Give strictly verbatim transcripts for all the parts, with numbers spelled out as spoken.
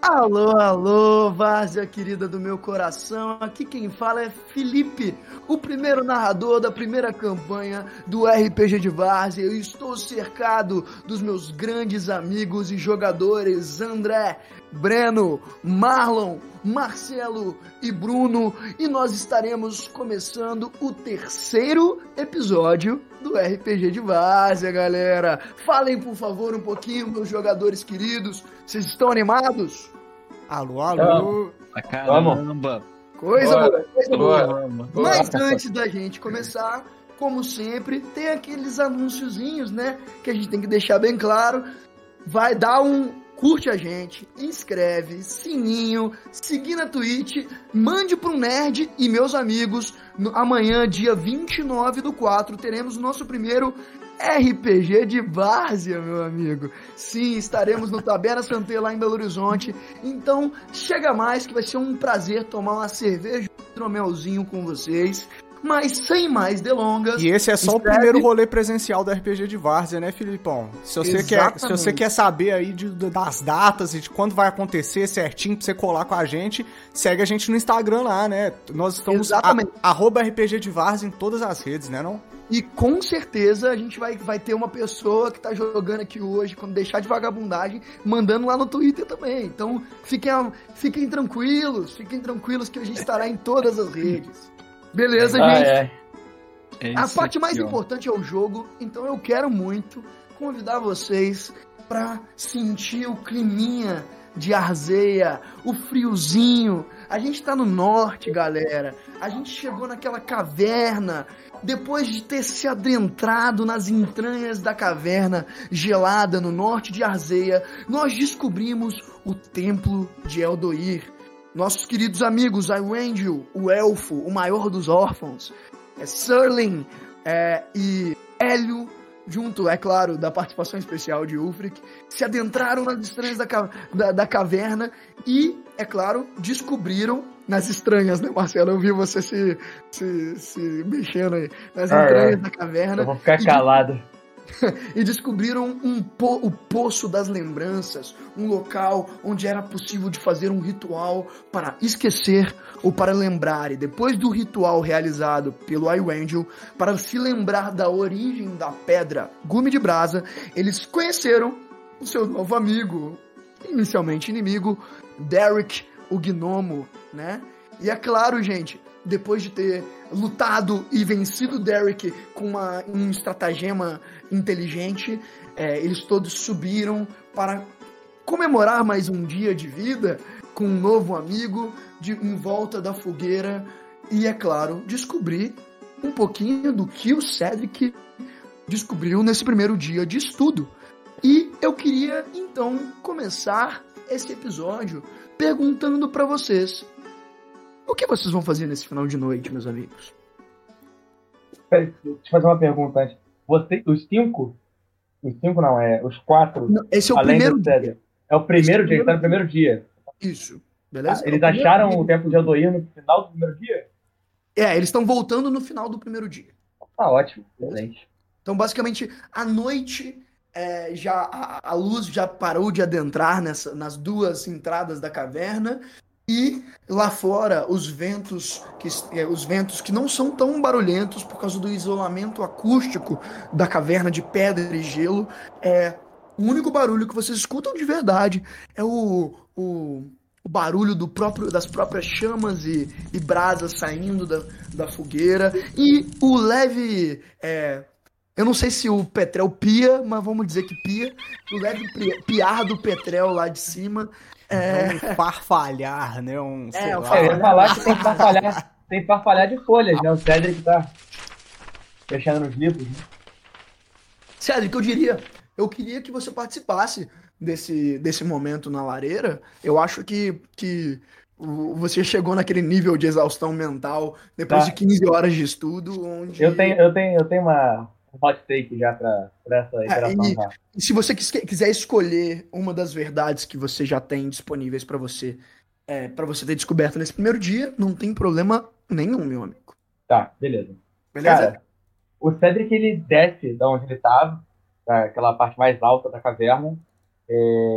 Alô, alô, várzea querida do meu coração. Aqui quem fala é Felipe, o primeiro narrador da primeira campanha do R P G de Várzea. Eu estou cercado dos meus grandes amigos e jogadores André, Breno, Marlon, Marcelo e Bruno, e nós estaremos começando o terceiro episódio do R P G de Várzea, galera. Falem, por favor, um pouquinho, meus jogadores queridos. Vocês estão animados? Alô, alô. Ah, caramba. Coisa boa, boa, coisa boa, boa. boa. Mas antes da gente começar, como sempre, tem aqueles anunciozinhos, né? Que a gente tem que deixar bem claro. Vai dar um... Curte a gente, inscreve, sininho, seguir na Twitch, mande pro Nerd e meus amigos. No, amanhã, dia vinte e nove do quatro, teremos o nosso primeiro R P G de Várzea, meu amigo. Sim, estaremos no Taberna Santé lá em Belo Horizonte. Então, chega mais que vai ser um prazer tomar uma cerveja, um hidromelzinho com vocês. Mas sem mais delongas... E esse é só escreve... o primeiro rolê presencial do R P G de Várzea, né, Filipão? Se você, quer, se você quer saber aí de, das datas e de quando vai acontecer certinho pra você colar com a gente, segue a gente no Instagram lá, né? Nós estamos a, arroba R P G de Várzea em todas as redes, né, não? E com certeza a gente vai, vai ter uma pessoa que tá jogando aqui hoje, quando deixar de vagabundagem, mandando lá no Twitter também. Então fiquem, fiquem tranquilos, fiquem tranquilos que a gente estará em todas as redes. Beleza, ah, gente? É. É a parte mais aqui, importante é o jogo, então eu quero muito convidar vocês pra sentir o climinha de Arzeia, o friozinho. A gente tá no norte, galera. A gente chegou naquela caverna, depois de ter se adentrado nas entranhas da caverna gelada no norte de Arzeia, nós descobrimos o Templo de Eldoir. Nossos queridos amigos, Iwendil, o Elfo, o maior dos órfãos, é Surling é, e Hélio, junto, é claro, da participação especial de Ulfric, se adentraram nas estranhas da, da, da caverna e, é claro, descobriram, nas estranhas, né, Marcelo? Eu vi você se, se, se mexendo aí, nas entranhas ah, da caverna. Eu vou ficar calado. E descobriram um po- o Poço das Lembranças, um local onde era possível de fazer um ritual para esquecer ou para lembrar. E depois do ritual realizado pelo Iwendil, para se lembrar da origem da pedra Gume de Brasa, eles conheceram o seu novo amigo, inicialmente inimigo, Derek, o Gnomo, né? E é claro, gente, depois de ter lutado e vencido Derek com uma, um estratagema inteligente, é, eles todos subiram para comemorar mais um dia de vida com um novo amigo de, em volta da fogueira e, é claro, descobrir um pouquinho do que o Cedric descobriu nesse primeiro dia de estudo. E eu queria, então, começar esse episódio perguntando para vocês: o que vocês vão fazer nesse final de noite, meus amigos? Deixa eu te fazer uma pergunta antes. Você, os cinco? Os cinco não, é os quatro. Não, esse é o além primeiro do Cedric. dia. É o primeiro Esse dia, está no primeiro dia. Isso, beleza? Ah, eles é o acharam dia. o Templo de Eldoir no final do primeiro dia? É, eles estão voltando no final do primeiro dia. Tá ótimo, excelente. Então, basicamente, à noite, é, já, a, a luz já parou de adentrar nessa, nas duas entradas da caverna. E lá fora, os ventos, que, é, os ventos que não são tão barulhentos por causa do isolamento acústico da caverna de pedra e gelo, é, o único barulho que vocês escutam de verdade é o, o, o barulho do próprio, das próprias chamas e, e brasas saindo da, da fogueira e o leve... É, eu não sei se o Petrel pia, mas vamos dizer que pia, o leve piar do Petrel lá de cima... É um farfalhar, né? Um, é, lá. Eu ia falar que tem que farfalhar, tem que farfalhar de folhas, né? O Cedric tá fechando nos livros. Né? Cedric, eu diria, eu queria que você participasse desse, desse momento na lareira. Eu acho que, que você chegou naquele nível de exaustão mental depois tá. de quinze horas de estudo, onde... Eu tenho, eu tenho, eu tenho uma... um hot take já pra, pra essa interação. É, e, e se você quis, quiser escolher uma das verdades que você já tem disponíveis pra você, é, para você ter descoberto nesse primeiro dia, não tem problema nenhum, meu amigo. Tá, beleza. Beleza? Cara, o Cedric, ele desce da onde ele tava, daquela parte mais alta da caverna. É,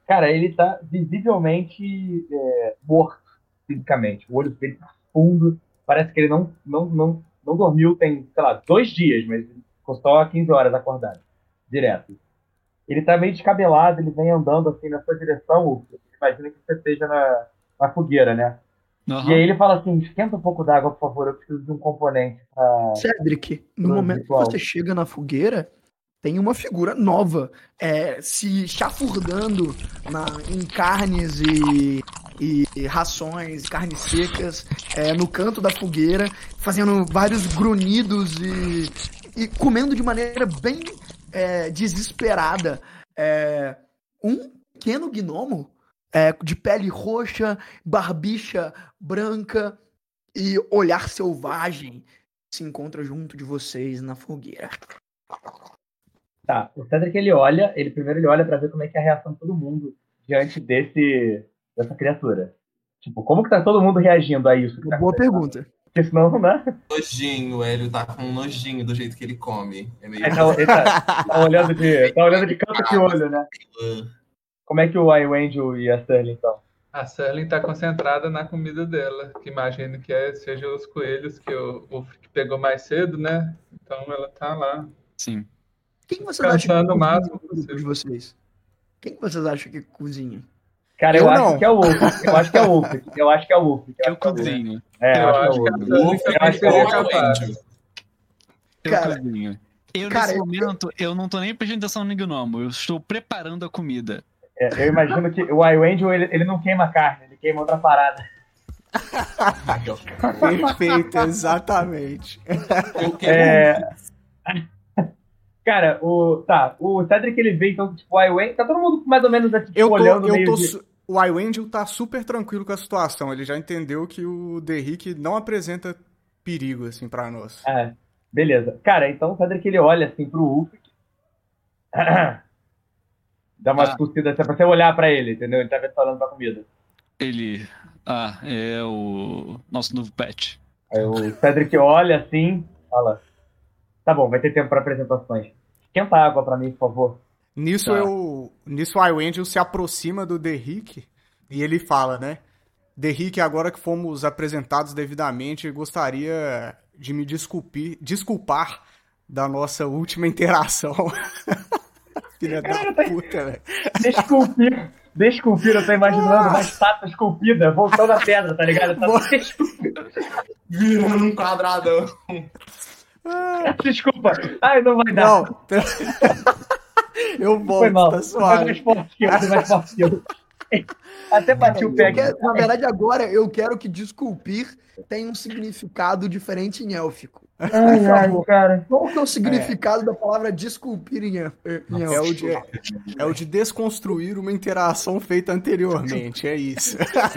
Cara, ele tá visivelmente é, morto fisicamente. O olho dele tá fundo. Parece que ele não, não, não, não dormiu tem, sei lá, dois dias, mas ficou só quinze horas acordado. Direto. Ele tá meio descabelado, ele vem andando assim na sua direção, Uf. Imagina que você esteja na, na fogueira, né? Uhum. E aí ele fala assim, esquenta um pouco d'água, por favor, eu preciso de um componente. Pra... Cedric, no momento ritual. que você chega na fogueira, tem uma figura nova, é, se chafurdando na, em carnes e, e rações, carnes secas, é, no canto da fogueira, fazendo vários grunhidos e, e comendo de maneira bem é, desesperada. É, um pequeno gnomo é, de pele roxa, barbicha branca e olhar selvagem se encontra junto de vocês na fogueira. Tá, o Cedric ele olha, ele primeiro ele olha pra ver como é que é a reação de todo mundo diante desse, dessa criatura. Tipo, como que tá todo mundo reagindo a isso? Uma boa pergunta. Porque senão não dá. Nojinho, o Hélio tá com um nojinho do jeito que ele come. É meio... é, tá, ele tá, tá, olhando de, tá olhando de canto de olho, né? Como é que o Iwendel e a Sterling estão? A Sterling tá concentrada na comida dela, que imagino que é, seja os coelhos que o, o que pegou mais cedo, né? Então ela tá lá. Sim. Quem vocês acham que máximo de vocês? Quem vocês acham que cozinha? Cara, eu, eu acho que é o Wolf. Eu acho que é o Wolf. Eu acho que é o Wolf. Eu cozinho. É, eu acho que é o Wolf. Eu acho que é o Wolf. Eu cozinho. Eu, nesse momento, eu não tô nem prestando atenção no gnomo. Eu estou preparando a comida. É, eu imagino que o Iwendel, ele, ele não queima carne, ele queima outra parada. Perfeito, exatamente. É... Cara, o. Tá, o Cedric ele vê, então, tipo, o Iwendel. Tá todo mundo mais ou menos tipo, eu tô, olhando eu meio tô de... su... O Iwendel tá super tranquilo com a situação. Ele já entendeu que o Derrick não apresenta perigo, assim, pra nós. É, beleza. Cara, então o Cedric ele olha assim pro Ulfric. Dá uma discussida assim, pra você olhar pra ele, entendeu? Ele tá falando pra comida. Ele. Ah, é o nosso novo pet. Aí o Cedric olha assim, fala. Tá bom, vai ter tempo pra apresentações. Esquenta a água pra mim, por favor. Nisso, Tá. eu, nisso o Iwendel se aproxima do Derrick e ele fala, né? Derrick, agora que fomos apresentados devidamente, gostaria de me desculpir, desculpar da nossa última interação. Filha da puta, velho. Desculpir. Desculpir, eu tô imaginando uma estátua esculpida voltando à pedra, tá ligado? Tá virando um quadradão. Desculpa. Ai, não vai dar. Não. Eu volto, Foi mal. tá suave. Foi mais forte que eu, foi mais forte que eu. Até bati o pé aqui. Quero, na verdade, agora eu quero que desculpir tenha um significado diferente em élfico. Ai, ai, cara. Qual que é o significado é. da palavra desculpir em, em élfico? É o, de, é o de desconstruir uma interação feita anteriormente, é isso.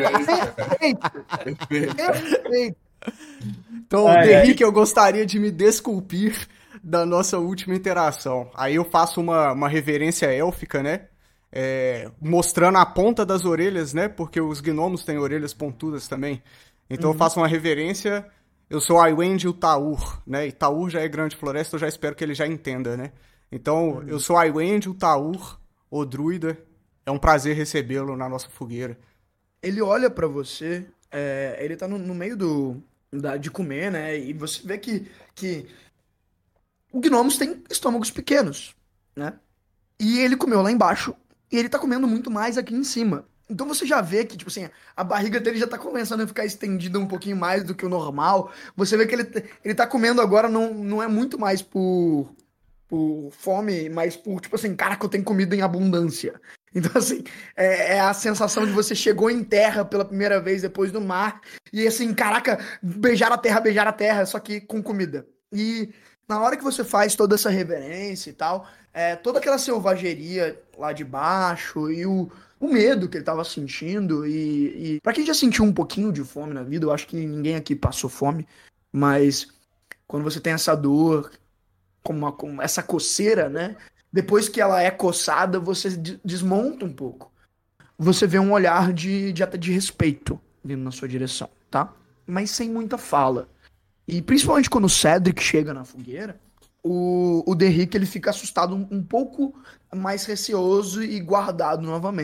Perfeito. Perfeito. Então, ai, Derrick, ai. eu gostaria de me desculpir da nossa última interação. Aí eu faço uma, uma reverência élfica, né? É, mostrando a ponta das orelhas, né? Porque os gnomos têm orelhas pontudas também. Então uhum. eu faço uma reverência. Eu sou Iwendel Taur, né? E Taur já é grande floresta, eu já espero que ele já entenda, né? Então, uhum. eu sou Iwendel Taur, o druida. É um prazer recebê-lo na nossa fogueira. Ele olha pra você, é, ele tá no, no meio do, da, de comer, né? E você vê que, que os gnomos têm estômagos pequenos, né? E ele comeu lá embaixo e ele tá comendo muito mais aqui em cima. Então você já vê que, tipo assim, a barriga dele já tá começando a ficar estendida um pouquinho mais do que o normal. Você vê que ele, ele tá comendo agora, não, não é muito mais por, por fome, mas por, tipo assim, caraca, eu tenho comida em abundância. Então, assim, é, é a sensação de você chegou em terra pela primeira vez depois do mar. E assim, caraca, beijar a terra, beijar a terra, só que com comida. E na hora que você faz toda essa reverência e tal, é, toda aquela selvageria lá de baixo e o... o medo que ele tava sentindo e, e... Pra quem já sentiu um pouquinho de fome na vida, eu acho que ninguém aqui passou fome, mas quando você tem essa dor, como, uma, como essa coceira, né? Depois que ela é coçada, você d- desmonta um pouco. Você vê um olhar de, de, até de respeito vindo na sua direção, tá? Mas sem muita fala. E principalmente quando o Cedric chega na fogueira, o, o Derrick ele fica assustado um, um pouco mais receoso e guardado novamente.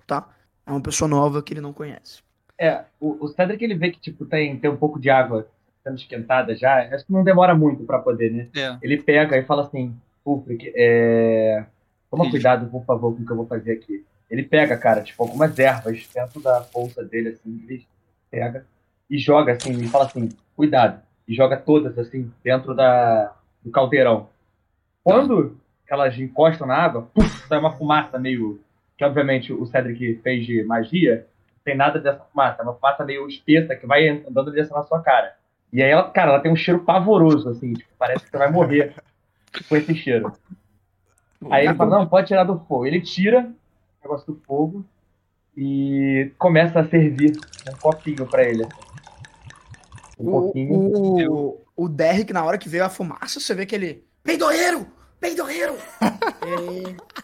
tá? É uma pessoa nova que ele não conhece. É, o, o Cedric, ele vê que, tipo, tem, tem um pouco de água sendo esquentada já. Acho que não demora muito pra poder, né? É. Ele pega e fala assim, Ulfric, é... toma Isso. cuidado, por favor, com o que eu vou fazer aqui. Ele pega, cara, tipo, algumas ervas dentro da bolsa dele, assim, ele pega e joga, assim, e fala assim, cuidado. E joga todas, assim, dentro da, do caldeirão. Quando elas encostam na água, puf, sai uma fumaça meio... Que, obviamente, o Cedric fez de magia. Não tem nada dessa fumaça. É uma fumaça meio espessa que vai andando em direção na sua cara. E aí, ela, cara, ela tem um cheiro pavoroso, assim. Tipo, parece que você vai morrer com esse cheiro. Aí ele fala, não, pode tirar do fogo. Ele tira o negócio do fogo e começa a servir um copinho pra ele. Um O, pouquinho. o, o Derrick, na hora que veio a fumaça, você vê que ele... Peidoeiro! Peidoeiro! é...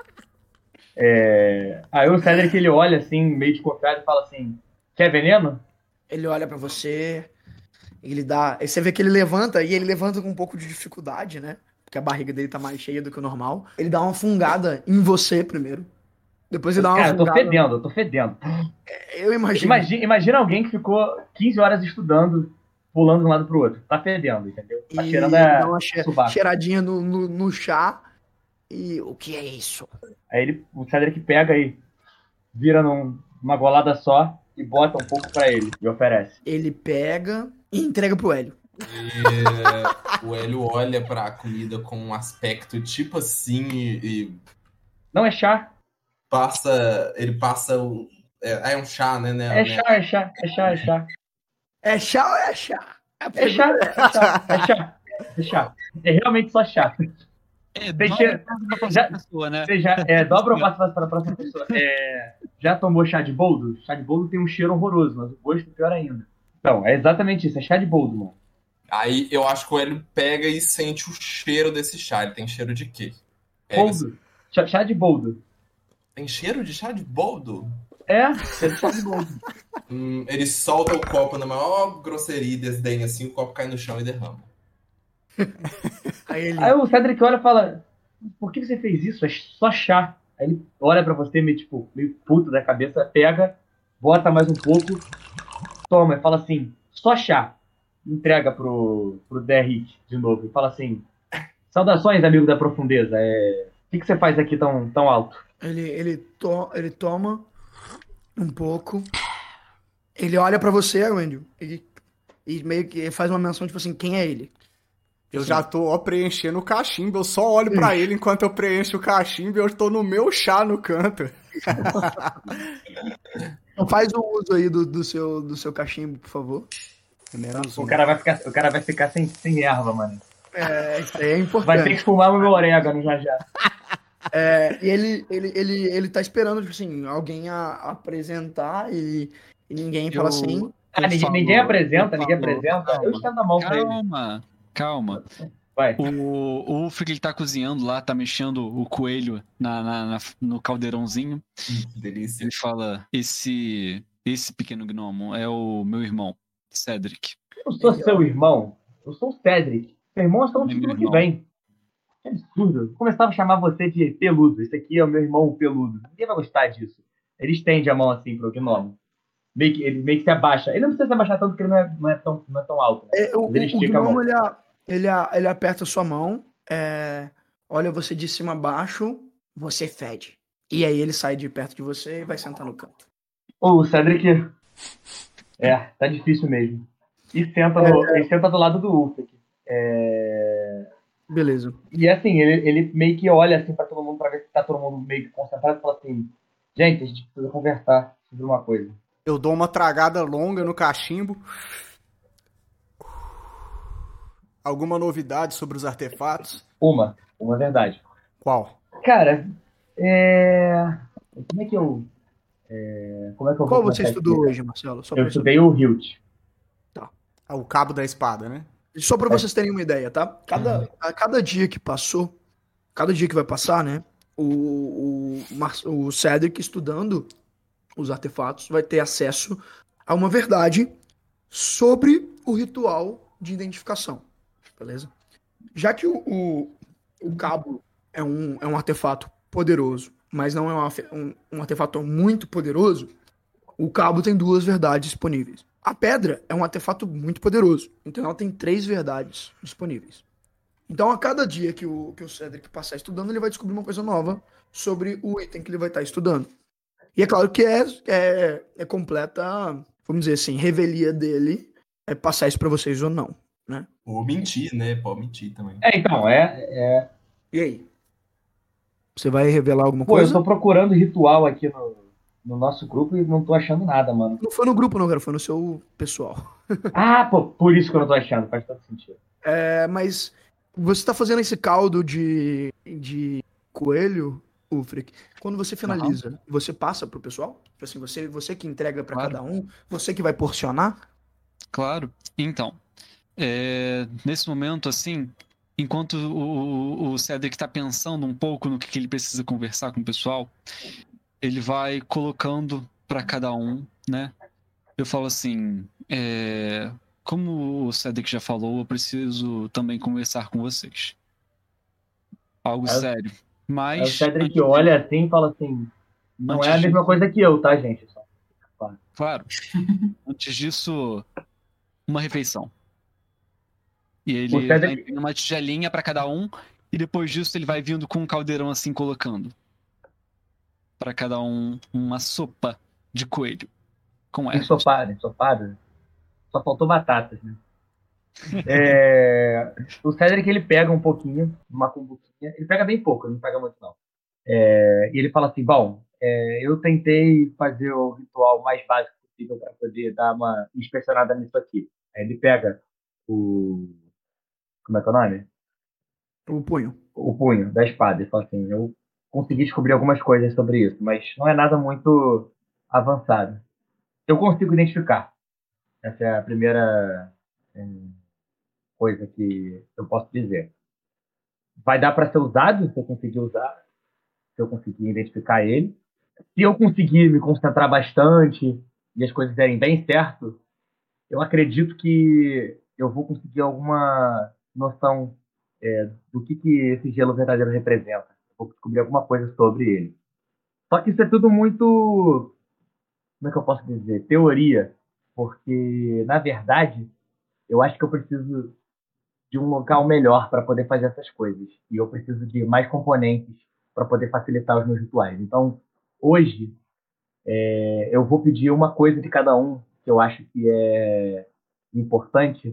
É... Aí o Cedric, ele olha assim, meio desconfiado e fala assim, quer veneno? Ele olha pra você, ele dá... Aí você vê que ele levanta, e ele levanta com um pouco de dificuldade, né? Porque a barriga dele tá mais cheia do que o normal. Ele dá uma fungada em você primeiro. Depois ele dá uma Cara, eu tô fungada... fedendo, eu tô fedendo. Eu imagino. Imagina, imagina alguém que ficou quinze horas estudando, pulando de um lado pro outro. Tá fedendo, entendeu? Tá E cheirando dá a uma che- subaco. cheiradinha no, no, no chá. E o que é isso? Aí ele, o Cedric pega e vira num, numa golada só e bota um pouco pra ele e oferece. Ele pega e entrega pro Hélio. E, o Hélio olha pra comida com um aspecto tipo assim e, e Não é chá, passa. Ele passa o. É, é um chá, né? né é né? chá, é chá, é chá, é chá. É chá ou é chá? É chá, é chá, é chá, é chá. É realmente só chá. É, Tem dobra cheiro- pra próxima já- pessoa, né? Você já é, dobra ou passa para a próxima pessoa? É, já tomou chá de boldo? Chá de boldo tem um cheiro horroroso, mas o gosto é pior ainda. Então, é exatamente isso, é chá de boldo, mano. Aí eu acho que o Hélio pega e sente o cheiro desse chá. Ele tem cheiro de quê? Pega assim. Boldo. Chá, chá de boldo. Tem cheiro de chá de boldo? É, é chá de boldo. Hum, ele solta o copo na maior grosseria e desdém assim, o copo cai no chão e derrama. Aí ele... Aí o Cedric olha e fala, por que você fez isso? É só chá. Aí ele olha pra você meio, tipo, meio puto da cabeça, pega, bota mais um pouco, toma e fala assim, só chá. Entrega pro, pro Derrick de novo e fala assim, saudações, amigo da profundeza. É... O que, que você faz aqui tão, tão alto? Ele, ele, to, ele toma um pouco. Ele olha pra você, Wendy, e, e meio que faz uma menção, tipo assim, quem é ele? Eu já tô ó, preenchendo o cachimbo, eu só olho pra ele enquanto eu preencho o cachimbo e eu tô no meu chá no canto. Então faz o uso aí do, do, seu, do seu cachimbo, por favor. Menos um. O cara vai ficar, o cara vai ficar sem, sem erva, mano. É, isso aí é importante. Vai ter que fumar o meu orégano já já. É, e ele, ele, ele, ele tá esperando, tipo assim, alguém a, apresentar e, e ninguém fala Eu- assim. Ah, ninguém, falo- ninguém apresenta, eu ninguém falo, apresenta. calma. Eu estendo a mão pra ele. Calma, calma. Vai. O, o Ulfric, ele tá cozinhando lá, tá mexendo o coelho na, na- na- no caldeirãozinho. Que delícia. Ele fala, esse, esse pequeno gnomo é o meu irmão, Cedric. Eu sou seu irmão. Eu sou o Cedric. Seu irmão é só no Meu título que irmão. vem. Que absurdo. Eu começava a chamar você de peludo. Esse aqui é o meu irmão peludo. Ninguém vai gostar disso. Ele estende a mão assim pro gnomo. Meio que, ele meio que se abaixa. Ele não precisa se abaixar tanto porque ele não é, não é, tão, não é tão alto. Né? É, o, Mas ele o estica a mão. gnomo, ele, a- ele, a- ele aperta a sua mão, é, olha você de cima a baixo, você fede. E aí ele sai de perto de você e vai sentar no canto. Ô, o Cedric. É, tá difícil mesmo. E senta, no, e senta do lado do Ulfric. É... Beleza. E assim, ele, ele meio que olha assim pra todo mundo pra ver se tá todo mundo meio que concentrado e fala assim: gente, a gente precisa conversar sobre uma coisa. Eu dou uma tragada longa no cachimbo. Alguma novidade sobre os artefatos? Uma, uma verdade. Qual? Cara, é. Como é que eu. É... Como é que eu Qual vou você começar estudou aqui? hoje, Marcelo? Só Eu pra, estudei o Hilt. Ah, o cabo da espada, né? só pra vocês terem uma ideia, tá? Cada, a cada dia que passou, cada dia que vai passar, né? O, o, Mar- o Cedric estudando os artefatos vai ter acesso a uma verdade sobre o ritual de identificação. Beleza? Já que o, o, o cabo é um, é um artefato poderoso mas não é um, um, um artefato muito poderoso, o cabo tem duas verdades disponíveis. A pedra é um artefato muito poderoso, então ela tem três verdades disponíveis. Então, a cada dia que o, que o Cedric passar estudando, ele vai descobrir uma coisa nova sobre o item que ele vai estar estudando. E é claro que é, é, é completa, vamos dizer assim, revelia dele é passar isso pra vocês ou não, né? Ou mentir, né? Pode mentir também. É, então, é... é... E aí? Você vai revelar alguma Pô, coisa? eu tô procurando ritual aqui no, no nosso grupo e não tô achando nada, mano. Não foi no grupo não, cara, foi no seu pessoal. Ah, pô, por isso que eu não tô achando, faz todo sentido. É, mas você tá fazendo esse caldo de, de coelho, Ulfric, quando você finaliza, uhum. você passa pro pessoal? Tipo assim, você, você que entrega pra claro. cada um? Você que vai porcionar? Claro. Então, é, nesse momento, assim, enquanto o, o Cedric tá pensando um pouco no que, que ele precisa conversar com o pessoal, ele vai colocando pra cada um, né? Eu falo assim, é, como o Cedric já falou, eu preciso também conversar com vocês. Algo é, sério. Mas... O Cedric antes... olha assim e fala assim, não antes é a mesma disso... coisa que eu, tá, gente? Só... Claro. claro. Antes disso, uma refeição. E ele o Cedric... vai uma tigelinha para cada um, e depois disso ele vai vindo com um caldeirão assim, colocando para cada um uma sopa de coelho. Com ervas. Ensopado, ensopado. Só faltou batatas, né? É... O Cedric, ele pega um pouquinho, uma cumbuquinha. Ele pega bem pouco, ele não pega muito, não. É... E ele fala assim, bom, é... eu tentei fazer o ritual mais básico possível para poder dar uma inspecionada nisso aqui. Aí ele pega o... Como é que é o nome? O punho. O punho da espada. Ele fala assim, eu consegui descobrir algumas coisas sobre isso, mas não é nada muito avançado. Eu consigo identificar. Essa é a primeira é, coisa que eu posso dizer. Vai dar para ser usado, se eu conseguir usar, se eu conseguir identificar ele. Se eu conseguir me concentrar bastante e as coisas derem bem certo, eu acredito que eu vou conseguir alguma noção é, do que, que esse gelo verdadeiro representa. Eu vou descobrir alguma coisa sobre ele. Só que isso é tudo muito... Como é que eu posso dizer? Teoria. Porque, na verdade, eu acho que eu preciso de um local melhor para poder fazer essas coisas. E eu preciso de mais componentes para poder facilitar os meus rituais. Então, hoje, é, eu vou pedir uma coisa de cada um que eu acho que é importante,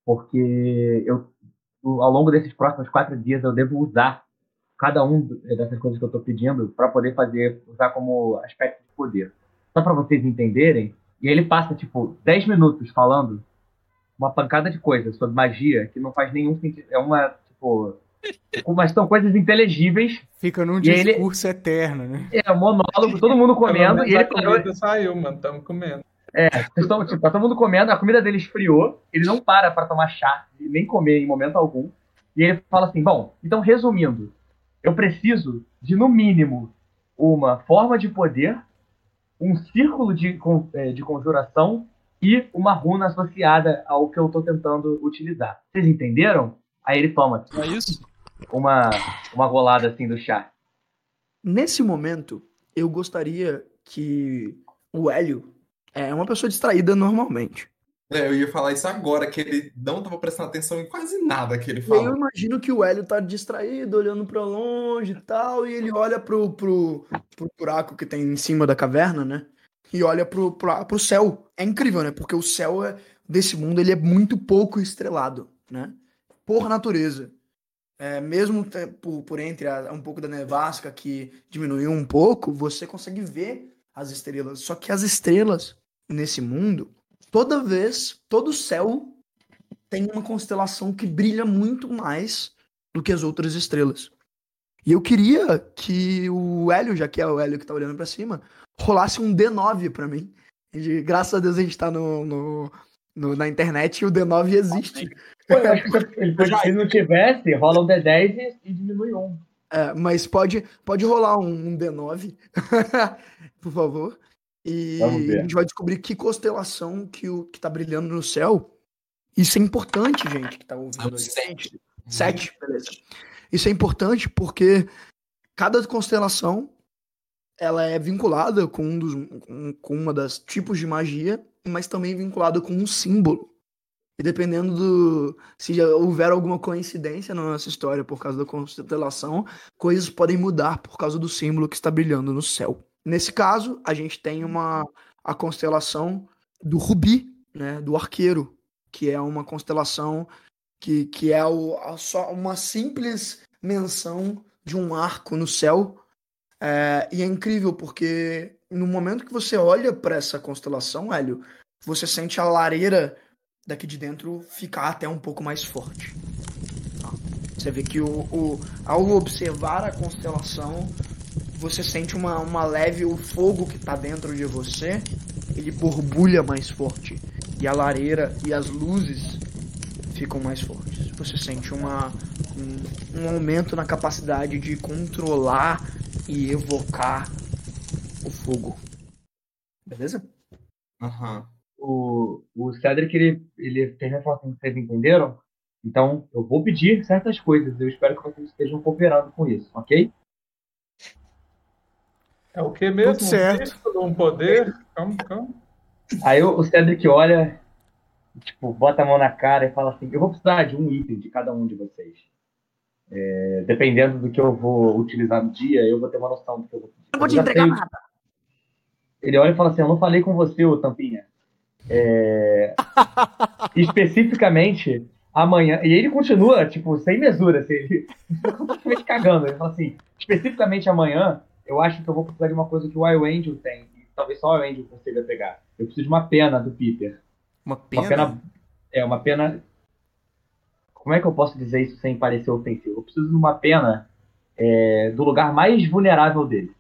porque eu, ao longo desses próximos quatro dias eu devo usar cada um dessas coisas que eu estou pedindo para poder fazer, usar como aspecto de poder. Só para vocês entenderem, e ele passa, tipo, dez minutos falando uma pancada de coisas sobre magia que não faz nenhum sentido. É uma, tipo... Mas são coisas inteligíveis. Fica num discurso ele... eterno, né? É, um monólogo, todo mundo comendo. E ele a comida saiu, mano, estamos comendo. É, estão, tipo, tá todo mundo comendo, a comida dele esfriou, ele não para para tomar chá, nem comer em momento algum. E ele fala assim, bom, então resumindo, eu preciso de, no mínimo, uma forma de poder, um círculo de, de conjuração e uma runa associada ao que eu estou tentando utilizar. Vocês entenderam? Aí ele toma é isso? Uma, uma golada assim do chá. Nesse momento, eu gostaria que o Hélio é uma pessoa distraída normalmente. É, eu ia falar isso agora, que ele não estava prestando atenção em quase nada que ele E falou. aí eu imagino que o Hélio tá distraído, olhando para longe e tal, e ele olha pro, pro, pro buraco que tem em cima da caverna, né? E olha pro, pro, pro céu. É incrível, né? Porque o céu é, desse mundo ele é muito pouco estrelado, né? Por natureza. É, mesmo por, por entre a, um pouco da nevasca que diminuiu um pouco, você consegue ver as estrelas. Só que as estrelas nesse mundo, toda vez, todo céu tem uma constelação que brilha muito mais do que as outras estrelas. E eu queria que o Hélio, já que é o Hélio que tá olhando pra cima, rolasse um D nove pra mim. E, graças a Deus a gente tá no, no, no, na internet e o D nove existe. Pô, eu acho que ele pode, se não tivesse, rola um D dez e, e diminui um. É, mas pode, pode rolar um, um D nove, por favor. E a gente vai descobrir que constelação que, o, que tá brilhando no céu. Isso é importante, gente, que tá ouvindo a gente. Sete, beleza. Isso é importante porque cada constelação ela é vinculada com, um dos, com, com uma das tipos de magia, mas também vinculada com um símbolo. E dependendo do... se já houver alguma coincidência na nossa história por causa da constelação, coisas podem mudar por causa do símbolo que está brilhando no céu. Nesse caso, a gente tem uma, a constelação do Rubi, né, do Arqueiro, que é uma constelação que, que é o, a, só uma simples menção de um arco no céu. É, e é incrível porque no momento que você olha para essa constelação, Hélio, você sente a lareira daqui de dentro ficar até um pouco mais forte. Você vê que o, o, ao observar a constelação, você sente uma, uma leve... O fogo que está dentro de você, ele borbulha mais forte. E a lareira e as luzes ficam mais fortes. Você sente uma, um, um aumento na capacidade de controlar e evocar o fogo. Beleza? Aham. Uhum. O, o Cedric, ele, ele fez a assim, vocês entenderam? Então, eu vou pedir certas coisas. Eu espero que vocês estejam cooperando com isso, ok? É o que mesmo? Tudo certo. Um poder? Calma, calma. Aí o, o Cedric olha, tipo, bota a mão na cara e fala assim, eu vou precisar de um item de cada um de vocês. É, dependendo do que eu vou utilizar no dia, eu vou ter uma noção do que eu vou pedir. Eu vou te entregar sei... nada. Ele olha e fala assim, eu não falei com você, ô Tampinha. É... especificamente amanhã, e ele continua tipo sem mesura assim, ele fica completamente cagando, ele fala assim, especificamente amanhã eu acho que eu vou precisar de uma coisa que o Iron tem, e talvez só o Iron consiga pegar. Eu preciso de uma pena do Peter. Uma pena? Uma pena é uma pena, como é que eu posso dizer isso sem parecer ofensivo? Eu preciso de uma pena é, do lugar mais vulnerável dele.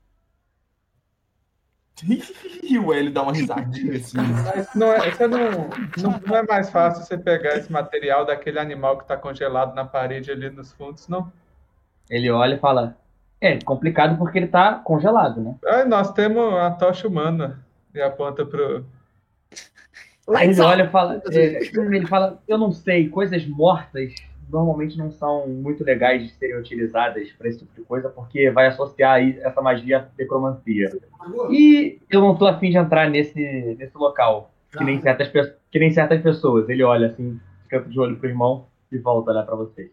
E o Hélio dá uma risadinha assim. Mas não é, você não, não, não é mais fácil você pegar esse material daquele animal que está congelado na parede ali nos fundos, não? Ele olha e fala, é complicado porque ele está congelado, né? Ah, nós temos a tocha humana e aponta pro... Aí ele olha e fala, é, ele fala, eu não sei, coisas mortas normalmente não são muito legais de serem utilizadas para esse tipo de coisa, porque vai associar essa magia à necromancia. E eu não tô afim de entrar nesse, nesse local, que nem, certas, que nem certas pessoas. Ele olha assim, fica de olho pro irmão e volta a olhar para vocês.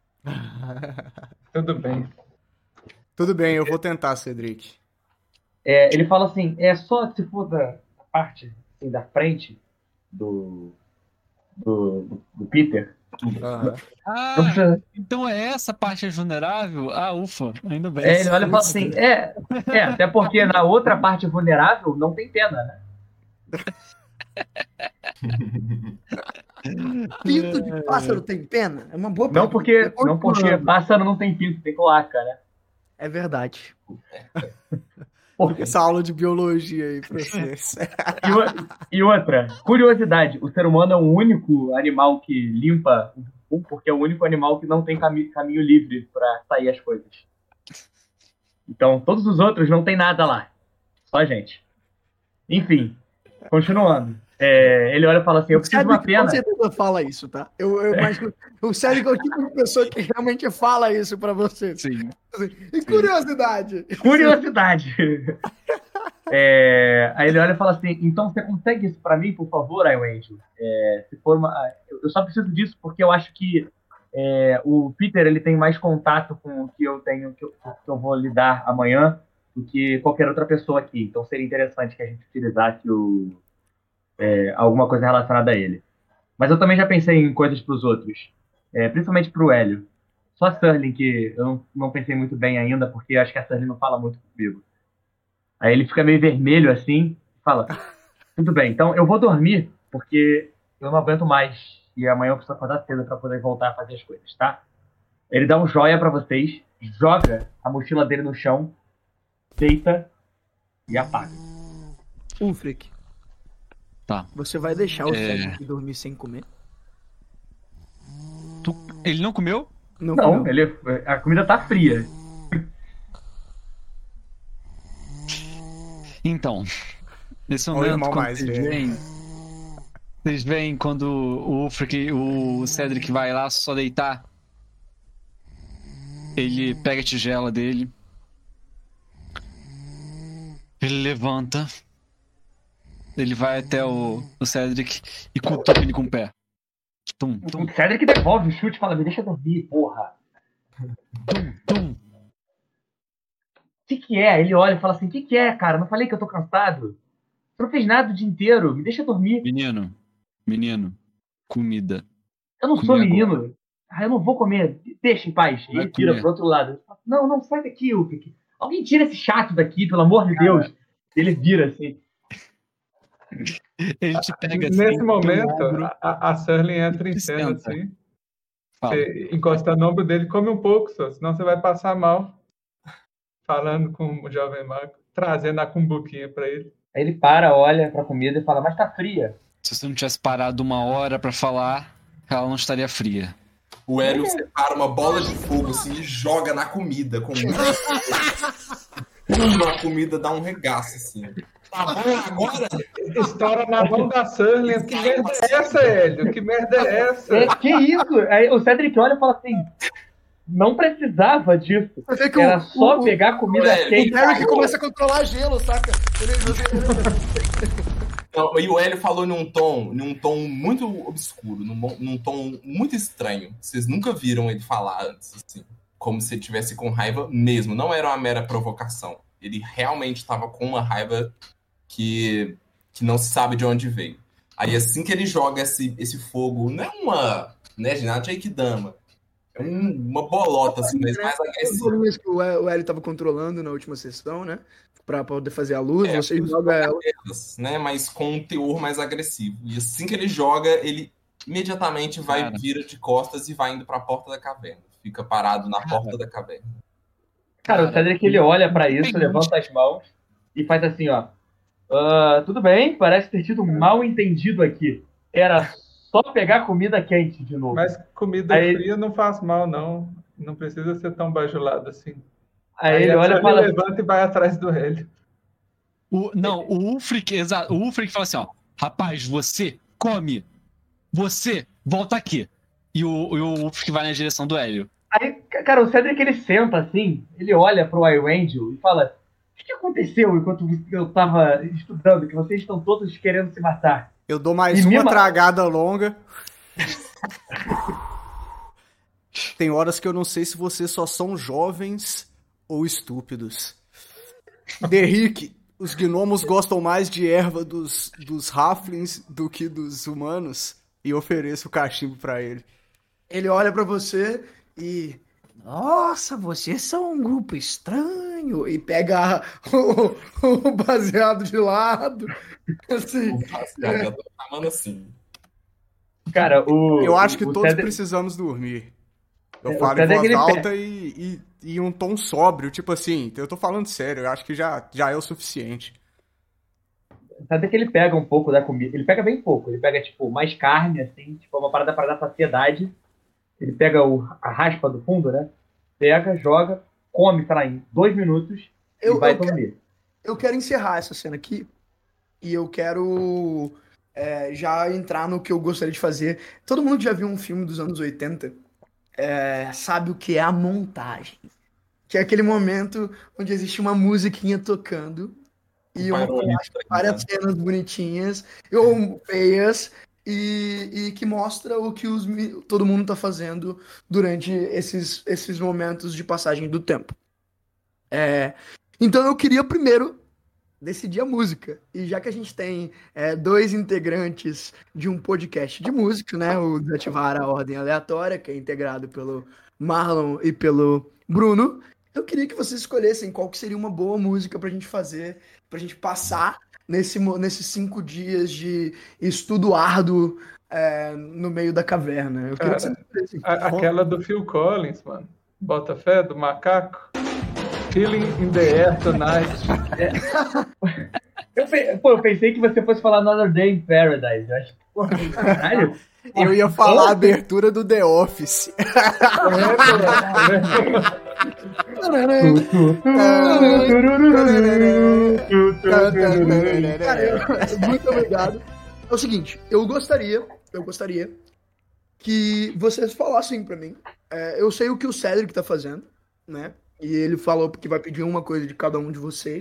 Tudo bem. Tudo bem, eu vou tentar, Cedric. É, ele fala assim, é só se for da parte assim, da frente do, do, do, do Peter... Uhum. Ah, então é essa parte vulnerável? Ah, ufa, ainda bem. É, ele olha e fala assim, é, é, até porque na outra parte vulnerável não tem pena, né? Pinto de pássaro tem pena? É uma boa pergunta. Não porque, não porque pássaro não tem pinto, tem cloaca, né? É verdade. Porque essa aula de biologia aí pra vocês. E, e outra, curiosidade, o ser humano é o único animal que limpa o porque é o único animal que não tem cami- caminho livre pra sair as coisas. Então, todos os outros não tem nada lá. Só a gente. Enfim, continuando. É, ele olha e fala assim, eu preciso de uma pena... Com certeza fala isso, tá? Eu, eu imagino... O Cédric é o tipo de pessoa que realmente fala isso pra você. Sim. E curiosidade. Curiosidade. É, aí ele olha e fala assim, então você consegue isso pra mim, por favor, Iron Angel? É, se for uma... Eu só preciso disso porque eu acho que é, o Peter ele tem mais contato com o que eu tenho, que eu, que eu vou lidar amanhã, do que qualquer outra pessoa aqui. Então seria interessante que a gente utilizasse o... É, alguma coisa relacionada a ele. Mas eu também já pensei em coisas para os outros, é, principalmente para o Hélio. Só a Sterling que eu não, não pensei muito bem ainda, porque acho que a Sterling não fala muito comigo. Aí ele fica meio vermelho assim, e fala, tudo bem, então eu vou dormir, porque eu não aguento mais, e amanhã eu preciso acordar cedo para poder voltar a fazer as coisas, tá? Ele dá um joia para vocês, joga a mochila dele no chão, deita e apaga. Ulfric. Tá. Você vai deixar o é... Cedric dormir sem comer? Tu... Ele não comeu? Não, não ele... a comida tá fria. Então, nesse momento, quando mais vocês veem, vocês veem quando o Ulfric, o Cedric vai lá só deitar, ele pega a tigela dele, Ele levanta. Ele vai até o, o Cedric e cutuca ele com o pé. Tum, tum. O Cedric devolve o chute e fala, me deixa dormir, porra. Tum, tum. O que que é? Ele olha e fala assim, o que que é, cara? Não falei que eu tô cansado? Você não fez nada o dia inteiro, me deixa dormir. Menino, menino, comida. Eu não Comer sou agora. menino. Ah, eu não vou comer. Deixa em paz. Vai Ele tira comer. pro outro lado. Não, não, sai daqui, Ulfric. Alguém tira esse chato daqui, pelo amor de Deus. Ele vira assim. Ele te pega assim. Nesse pelo momento, ombro. a, a Surly entra em e cena senta. assim. Fala. Você encosta no ombro dele, come um pouco, só, senão você vai passar mal. Falando com o jovem mago, trazendo a cumbuquinha pra ele. Aí ele para, olha pra comida e fala, mas tá fria. Se você não tivesse parado uma hora pra falar, ela não estaria fria. O Hélio separa uma bola de fogo assim e joga na comida. Com muito... a comida dá um regaço assim. Tá bom agora? Estoura na mão da Surly. Que merda é essa, Hélio? Que merda é essa? É, que isso? Aí o Cedric olha e fala assim, não precisava disso. Você vê que Era o, só o, pegar comida Hélio, o quente. Derek começa a controlar gelo, saca? Ele, Não, e o Hélio falou num tom, num tom muito obscuro, num, num tom muito estranho. Vocês nunca viram ele falar antes, assim. Como se ele estivesse com raiva mesmo. Não era uma mera provocação. Ele realmente estava com uma raiva que, que não se sabe de onde veio. Aí assim que ele joga esse, esse fogo, não é uma, né, Ginásio Jake Dama. É um, uma bolota, assim, mas mais Os agressiva. volumes que o Hélio tava controlando na última sessão, né? Pra poder fazer a luz, É, você joga ela. Né, mas com um teor mais agressivo. E assim que ele joga, ele imediatamente vai, Cara. vira de costas e vai indo pra porta da caverna. Fica parado na porta da caverna. Cara, o Cedric ele olha pra isso, Tem levanta as mãos e faz assim, ó. "Ah, tudo bem, parece ter tido um mal entendido aqui. Era só pegar comida quente de novo. Mas comida Aí- fria não faz mal, não. Não precisa ser tão bajulado assim. Aí ele a olha e Surly fala, levanta e vai atrás do Hélio. O, não, o Ulfric, exato. O Ulfric fala assim, ó. Rapaz, você come. Você, volta aqui. E o, e o Ulfric vai na direção do Hélio. Aí, cara, o Cedric ele senta assim, ele olha pro Irangel e fala: o que que aconteceu enquanto eu tava estudando, que vocês estão todos querendo se matar? Eu dou mais E uma mesmo- tragada longa. Tem horas que eu não sei se vocês só são jovens ou estúpidos. Derrick, os gnomos gostam mais de erva dos, dos halflings do que dos humanos. E ofereço o cachimbo pra ele. Ele olha pra você e... Nossa, vocês são um grupo estranho. E pega o, o baseado de lado. Assim. Eu tô falando assim. Cara, o. Eu acho que o todos Cedric- precisamos dormir. Eu É, o falo em Cedric, voz ele alta e, e, e um tom sóbrio. Tipo assim, eu tô falando sério. Eu acho que já, já é o suficiente. Sabe que ele pega um pouco da comida. Ele pega bem pouco. Ele pega, tipo, mais carne, assim, tipo, uma parada para dar saciedade. Ele pega o, a raspa do fundo, né? Pega, joga, come, sei lá, em dois minutos Eu, e vai eu, quero, dormir. eu quero encerrar essa cena aqui. E eu quero é, já entrar no que eu gostaria de fazer. Todo mundo que já viu um filme dos anos oitenta é, sabe o que é a montagem. Que é aquele momento onde existe uma musiquinha tocando. E uma Barulhista aqui, várias né? cenas bonitinhas ou feias e, e que mostra o que os, mi- todo mundo tá fazendo durante esses, esses momentos de passagem do tempo. É, então eu queria primeiro decidir a música. E já que a gente tem é, dois integrantes de um podcast de música, né? O Desativar a Ordem Aleatória, que é integrado pelo Marlon e pelo Bruno, eu queria que vocês escolhessem qual que seria uma boa música pra gente fazer, pra gente passar nesse, mo- nesses cinco dias de estudo árduo é, no meio da caverna. Eu queria que Cara, vocês escolhessem. A- aquela do Phil Collins, mano. Bota fé, do macaco. Feeling in the air tonight. Eu, pe- pô, eu pensei que você fosse falar Another Day in Paradise. Eu acho que, porra, caralho. Eu ia falar a abertura do The Office. Cara, eu- muito obrigado. É o seguinte, eu gostaria, eu gostaria que vocês falassem pra mim. É, eu sei o que o Cedric tá fazendo, né? E ele falou que vai pedir uma coisa de cada um de vocês.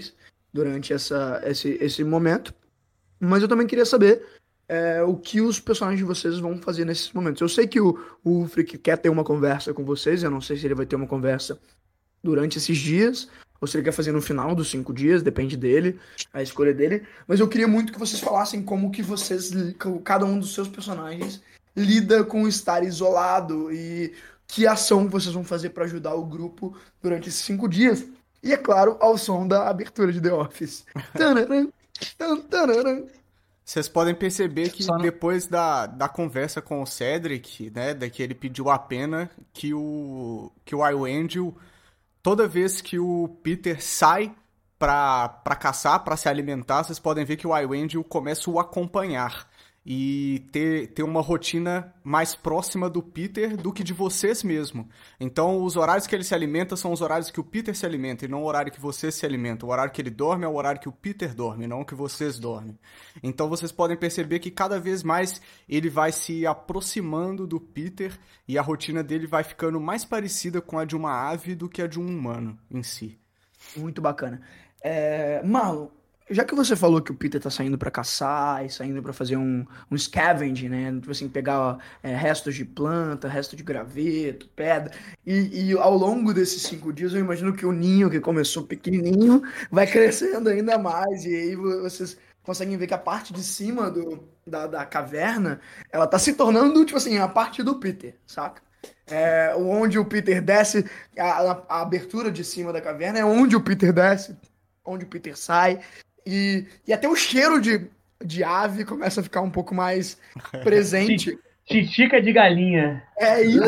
durante essa, esse, esse momento. Mas eu também queria saber é, o que os personagens de vocês vão fazer nesses momentos. Eu sei que o, o Ulfric quer ter uma conversa com vocês, eu não sei se ele vai ter uma conversa durante esses dias, ou se ele quer fazer no final dos cinco dias, depende dele, a escolha dele. Mas eu queria muito que vocês falassem como que vocês, cada um dos seus personagens, lida com estar isolado e que ação vocês vão fazer para ajudar o grupo durante esses cinco dias. E, é claro, ao som da abertura de The Office. Tanaram, tan, tanaram. Vocês podem perceber que Só não- depois da, da conversa com o Cedric, né, da que ele pediu a pena, que o, que o Iwendell, toda vez que o Peter sai pra, pra caçar, pra se alimentar, vocês podem ver que o Iwendell começa a o acompanhar e ter, ter uma rotina mais próxima do Peter do que de vocês mesmo. Então, os horários que ele se alimenta são os horários que o Peter se alimenta e não o horário que vocês se alimentam. O horário que ele dorme é o horário que o Peter dorme, não o que vocês dormem. Então, vocês podem perceber que cada vez mais ele vai se aproximando do Peter e a rotina dele vai ficando mais parecida com a de uma ave do que a de um humano em si. Muito bacana. É, Marlon, já que você falou que o Peter tá saindo pra caçar e saindo pra fazer um, um scavenging, né? Tipo assim, pegar é, restos de planta, resto de graveto, pedra. E, e ao longo desses cinco dias, eu imagino que o ninho, que começou pequenininho, vai crescendo ainda mais. E aí vo- vocês conseguem ver que a parte de cima do, da, da caverna, ela tá se tornando, tipo assim, a parte do Peter, saca? É, onde o Peter desce, a, a- a abertura de cima da caverna é onde o Peter desce, onde o Peter sai. E, e até o cheiro de, de ave começa a ficar um pouco mais presente. Titica de galinha. É isso.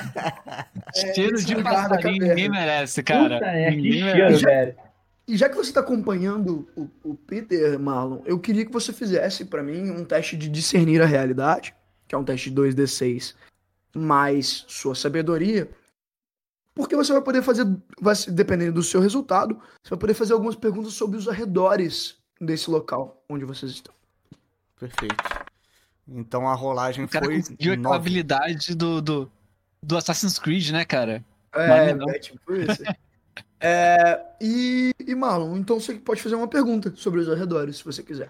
Cheiro esse de lugar da passarinho caverna. ninguém merece, cara. Puta, é, que Ninguém cheiro, merece. velho. E já que você está acompanhando o, o Peter, Marlon, eu queria que você fizesse para mim um teste de discernir a realidade, que é um teste de dois D seis, mais sua sabedoria, porque você vai poder fazer, vai, se- dependendo do seu resultado, você vai poder fazer algumas perguntas sobre os arredores desse local onde vocês estão. Perfeito. Então a rolagem O cara foi conseguiu aquela nove. habilidade do, do, do Assassin's Creed, né, cara? É, Maneirão. é tipo isso. É, e, e Marlon, então você pode fazer uma pergunta sobre os arredores, se você quiser.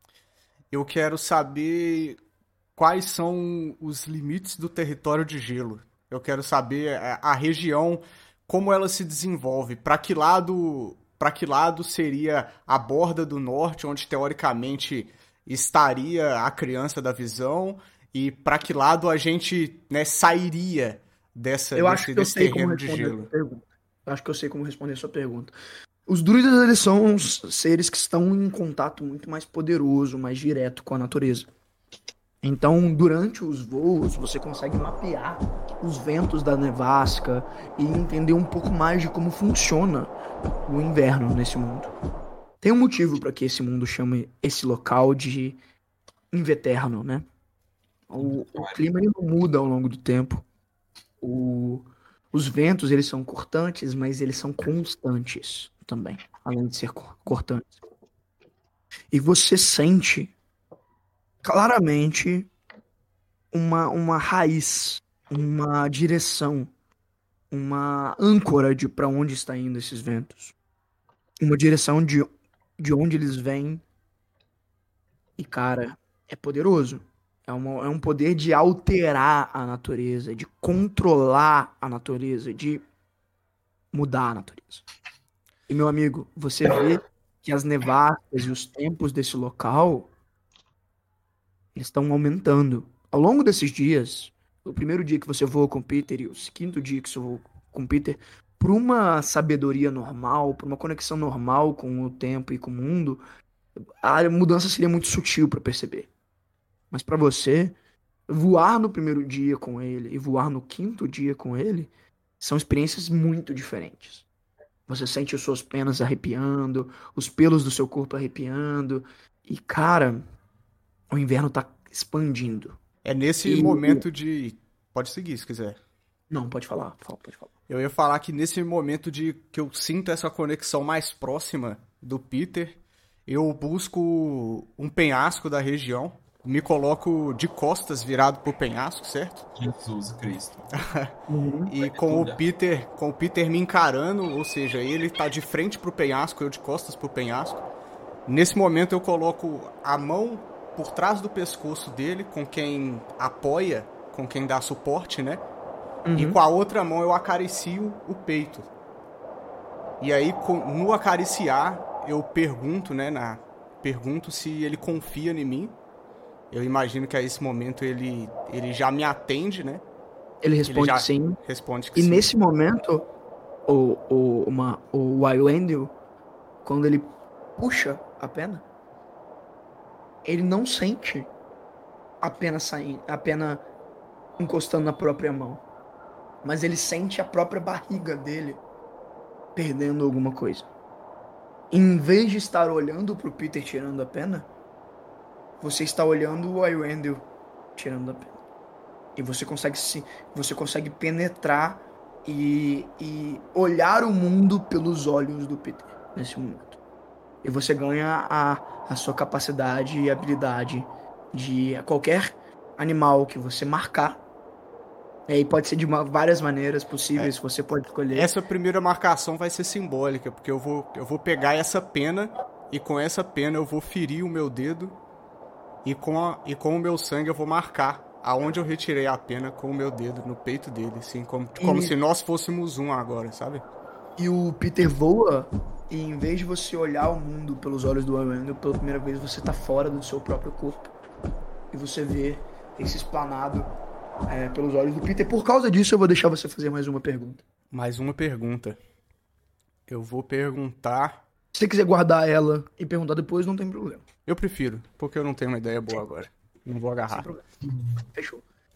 Eu quero saber quais são os limites do território de gelo. Eu quero saber a, a região, como ela se desenvolve. Para que lado, para que lado seria a borda do norte, onde teoricamente estaria a criança da visão, e para que lado a gente, né, sairia dessa, Eu desse, acho que eu desse sei como terreno de responder a gelo. sua pergunta. Eu acho que eu sei como responder a sua pergunta. Os druidas, eles são uns seres que estão em contato muito mais poderoso, mais direto com a natureza. Então, durante os voos, você consegue mapear os ventos da nevasca e entender um pouco mais de como funciona o inverno nesse mundo. Tem um motivo para que esse mundo chame esse local de inveterno, né? O, o clima ele não muda ao longo do tempo. O, os ventos, eles são cortantes, mas eles são constantes também, além de ser cor- cortantes. E você sente claramente uma, uma raiz, uma direção, uma âncora de para onde está indo esses ventos. Uma direção de, de onde eles vêm. E, cara, é poderoso. É, uma, é um poder de alterar a natureza, de controlar a natureza, de mudar a natureza. E, meu amigo, você vê que as nevascas e os tempos desse local eles estão aumentando. Ao longo desses dias, o primeiro dia que você voa com o Peter e o quinto dia que você voa com o Peter, por uma sabedoria normal, por uma conexão normal com o tempo e com o mundo, a mudança seria muito sutil para perceber. Mas para você, voar no primeiro dia com ele e voar no quinto dia com ele são experiências muito diferentes. Você sente as suas penas arrepiando, os pelos do seu corpo arrepiando. E, cara, o inverno tá expandindo. É nesse E- momento de... Pode seguir, se quiser. Não, pode falar, fala, pode falar. Eu ia falar que nesse momento de que eu sinto essa conexão mais próxima do Peter, eu busco um penhasco da região me coloco de costas virado pro penhasco, certo? Jesus Cristo. Uhum. E com o Peter, com o Peter me encarando, ou seja, ele tá de frente pro penhasco, eu de costas pro penhasco. Nesse momento eu coloco a mão por trás do pescoço dele, com quem apoia, com quem dá suporte, né? Uhum. E com a outra mão eu acaricio o peito. E aí, no acariciar, eu pergunto, né, na, pergunto se ele confia em mim. Eu imagino que a esse momento ele, ele já me atende, né? Ele responde ele já que sim. Responde que e sim. nesse momento, o, o, uma, o Wylendil, quando ele puxa a pena, ele não sente a pena saindo, a pena encostando na própria mão. Mas ele sente a própria barriga dele perdendo alguma coisa. Em vez de estar olhando pro Peter tirando a pena, você está olhando o Wylendil tirando a pena. E você consegue se, você consegue penetrar e, e olhar o mundo pelos olhos do Peter nesse momento. E você ganha a, a sua capacidade e habilidade de qualquer animal que você marcar. E aí pode ser de uma, várias maneiras possíveis, É. você pode escolher. Essa primeira marcação vai ser simbólica, porque eu vou, eu vou pegar essa pena e com essa pena eu vou ferir o meu dedo e com, a, e com o meu sangue eu vou marcar aonde eu retirei a pena com o meu dedo no peito dele, assim, como, como E- se nós fôssemos um agora, sabe? E o Peter voa, e em vez de você olhar o mundo pelos olhos do Wylendil, pela primeira vez você tá fora do seu próprio corpo. E você vê esse esplanado é, pelos olhos do Peter. Por causa disso, eu vou deixar você fazer mais uma pergunta. Mais uma pergunta. Eu vou perguntar... Se você quiser guardar ela e perguntar depois, não tem problema. Eu prefiro, porque eu não tenho uma ideia boa agora. Não vou Sem agarrar. problema. Fechou.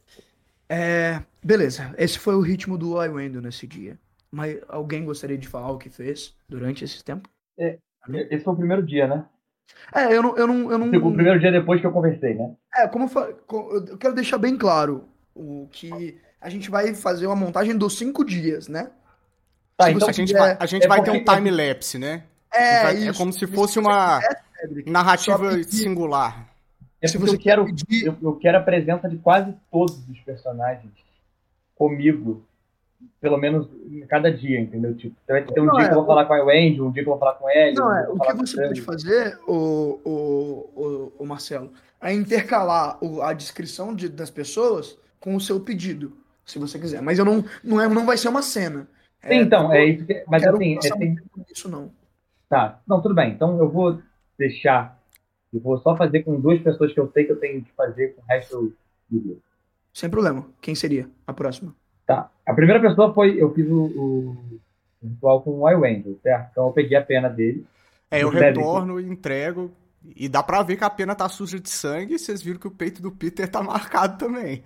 É, beleza, esse foi o ritmo do Wylendil nesse dia. Mas alguém gostaria de falar o que fez durante esse tempo? Esse foi o primeiro dia, né? É, eu não... Eu não, eu não O primeiro dia depois que eu conversei, né? É, como eu falei, eu quero deixar bem claro o que a gente vai fazer uma montagem dos cinco dias, né? Tá, Se então você A gente quiser- vai, a gente é vai ter porque- um time-lapse, né? É, vai- é isso. como se Se fosse você uma quiser, Cedric, narrativa só pedir- singular. É Se porque você eu quero, pedir- eu, eu quero a presença de quase todos os personagens comigo, pelo menos em cada dia, entendeu? Tipo, vai ter um Não, dia é, que eu vou o- falar com a Wendy, um dia que eu vou falar com ele, Não, um dia é, que eu o vou que falar com você Sam. pode fazer, o, o, o, o Marcelo, é intercalar o- a descrição de, das pessoas com o seu pedido, se você quiser. Mas eu não, não, é, não vai ser uma cena. Sim, então, é isso que. Não Mas quero assim, é, passar tem, muito tempo nisso, não. tá. Não, tudo bem. Então eu vou deixar. Eu vou só fazer com duas pessoas que eu sei que eu tenho que fazer, com o resto do dia. Sem problema. Quem seria a próxima? Tá. A primeira pessoa foi. Eu fiz o, o ritual com o Wylendil, certo? Então eu peguei a pena dele. É, eu O Cedric- retorno e entrego. E dá pra ver que a pena tá suja de sangue e vocês viram que o peito do Peter tá marcado também.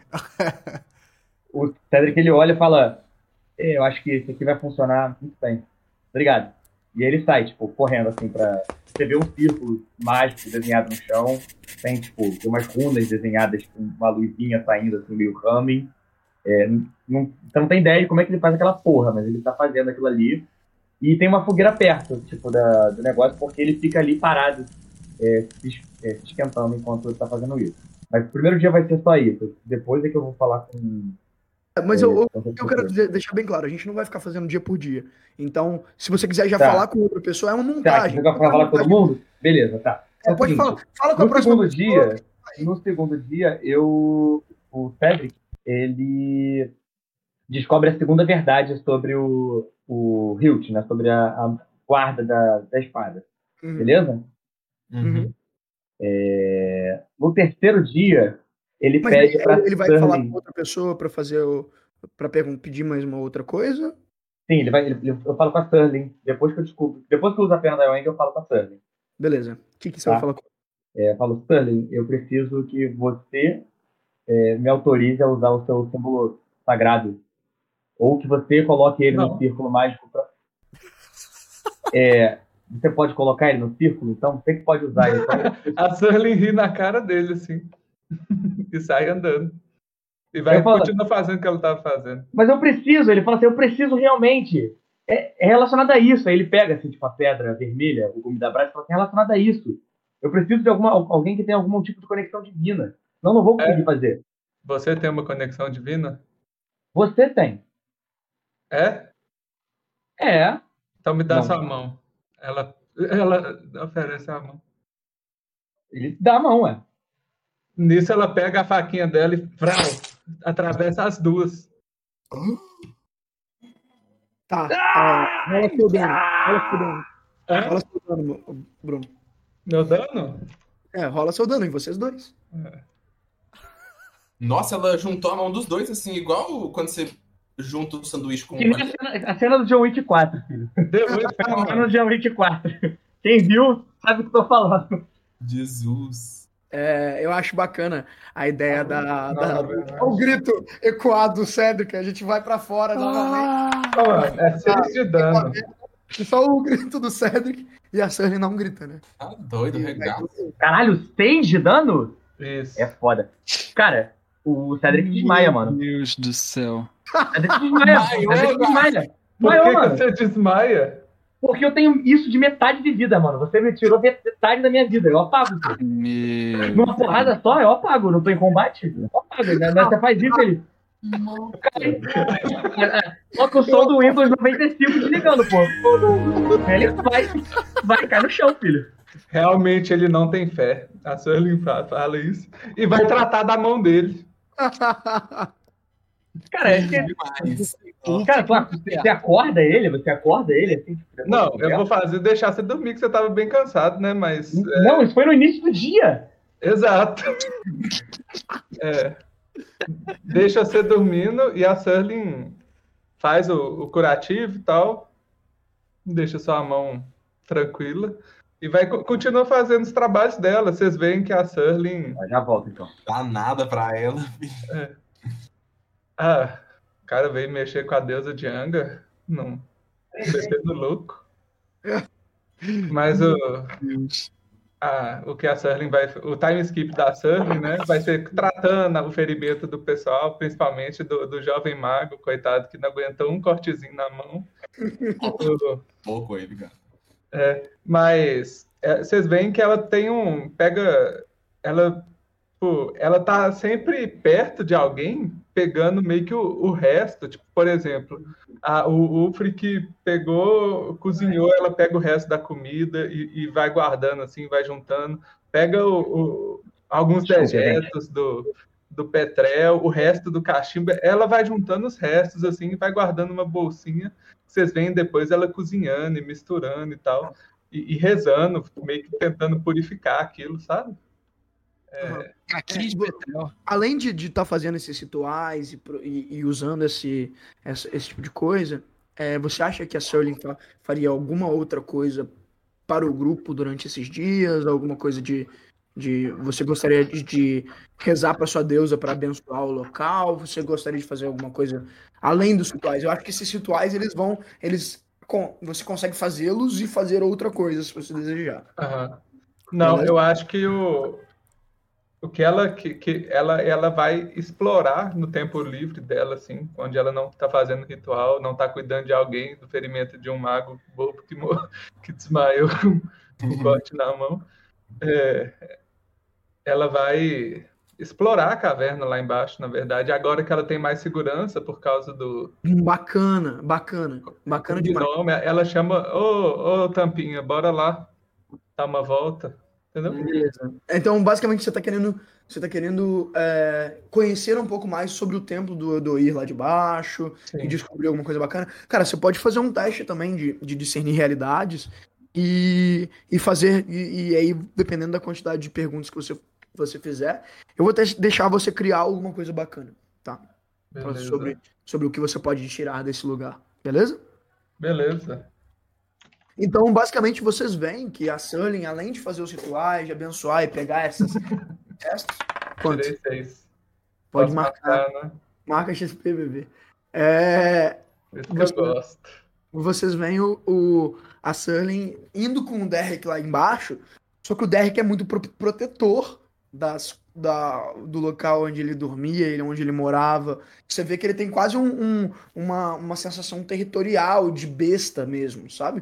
O Cedric, ele olha e fala: "É, eu acho que esse aqui vai funcionar muito bem. Obrigado." E aí ele sai, tipo, correndo assim pra. Você vê um círculo mágico desenhado no chão. Tem, tipo, tem umas runas desenhadas com uma luzinha saindo assim, meio coming. É, não, você não tem ideia de como é que ele faz aquela porra, mas ele tá fazendo aquilo ali. E tem uma fogueira perto, tipo, da, do negócio, porque ele fica ali parado, é, se, é, se esquentando enquanto ele tá fazendo isso. Mas o primeiro dia vai ser só isso. Depois é que eu vou falar com. É, Mas é, eu, eu, com outra eu quero pessoa. dizer- deixar bem claro, a gente não vai ficar fazendo dia por dia. Então, se você quiser já Tá. falar com outra pessoa, é uma Tá, montagem. você vai falar com todo mundo? Beleza, tá. É, Então, pode seguinte, falar. Fala com a No próxima segundo pessoa. dia, no segundo dia, eu, o Cedric, ele descobre a segunda verdade sobre o, o Hilt, né? Sobre a, a guarda da, da espada. Uhum. Beleza? Uhum. É, no terceiro dia, ele Mas pede ele, pra ele vai falar Sterling. com outra pessoa pra fazer o. Pra pergun- pedir mais uma outra coisa? Sim, ele vai, ele- eu falo com a Sterling. Depois que eu descubro, depois que eu uso a perna da Wendy, eu falo com a Sterling. Beleza. O que, que você Tá. vai falar com É, eu falo, Sterling, eu preciso que você é, me autorize a usar o seu símbolo sagrado. Ou que você coloque ele Não. no círculo mágico. Pra... É, você pode colocar ele no círculo, então você que pode usar ele. Então, A Sterling ri na cara dele, assim. E sai andando. E vai Eu falo- continuar fazendo o que ela tava fazendo. mas eu preciso, ele fala assim, eu preciso realmente. É, é relacionado a isso. Aí ele pega assim, tipo, a pedra vermelha, o gume da brasa, e fala assim, é relacionado a isso. Eu preciso de alguma, alguém que tenha algum tipo de conexão divina. Senão não vou conseguir É. fazer. Você tem uma conexão divina? Você tem. É? É. Então me dá Não. sua mão. Ela, ela oferece a mão. Ele dá a mão, ué. Nisso ela pega a faquinha dela e vrau, atravessa as duas. Tá. É, rola seu dano. Rola seu dano. É? Rola seu dano, Bruno. Meu dano? É, rola seu dano em vocês dois. Nossa, ela juntou a mão dos dois, assim, igual quando você junta o sanduíche com Que nem a cena, a cena do John Wick quatro, filho. Deu muito A cena do John Wick quatro. Quem viu, sabe o que eu tô falando. Jesus. É, eu acho bacana a ideia da, da- não, do- o grito ecoado do Cedric. A gente vai pra fora novamente. Pô, é seis de dano. Só o grito do Cedric e a Sunny não grita, né? Tá doido, regado. Caralho, seis de dano? Isso. É foda. Cara, o Cedric desmaia, mano. Meu Deus do céu. O Cedric desmaia. O Cedric desmaia. Por Desmaiou, que, que mano. você desmaia? Porque eu tenho isso de metade de vida, mano. Você me tirou metade da minha vida. Eu apago. Pô. Meu... Numa porrada só, eu apago. Não tô em combate? Eu apago. Né? Você faz isso, ele... Só que o som do Windows noventa e cinco desligando, pô. Ele vai, vai cair no chão, filho. Realmente ele não tem fé. A Sterling fala isso. E vai tratar da mão dele. Cara, é que... Demais. Cara, tu, você acorda ele? Você acorda ele assim? Tipo, Não, eu vou fazer deixar você dormir, que você tava bem cansado, né? Mas. é, Não, isso foi no início do dia. Exato. É. Deixa você dormindo e a Sterling faz o, o curativo e tal. Deixa sua mão tranquila. E vai continua fazendo os trabalhos dela. Vocês veem que a Sterling. Já volto, então. Dá nada pra ela. Ah, o cara veio mexer com a deusa de Anga. Não. Metendo louco. Mas o. Ah, o que a Sterling vai. O time skip da Sterling, né? Vai ser tratando o ferimento do pessoal, principalmente do, do jovem mago, coitado, que não aguentou um cortezinho na mão. O- Pouco ele, cara. Mas é, vocês veem que ela tem um. Pega. Ela. Pô, ela tá sempre perto de alguém, pegando meio que o, o resto. Tipo, por exemplo, a, o Ulfric pegou, cozinhou, ela pega o resto da comida e, e vai guardando, assim, vai juntando. Pega o, o- alguns dejetos do, do Petrel, o resto do cachimbo. Ela vai juntando os restos, assim, e vai guardando uma bolsinha. Vocês veem depois ela cozinhando e misturando e tal. E, e rezando, meio que tentando purificar aquilo, sabe? Aqui de Betel. Além de estar fazendo esses rituais e, pro- e- e usando esse, essa- esse tipo de coisa, é, você acha que a Sterling fa- faria alguma outra coisa para o grupo durante esses dias? Alguma coisa de. de você gostaria de, de rezar para sua deusa para abençoar o local? Você gostaria de fazer alguma coisa além dos rituais? Eu acho que esses rituais eles vão. Eles, com, você consegue fazê-los e fazer outra coisa se você desejar. Aham. Não, Beleza? eu acho que o, o que ela que, que ela, ela vai explorar no tempo livre dela, assim, onde ela não está fazendo ritual, não está cuidando de alguém, do ferimento de um mago bobo que, mor- que desmaiou com um corte na mão. É, ela vai explorar a caverna lá embaixo, na verdade, agora que ela tem mais segurança por causa do, Bacana, bacana. Bacana do demais. nome, ela chama, ô, ô Tampinha, bora lá dar uma volta, entendeu? Beleza. Então, basicamente, você tá querendo, você tá querendo é, conhecer um pouco mais sobre o templo do, do Ir lá de baixo Sim. e descobrir alguma coisa bacana. Cara, você pode fazer um teste também de, de discernir realidades e, e fazer, e, e aí, dependendo da quantidade de perguntas que você, você fizer, eu vou te- deixar você criar alguma coisa bacana, tá? Beleza. Sobre, sobre o que você pode tirar desse lugar, beleza? Beleza. Então, basicamente, vocês veem que a Sterling, além de fazer os rituais, de abençoar e pegar essas testes, quanto? Tirei seis. Pode Posso marcar, né? marca X P, bebê. É, Isso que Você- eu gosto. vocês veem o, o- a Sterling indo com o Derek lá embaixo, só que o Derek é muito pro- protetor das, da, do local onde ele dormia, ele- onde ele morava. Você vê que ele tem quase um- um- uma, uma sensação territorial, de besta mesmo, sabe?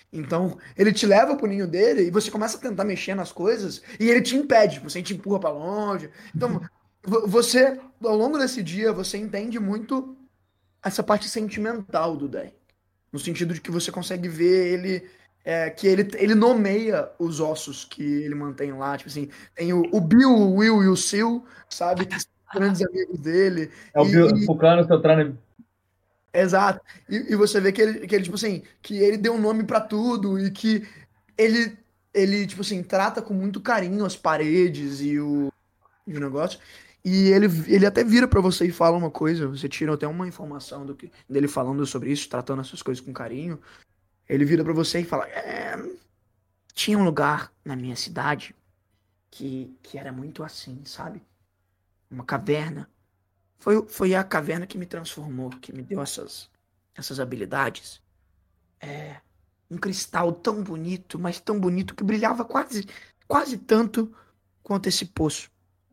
Então, ele te leva pro ninho dele e você começa a tentar mexer nas coisas e ele te impede, você te empurra pra longe. Então, você, ao longo desse dia, você entende muito essa parte sentimental do Derek. No sentido de que você consegue ver ele, é, que ele, ele nomeia os ossos que ele mantém lá. Tipo assim, tem o, o Bill, o Will e o Sil, sabe? Que são grandes amigos dele. É o e, Bill, e, Fulcano, Celtrano. Exato. E, e você vê que ele, que ele, tipo assim, que ele deu um nome pra tudo e que ele, ele, tipo assim, trata com muito carinho as paredes e o, e o negócio. E ele, ele até vira pra você e fala uma coisa, você tira até uma informação do que, dele falando sobre isso, tratando essas coisas com carinho. Ele vira pra você e fala: é, tinha um lugar na minha cidade que, que era muito assim, sabe? Uma caverna. Foi, foi a caverna que me transformou, que me deu essas, essas habilidades. É um cristal tão bonito, mas tão bonito que brilhava quase, quase tanto quanto esse poço.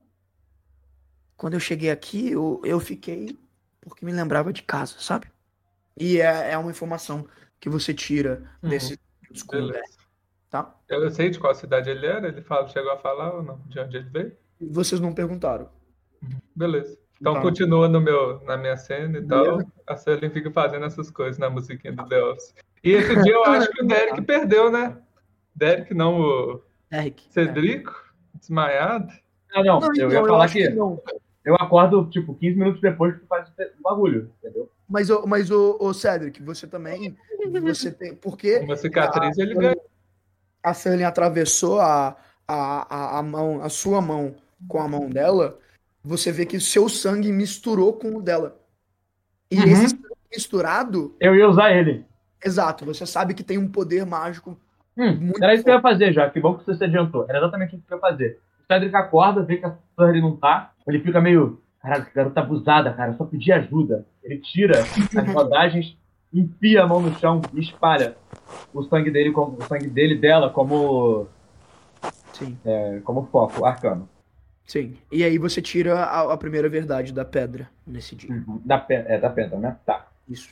Quando eu cheguei aqui, eu, eu fiquei porque me lembrava de casa, sabe? E é, é uma informação que você tira Uhum. desse escudo, Beleza. tá? Eu sei de qual cidade ele era, ele fala, chegou a falar ou não? De onde ele veio? Vocês não perguntaram. Beleza. Então Tá. continua no meu, na minha cena e Beleza. tal. A Sully fica fazendo essas coisas na musiquinha do The Office. E esse dia eu acho que o Derek perdeu, né? Derek, não o Eric. Cedrico, desmaiado. Ah, não, Não, eu então, ia eu falar acho que, que não. eu acordo, tipo, quinze minutos depois que tu faz o bagulho, entendeu? Mas, o- mas o, o Cedric, você também. Você tem. Porque Uma cicatriz ele ganha. a Sterling atravessou a, a, a, a mão, a sua mão com a mão dela, você vê que o seu sangue misturou com o dela. E Uhum. esse sangue misturado, Eu ia usar ele. exato, você sabe que tem um poder mágico Hum, muito era isso que eu ia forte. fazer já, que bom que você se adiantou. Era exatamente isso que eu ia fazer. O Cedric acorda, vê que a Sully não tá, ele fica meio, caralho, que garota abusada, cara, eu só pedi ajuda. Ele tira as rodagens, enfia a mão no chão e espalha o sangue dele, como, o sangue dele dela como, Sim, é, como foco, arcano. sim. E aí você tira a, a primeira verdade da pedra nesse dia. Uhum. Da, pe- é, da pedra, né? Tá. Isso.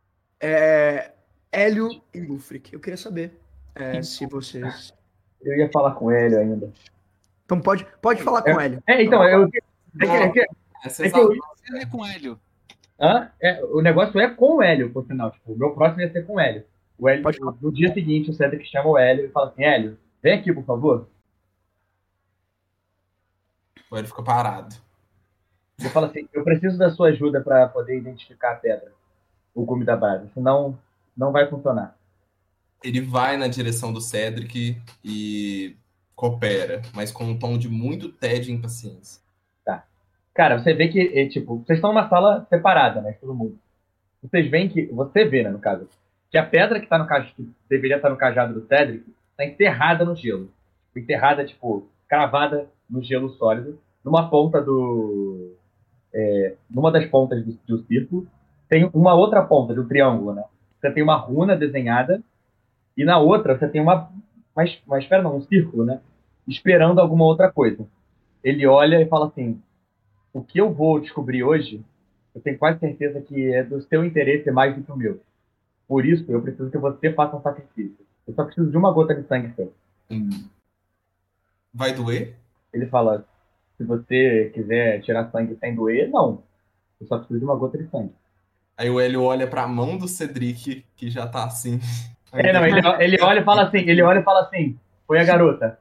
É, Hélio e Lufric, eu queria saber é, se vocês... Eu ia falar com ele ainda. Então pode, pode falar com o Hélio. É, então, eu... É que, é que, Essa é que eu, Ele é com Hélio. Hã? É, o negócio é com o Hélio, por sinal. Tipo, o meu próximo ia ser com o Hélio. O Hélio Pode falar. no dia seguinte, o Cedric chama o Hélio e fala assim: Hélio, vem aqui, por favor. Ou ele fica parado. Ele fala assim: eu preciso da sua ajuda para poder identificar a pedra, o gume da base. Senão, não vai funcionar. Ele vai na direção do Cedric e coopera, mas com um tom de muito tédio e impaciência. Tá. Cara, você vê que, é, tipo, vocês estão numa sala separada, né? Todo mundo. Vocês veem que. Você vê, né, no caso, que a pedra que, tá no caj... que deveria estar no cajado do Cedric tá enterrada no gelo. Enterrada, tipo, cravada no gelo sólido, numa ponta do. É, numa das pontas do, do círculo, tem uma outra ponta do triângulo, né? Você tem uma runa desenhada, e na outra você tem uma. Uma, uma esfera, não, um círculo, né? Esperando alguma outra coisa. Ele olha e fala assim: o que eu vou descobrir hoje, eu tenho quase certeza que é do seu interesse mais do que o meu. Por isso, eu preciso que você faça um sacrifício. Eu só preciso de uma gota de sangue seu. Hum. Vai doer? Ele fala: se você quiser tirar sangue sem doer, não. Eu só preciso de uma gota de sangue. Aí o Hélio olha pra mão do Cedric, que já tá assim. É, não, ele, ele olha e fala assim, ele olha e fala assim, foi a garota.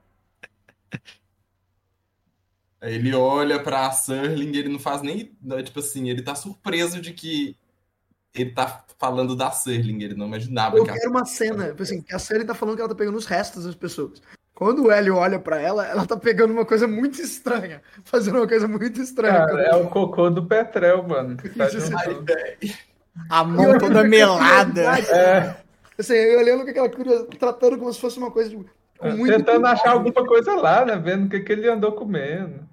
Aí ele olha pra Serling e ele não faz nem. Tipo assim, ele tá surpreso de que ele tá falando da Serling. Ele não imaginava Eu que a... quero uma cena, tipo assim, que a Sully tá falando que ela tá pegando os restos das pessoas. Quando o Hélio olha pra ela, ela tá pegando uma coisa muito estranha. Fazendo uma coisa muito estranha. Cara, é o cocô do Petrel, mano. Que tá juntando. A mão toda melada. É, Assim, eu olhando com aquela curiosidade, tratando como se fosse uma coisa tipo, com muito... tentando achar alguma coisa lá, né? Vendo o que, que ele andou comendo.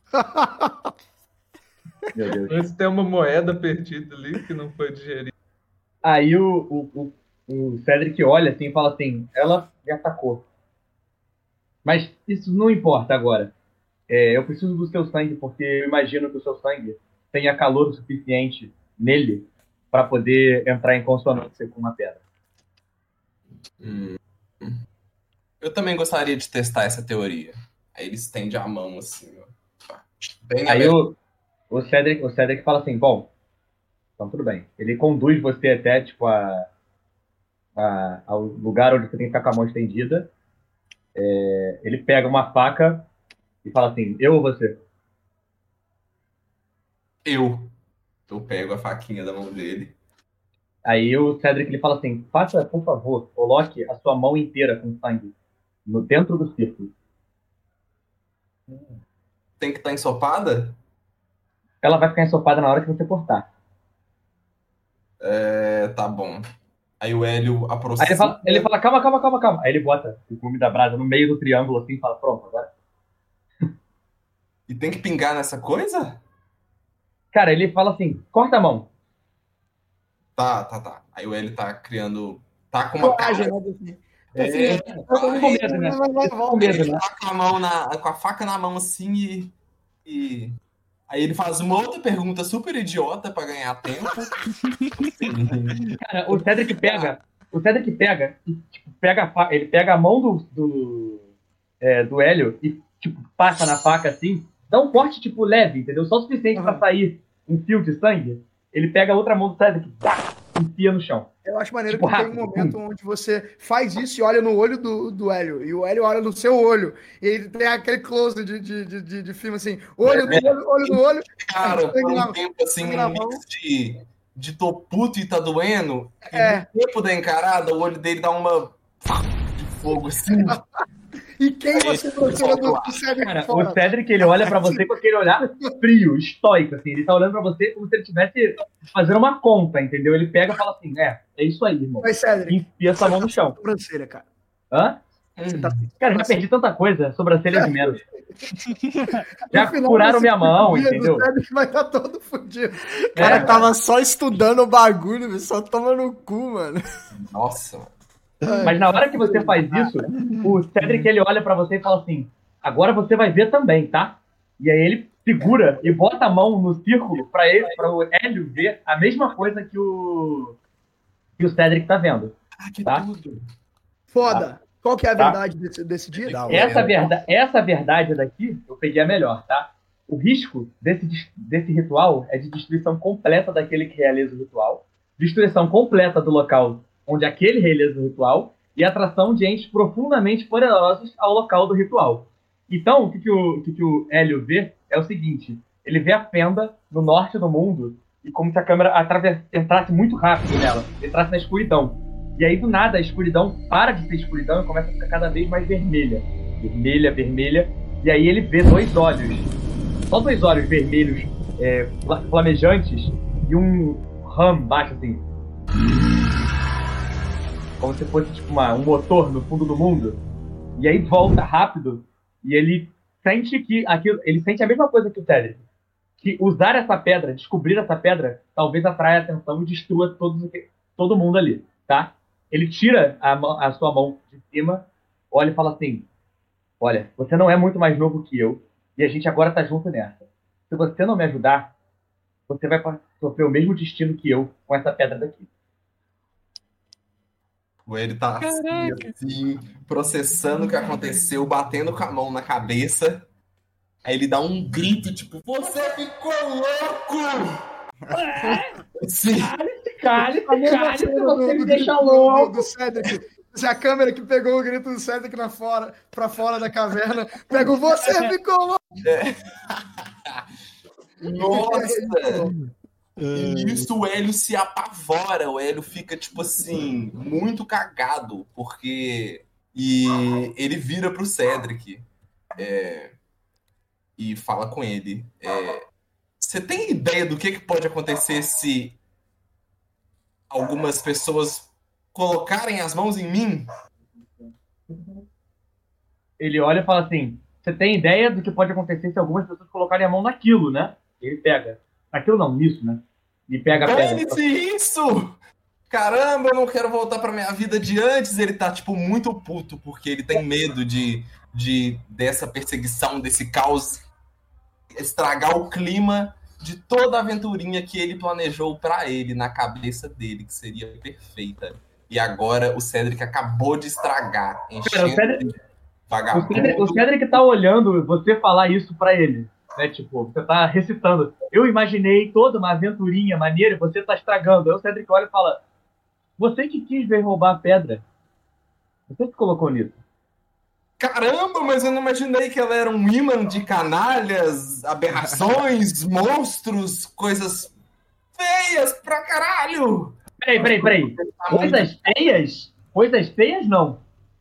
Meu Deus. Ver se tem uma moeda perdida ali que não foi digerida. Aí o, o, o, o Cedric olha assim e fala assim, ela me atacou. Mas isso não importa agora. É, eu preciso do seu sangue, porque eu imagino que o seu sangue tenha calor o suficiente nele para poder entrar em consonância com uma pedra. Hum. Eu também gostaria de testar essa teoria. Aí ele estende a mão assim, ó. Bem Aí o, o, Cedric, o Cedric fala assim, bom, então tudo bem. Ele conduz você até, tipo, a, a, ao lugar onde você tem que ficar com a mão estendida. É, ele pega uma faca e fala assim, eu ou você? Eu. Eu pego a faquinha da mão dele. Aí o Cedric ele fala assim, faça, por favor, coloque a sua mão inteira com sangue no dentro do círculo. Tem que estar ensopada? Ela vai ficar ensopada na hora que você cortar. É, tá bom. Aí o Hélio aproxima. Aí ele fala, ele fala, calma, calma, calma, calma. Aí ele bota o cume da brasa no meio do triângulo assim e fala, pronto, agora. E tem que pingar nessa coisa? Cara, ele fala assim, corta a mão. Tá, tá, tá. Aí o Hélio tá criando... Tá com uma Coragem, cara... né? É, Com medo, né? Com medo, ele né? tá com a, mão na, com a faca na mão assim e, e... Aí ele faz uma outra pergunta super idiota pra ganhar tempo. Cara, o Cedric pega, o Cedric pega, e, tipo, pega a fa... ele pega a mão do, do, é, do Hélio e tipo, passa na faca assim, dá um corte tipo leve, entendeu? Só o suficiente pra sair um fio de sangue. Ele pega a outra mão do Cedric e enfia no chão. Eu acho maneiro Tipo, que tem rápido. um momento onde você faz isso e olha no olho do, do Hélio. E o Hélio olha no seu olho. E ele tem aquele close de, de, de, de, de filme assim: olho no olho, olho no olho. Cara, por na- um tempo assim, na um mão. mix de, de tô puto e tá doendo. É. E no tempo da encarada, o olho dele dá uma... de fogo assim. E quem você procura do, do Cedric Cara, fora? o Cedric, ele olha pra você com aquele olhar frio, estoico, assim. Ele tá olhando pra você como se ele estivesse fazendo uma conta, entendeu? Ele pega e fala assim, é, é isso aí, irmão. Mas, Cedric, E enfia essa mão no chão. sobrancelha, cara. Hã? Você tá Cara, eu já perdi tanta coisa, sobrancelha de menos. Já No final furaram desse minha mão, dia, entendeu? O Cedric vai estar todo fodido. O cara É, tava só estudando o bagulho, velho, só toma no cu, mano. Nossa, mano. Mas na hora que você faz isso, o Cedric, ele olha pra você e fala assim, agora você vai ver também, tá? E aí ele segura e bota a mão no círculo pra ele, para o Hélio ver a mesma coisa que o que o Cedric tá vendo. Ah, que Tá. tudo. Foda. Qual que é a Tá. verdade desse, desse dia? Dá, Essa, verda essa verdade daqui, eu peguei a melhor, tá? O risco desse, dis- desse ritual é de destruição completa daquele que realiza o ritual, destruição completa do local onde aquele realiza o ritual e atração de entes profundamente poderosos ao local do ritual. Então, o que, que, o, o que, que o Hélio vê é o seguinte, ele vê a fenda no norte do mundo e como se a câmera através, entrasse muito rápido nela, entrasse na escuridão. E aí, do nada, a escuridão para de ser escuridão e começa a ficar cada vez mais vermelha. Vermelha, vermelha. E aí ele vê dois olhos. Só dois olhos vermelhos, é, fla- flamejantes, e um ram baixo assim. Como se fosse tipo uma, um motor no fundo do mundo. E aí volta rápido e ele sente que aquilo, ele sente a mesma coisa que o Cedric. Que usar essa pedra, descobrir essa pedra, talvez atraia a atenção e destrua todos, todo mundo ali, tá? Ele tira a, mão- a sua mão de cima, olha e fala assim, olha, você não é muito mais novo que eu, e a gente agora tá junto nessa. Se você não me ajudar, você vai pa- sofrer o mesmo destino que eu com essa pedra daqui. O Hélio tá assim, assim, processando o que aconteceu, batendo com a mão na cabeça. Aí ele dá um grito, tipo, você ficou louco! Sim. Cale, A mesma cale, cena você do- me do deixa grito do- louco. Do Cedric. Se a câmera que pegou o grito do Cedric na fora, pra fora da caverna, pega o você ficou louco. Nossa! E nisso o Hélio se apavora, o Hélio fica, tipo assim, muito cagado, porque... E ele vira pro Cedric é, e fala com ele. é, Você tem ideia do que, que pode acontecer se algumas pessoas colocarem as mãos em mim? Ele olha e fala assim, você tem ideia do que pode acontecer se algumas pessoas colocarem a mão naquilo, né? Ele pega. Naquilo não, nisso, né? E pega a pedra. Dane-se isso! Caramba, eu não quero voltar pra minha vida de antes. Ele tá, tipo, muito puto, porque ele tem medo de, de dessa perseguição, desse caos, estragar o clima de toda a aventurinha que ele planejou pra ele, na cabeça dele, que seria perfeita. E agora o Cedric acabou de estragar, Pera, o enchendo Cedric, de o vagabundo. Cedric, o Cedric tá olhando você falar isso pra ele. Né? Tipo, você tá recitando. Eu imaginei toda uma aventurinha maneira e você tá estragando. Aí o Cedric olha e fala: você que quis ver roubar a pedra. Você que colocou nisso. Caramba, mas eu não imaginei que ela era um imã de canalhas, aberrações, monstros, coisas feias pra caralho! Peraí, peraí, peraí. Coisas feias? Coisas feias não.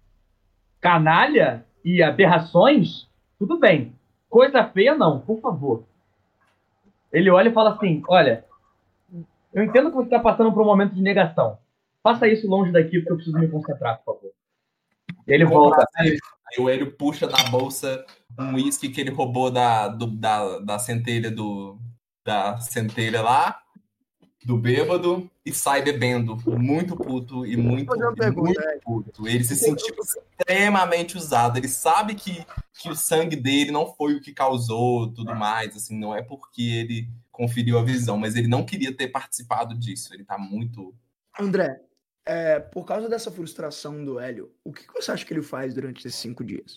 Canalha e aberrações, tudo bem. Coisa feia não, por favor. Ele olha e fala assim: olha, eu entendo que você está passando por um momento de negação. Faça isso longe daqui porque eu preciso me concentrar, por favor. E ele volta. Aí, aí o Hélio puxa da bolsa um uísque que ele roubou da, do, da, da centelha do da centelha lá, do bêbado, e sai bebendo, muito puto e muito, Vou fazer uma e pergunta, muito é. puto. Ele se sentiu extremamente usado. Ele sabe que, que o sangue dele não foi o que causou tudo mais, assim, não é porque ele conferiu a visão, mas ele não queria ter participado disso. Ele tá muito... André, é, por causa dessa frustração do Hélio, o que você acha que ele faz durante esses cinco dias?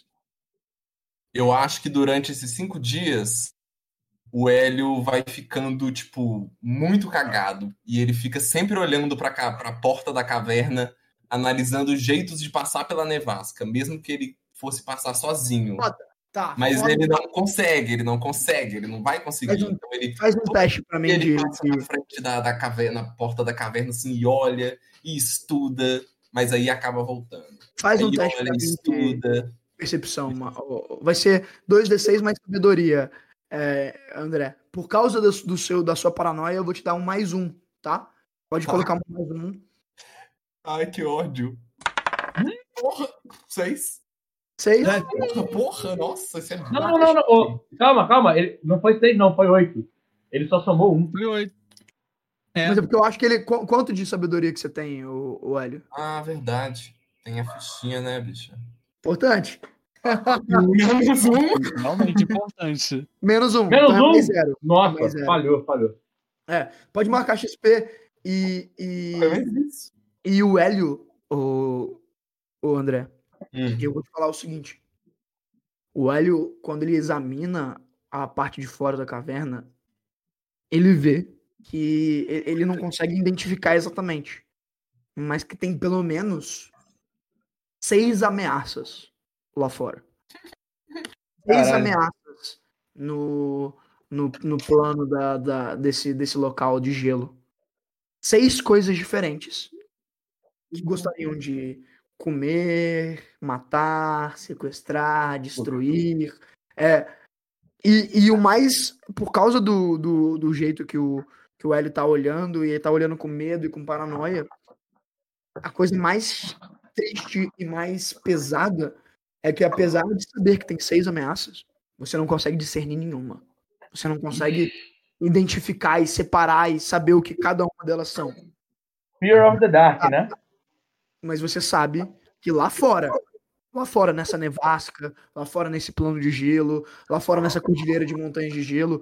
Eu acho que durante esses cinco dias, o Hélio vai ficando, tipo, muito cagado. E ele fica sempre olhando pra, cá, pra porta da caverna, analisando jeitos de passar pela nevasca, mesmo que ele fosse passar sozinho. Foda. Tá, Mas foda. ele não consegue, ele não consegue, ele não vai conseguir. Faz um, então ele, faz um teste pra mim ele de... passa na frente da, da caverna, na porta da caverna, assim, e olha, e estuda, mas aí acaba voltando. Faz um aí teste olha, pra mim de estuda. percepção. Uma, ó, vai ser dois D seis mais sabedoria, é, André. Por causa do, do seu, da sua paranoia, eu vou te dar um mais um, tá? Pode Tá. colocar um mais um. Ai, que ódio. Porra, seis. Seis? Porra, porra, nossa, isso é Não, não, não, não. Ô, calma, calma. Ele, não foi seis, não, foi oito. Ele só somou um. Foi oito. É. Mas é porque eu acho que ele... qu- Quanto de sabedoria que você tem, o, o Hélio? Ah, verdade. Tem a fichinha, né, bicha? Importante. Menos um. Realmente importante. Menos um. Menos então é um? mais zero. Nossa, Mais zero. falhou, falhou. É, pode marcar X P e... E, Foi mais isso. e o Hélio, o, o André, Hum. eu vou te falar o seguinte. O Hélio, quando ele examina a parte de fora da caverna, ele vê que e- ele não consegue identificar exatamente, mas que tem pelo menos seis ameaças lá fora. Seis Caralho. ameaças no, no, no plano da, da- desse, desse local de gelo. Seis coisas diferentes que gostariam de comer, matar, sequestrar, destruir. É, e, e o mais, por causa do, do, do jeito que o, que o Hélio tá olhando, e ele tá olhando com medo e com paranoia, a coisa mais triste e mais pesada é que, apesar de saber que tem seis ameaças, você não consegue discernir nenhuma. Você não consegue identificar e separar e saber o que cada uma delas são. Fear of the Dark, né? Mas você sabe que lá fora, lá fora nessa nevasca, lá fora nesse plano de gelo, lá fora nessa cordilheira de montanhas de gelo,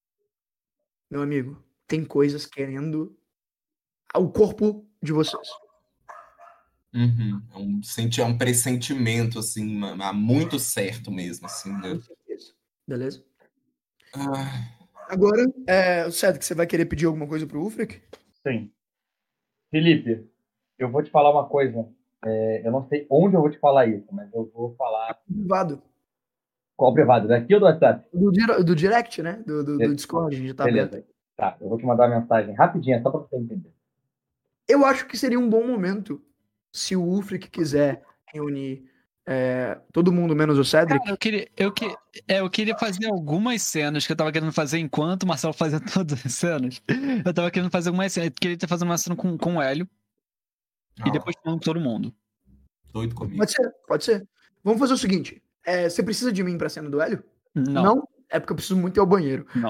meu amigo, tem coisas querendo o corpo de vocês. Uhum. É, um, senti- é um pressentimento, assim, ma- ma- muito certo mesmo, assim, né? Com certeza. Beleza? Ah, Agora, é, certo que você vai querer pedir alguma coisa pro Ulfric? Sim. Felipe, eu vou te falar uma coisa. É, eu não sei onde eu vou te falar isso, mas eu vou falar. Privado. Qual privado? Daqui ou do WhatsApp? Do, dir- do direct, né? Do, do, do Discord, a gente tá aberto. Beleza. Tá, eu vou te mandar uma mensagem rapidinha, só pra você entender. Eu acho que seria um bom momento, se o Ulfric quiser reunir é, todo mundo menos o Cedric. Cara, eu queria, eu, que, é, eu queria fazer algumas cenas que eu tava querendo fazer enquanto o Marcelo fazia todas as cenas. Eu tava querendo fazer algumas cenas. Eu queria ter fazer uma cena com, com o Hélio ah, e depois com todo mundo. doido comigo. Pode ser, pode ser. Vamos fazer o seguinte. é, você precisa de mim pra cena do Hélio? Não. É porque eu preciso muito ir ao banheiro. Não.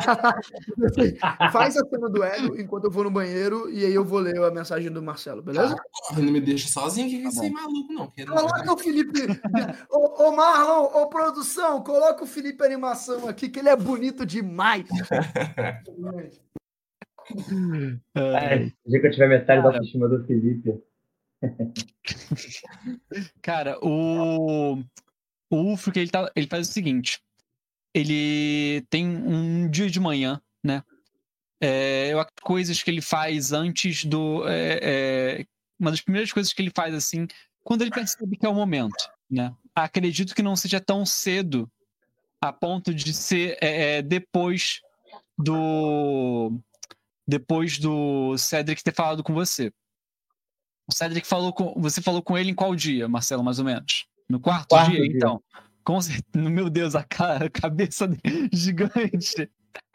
Faz a cena do Hélio enquanto eu vou no banheiro e aí eu vou ler a mensagem do Marcelo, beleza? Ah, não me deixa sozinho, que Tá esse bom. maluco, não. Que não- Coloca o Felipe. Ô, ô Marlon, ô produção, coloca o Felipe Animação aqui, que ele é bonito demais. É, o dia que eu tiver metade da Cara. autoestima do Felipe, Cara, o, o Ulfric, ele, tá, ele faz o seguinte. Ele tem um dia de manhã, né? É, eu, coisas que ele faz antes do... É, é, uma das primeiras coisas que ele faz, assim, quando ele percebe que é o momento, né? Acredito que não seja tão cedo a ponto de ser é, depois do... Depois do Cedric ter falado com você. O Cedric falou com... Você falou com ele em qual dia, Marcelo, mais ou menos? No quarto, Quarto dia? dia. Então. Com certeza... Meu Deus, a, ca... a cabeça gigante.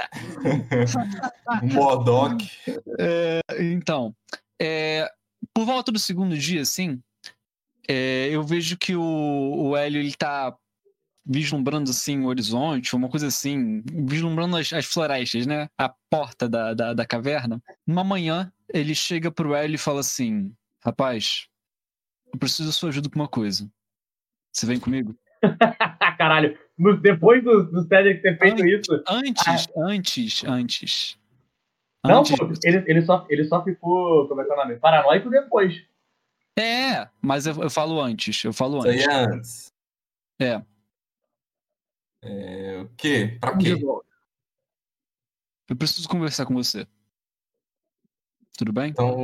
Modok. É, então, é, por volta do segundo dia, assim, é, eu vejo que o, o Hélio, ele tá vislumbrando, assim, o horizonte, uma coisa assim, vislumbrando as, as florestas, né? A porta da, da, da caverna. Uma manhã, ele chega pro Hélio e fala assim: rapaz, eu preciso da sua ajuda com uma coisa. Você vem comigo? Caralho, no, depois do, do Cedric ter feito An isso... Antes, ah, antes, antes. Não, antes pô, ele, ele, só, ele só ficou, como é que é o nome? Paranoico depois. É, mas eu, eu falo antes, eu falo Isso aí antes. é antes. É. É, o quê? Pra De quê? volta. Eu preciso conversar com você. Tudo bem? Então.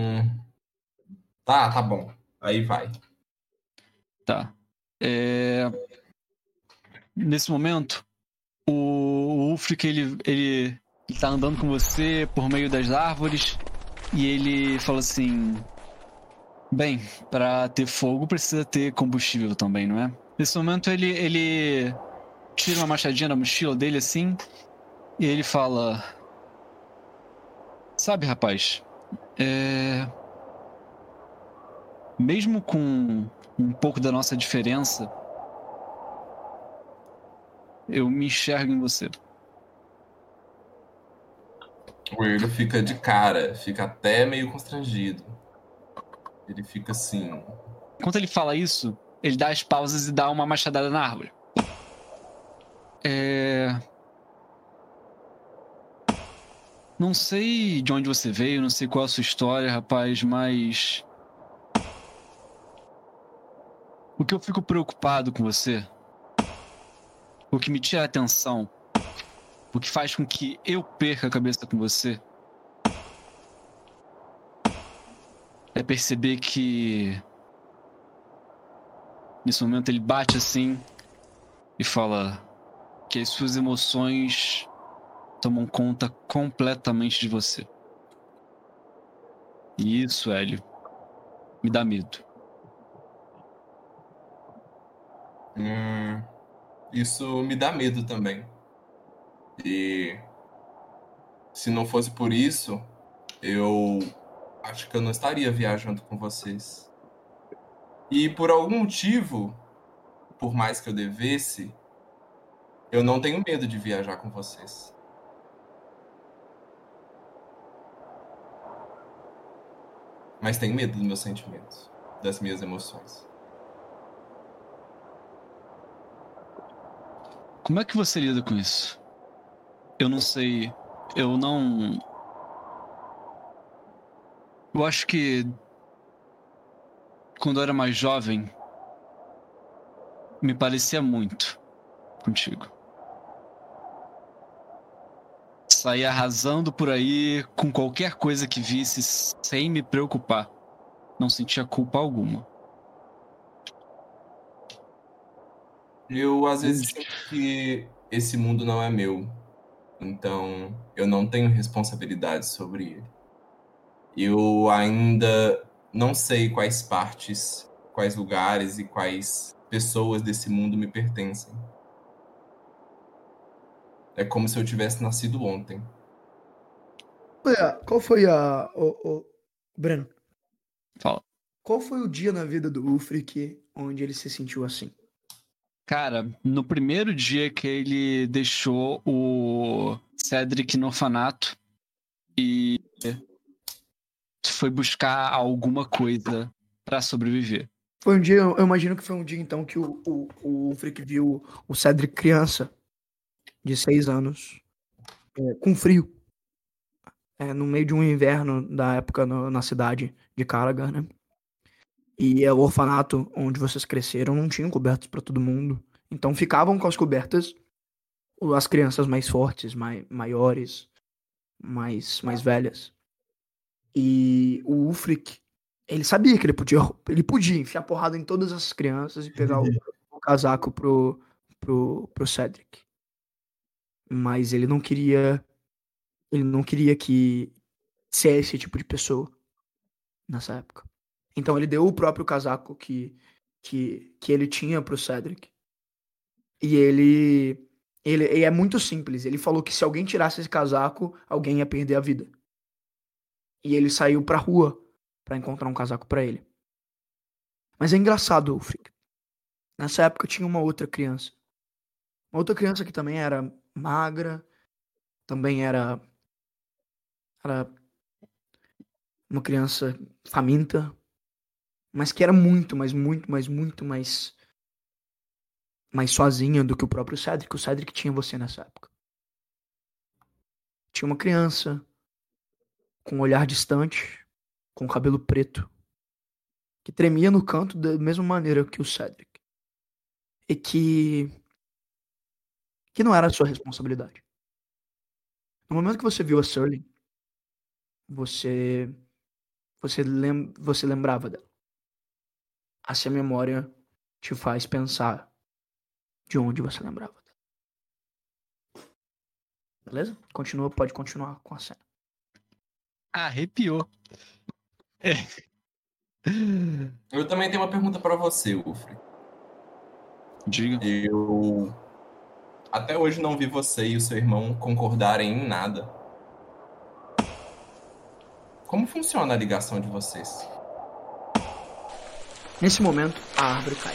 Tá, tá bom. Aí vai. Tá. É... Nesse momento, o Ulfric, ele, ele, ele tá andando com você por meio das árvores e ele fala assim: bem, pra ter fogo precisa ter combustível também, não é? Nesse momento, ele, ele tira uma machadinha da mochila dele assim e ele fala: sabe, rapaz, é... mesmo com um pouco da nossa diferença, eu me enxergo em você. O Hélio fica de cara, fica até meio constrangido. Ele fica assim. Enquanto ele fala isso, ele dá as pausas e dá uma machadada na árvore. É... Não sei de onde você veio, não sei qual é a sua história, rapaz, mas... o que eu fico preocupado com você, o que me tira a atenção, o que faz com que eu perca a cabeça com você, é perceber que... nesse momento ele bate assim e fala que as suas emoções tomam conta completamente de você. E isso, Hélio, me dá medo. Hum, isso me dá medo também. E se não fosse por isso, eu acho que eu não estaria viajando com vocês. E por algum motivo, por mais que eu devesse, eu não tenho medo de viajar com vocês. Mas tenho medo dos meus sentimentos, das minhas emoções. Como é que você lida com isso? Eu não sei. Eu não... Eu acho que... quando eu era mais jovem, me parecia muito contigo. Saía arrasando por aí com qualquer coisa que visse, sem me preocupar. Não sentia culpa alguma. Eu, às vezes, sinto que esse mundo não é meu. Então, eu não tenho responsabilidade sobre ele. Eu ainda não sei quais partes, quais lugares e quais pessoas desse mundo me pertencem. É como se eu tivesse nascido ontem. Qual foi a... O, o... Breno, Fala. qual foi o dia na vida do Ulfric onde ele se sentiu assim? Cara, no primeiro dia que ele deixou o Cedric no orfanato e foi buscar alguma coisa pra sobreviver. Foi um dia, eu imagino que foi um dia então que o, o, o Ulfric viu o Cedric criança, de seis anos, é, com frio, é, no meio de um inverno da época no, na cidade de Calagar, né? E o orfanato onde vocês cresceram não tinha cobertas para todo mundo. Então ficavam com as cobertas as crianças mais fortes, mai, maiores, mais, mais velhas. E o Ulfric, ele sabia que ele podia, ele podia enfiar porrada em todas as crianças e pegar o, o casaco pro, pro, pro Cedric. Mas ele não queria, ele não queria que ser esse tipo de pessoa nessa época. Então ele deu o próprio casaco que, que, que ele tinha pro Cedric. E ele, ele, ele é muito simples. Ele falou que se alguém tirasse esse casaco, alguém ia perder a vida. E ele saiu pra rua pra encontrar um casaco pra ele. Mas é engraçado, Ulfric. Nessa época tinha uma outra criança. Uma outra criança que também era magra, também era, era uma criança faminta, mas que era muito, mas muito, mas muito mais, mais sozinha do que o próprio Cedric. O Cedric tinha você nessa época. Tinha uma criança com um olhar distante, com cabelo preto, que tremia no canto da mesma maneira que o Cedric. E que que não era a sua responsabilidade. No momento que você viu a Sterling, você você, lem, você lembrava dela. Assim a memória te faz pensar de onde você lembrava dela. Beleza? Continua, pode continuar com a cena. Arrepiou. É. Eu também tenho uma pergunta pra você, Ulfric. Diga. Eu até hoje não vi você e o seu irmão concordarem em nada. Como funciona a ligação de vocês? Nesse momento, a árvore cai.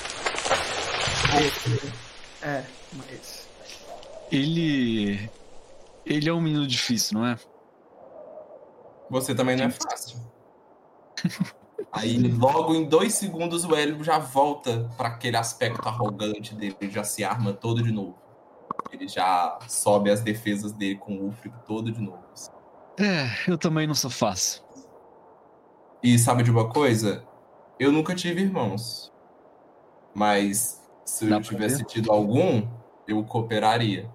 É, mas... Ele... Ele é um menino difícil, não é? Você também não é fácil. Aí, logo em dois segundos, o Hélio já volta para aquele aspecto arrogante dele. Ele já se arma todo de novo. Ele já sobe as defesas dele com o Ulfric todo de novo. É, eu também não sou fácil. E sabe de uma coisa? Eu nunca tive irmãos. Mas se Dá eu pra tivesse ver? tido algum, eu cooperaria.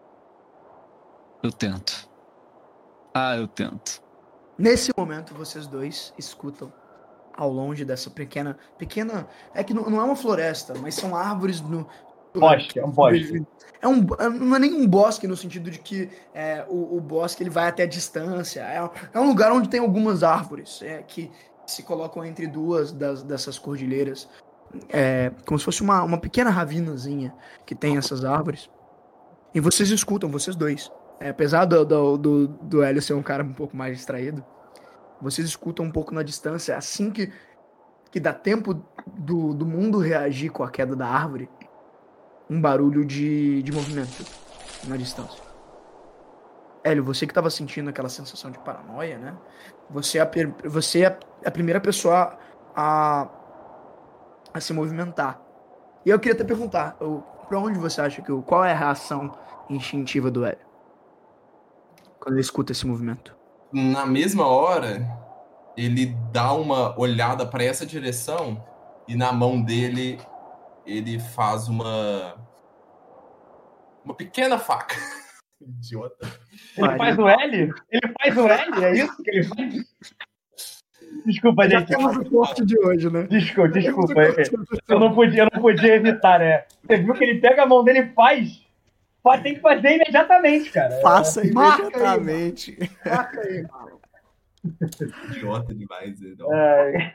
Eu tento. Ah, eu tento. Nesse momento, vocês dois escutam ao longe dessa pequena... Pequena... É que não, não é uma floresta, mas são árvores no... Bosque, é um bosque. É um, não é nem um bosque no sentido de que é, o, o bosque ele vai até a distância. É, é um lugar onde tem algumas árvores é, que se colocam entre duas das, dessas cordilheiras. É, como se fosse uma, uma pequena ravinazinha que tem essas árvores. E vocês escutam, vocês dois. É, apesar do, do, do, do Hélio ser um cara um pouco mais distraído, vocês escutam um pouco na distância. Assim que, que dá tempo do, do mundo reagir com a queda da árvore, um barulho de, de movimento na distância. Hélio, você que estava sentindo aquela sensação de paranoia, né? Você é a, você é a primeira pessoa a, a se movimentar. E eu queria até perguntar, para onde você acha que... Qual é a reação instintiva do Hélio quando ele escuta esse movimento? Na mesma hora, ele dá uma olhada para essa direção e na mão dele ele faz uma uma pequena faca. Idiota. Ele Vai, faz né? o L? Ele faz o L? É isso que ele faz? Desculpa, Já gente. temos o corte de hoje, né? Desculpa, desculpa. Eu não podia, eu não podia evitar, né? Você viu que ele pega a mão dele e faz? Tem que fazer imediatamente, cara. Faça Marca imediatamente. aí, Marca aí, mano. Idiota demais. Não. É...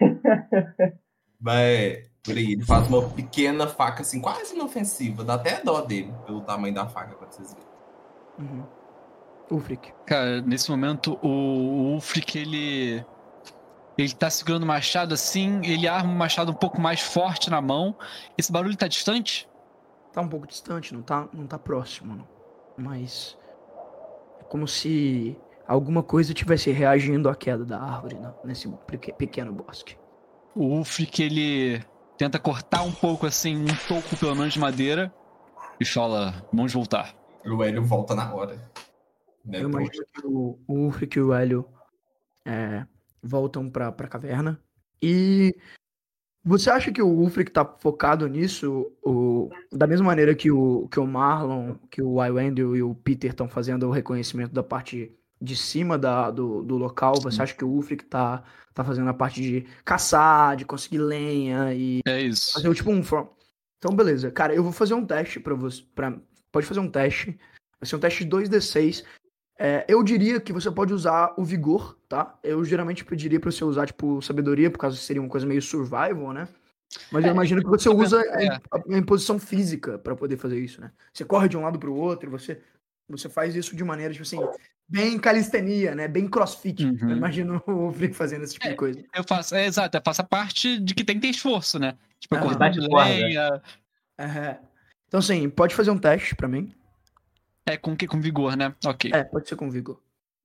Mas, por aí, ele faz uma pequena faca, assim, quase inofensiva. Dá até dó dele, pelo tamanho da faca, pra vocês verem. Uhum. Ulfric. Cara, nesse momento, o Ulfric, ele... Ele tá segurando o machado assim, ele arma o machado um pouco mais forte na mão. Esse barulho tá distante? Tá um pouco distante, não tá, não tá próximo, não. Mas é como se alguma coisa estivesse reagindo à queda da árvore, não, nesse pequeno bosque. O Ulfric, ele tenta cortar um pouco assim, um toco pelo menos de madeira e fala, vamos voltar. O Hélio volta na hora. Né, Eu imagino que o, o Ulfric e o Hélio é, voltam pra, pra caverna e Você acha que o Ulfric tá focado nisso, o, da mesma maneira que o, que o Marlon, que o Wendell e o Peter estão fazendo o reconhecimento da parte de cima da, do, do local? Você acha que o Ulfric tá, tá fazendo a parte de caçar, de conseguir lenha e É isso. fazer tipo um... Então, beleza. Cara, eu vou fazer um teste pra você. Pra, pode fazer um teste. Vai ser um teste de dois D seis. É, eu diria que você pode usar o vigor, tá? Eu geralmente pediria pra você usar, tipo, sabedoria, por causa que seria uma coisa meio survival, né? Mas eu É, imagino que você usa é. em, em posição física pra poder fazer isso, né? Você corre de um lado pro outro, você, você faz isso de maneira, tipo assim, bem calistenia, né? Bem crossfit. Uhum. Eu imagino o Frick fazendo esse tipo É, de coisa. Eu faço, é exato, eu faço a parte de que tem que ter esforço, né? Tipo, Ah, cortar bate corda. lenha. É. Então, assim, pode fazer um teste pra mim. É, com que? Com vigor, né? Ok. É, pode ser com vigor.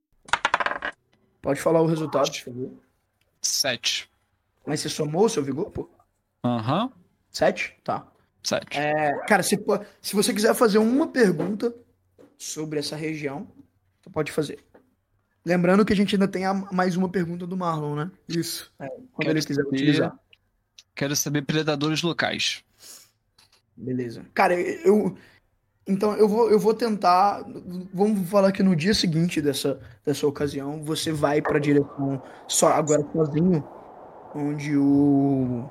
Pode falar o resultado, por favor. Sete. Mas você somou o seu vigor, pô? Aham. Sete? Tá. Sete. É, cara, se, se você quiser fazer uma pergunta sobre essa região, você pode fazer. Lembrando que a gente ainda tem a, mais uma pergunta do Marlon, né? Isso. É, quando Quero ele quiser saber- utilizar. Quero saber predadores locais. Beleza. Cara, eu... Então, eu vou, eu vou tentar... Vamos falar que no dia seguinte dessa, dessa ocasião, você vai pra direção, só, agora sozinho, onde o...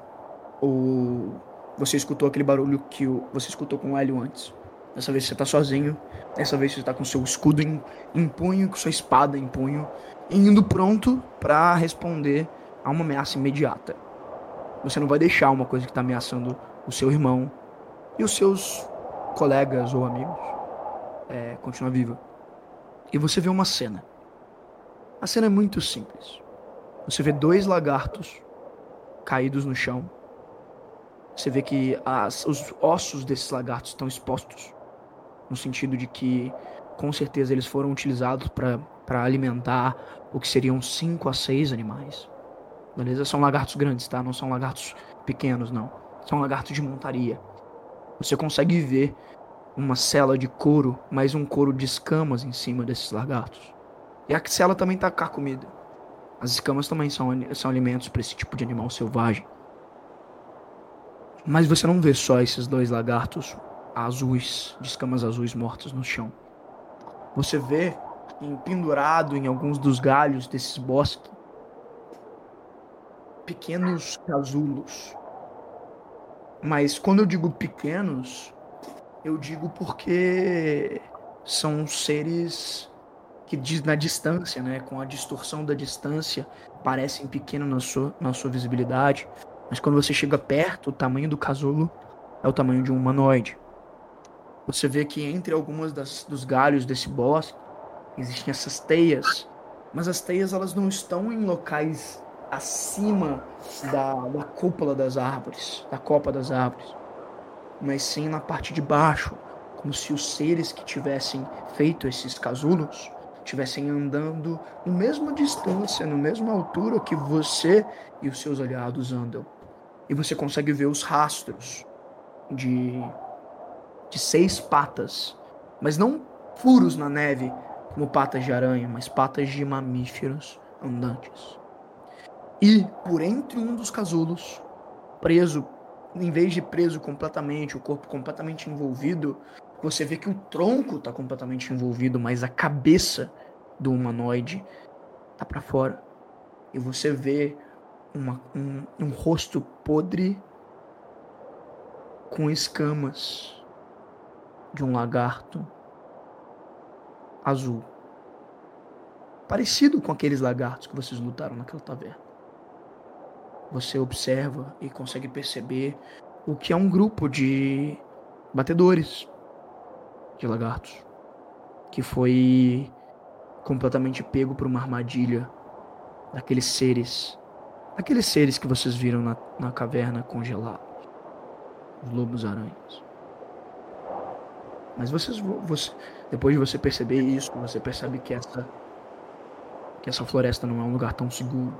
o você escutou aquele barulho que o, você escutou com o Hélio antes. Dessa vez você tá sozinho. Dessa vez você tá com seu escudo em, em punho, com sua espada em punho, indo pronto pra responder a uma ameaça imediata. Você não vai deixar uma coisa que tá ameaçando o seu irmão e os seus colegas ou amigos é, continuar viva. E você vê uma cena. A cena é muito simples. Você vê dois lagartos caídos no chão. Você vê que as, os ossos desses lagartos estão expostos, no sentido de que, com certeza, eles foram utilizados para alimentar o que seriam cinco a seis animais. Beleza? São lagartos grandes, tá? Não são lagartos pequenos, não. São lagartos de montaria. Você consegue ver uma cela de couro, mais um couro de escamas em cima desses lagartos. E a cela também está carcomida. As escamas também são, são alimentos para esse tipo de animal selvagem. Mas você não vê só esses dois lagartos azuis, de escamas azuis mortos no chão. Você vê, pendurado em alguns dos galhos desses bosques, pequenos casulos. Mas quando eu digo pequenos, eu digo porque são seres que na distância, né, com a distorção da distância, parecem pequenos na sua, na sua visibilidade. Mas quando você chega perto, o tamanho do casulo é o tamanho de um humanoide. Você vê que entre algumas das, dos galhos desse bosque existem essas teias, mas as teias elas não estão em locais acima da, da cúpula das árvores, da copa das árvores, mas sim na parte de baixo, como se os seres que tivessem feito esses casulos estivessem andando na mesma distância, na mesma altura que você e os seus aliados andam. E você consegue ver os rastros de, de seis patas, mas não furos na neve como patas de aranha, mas patas de mamíferos andantes. E por entre um dos casulos, preso, em vez de preso completamente, o corpo completamente envolvido, você vê que o tronco está completamente envolvido, mas a cabeça do humanoide tá para fora. E você vê uma, um, um rosto podre com escamas de um lagarto azul, parecido com aqueles lagartos que vocês lutaram naquela taverna. Você observa e consegue perceber o que é um grupo de batedores de lagartos que foi completamente pego por uma armadilha daqueles seres aqueles seres que vocês viram na, na caverna congelados, os lobos-aranhas. Mas vocês, você, depois de você perceber isso, você percebe que essa, que essa floresta não é um lugar tão seguro.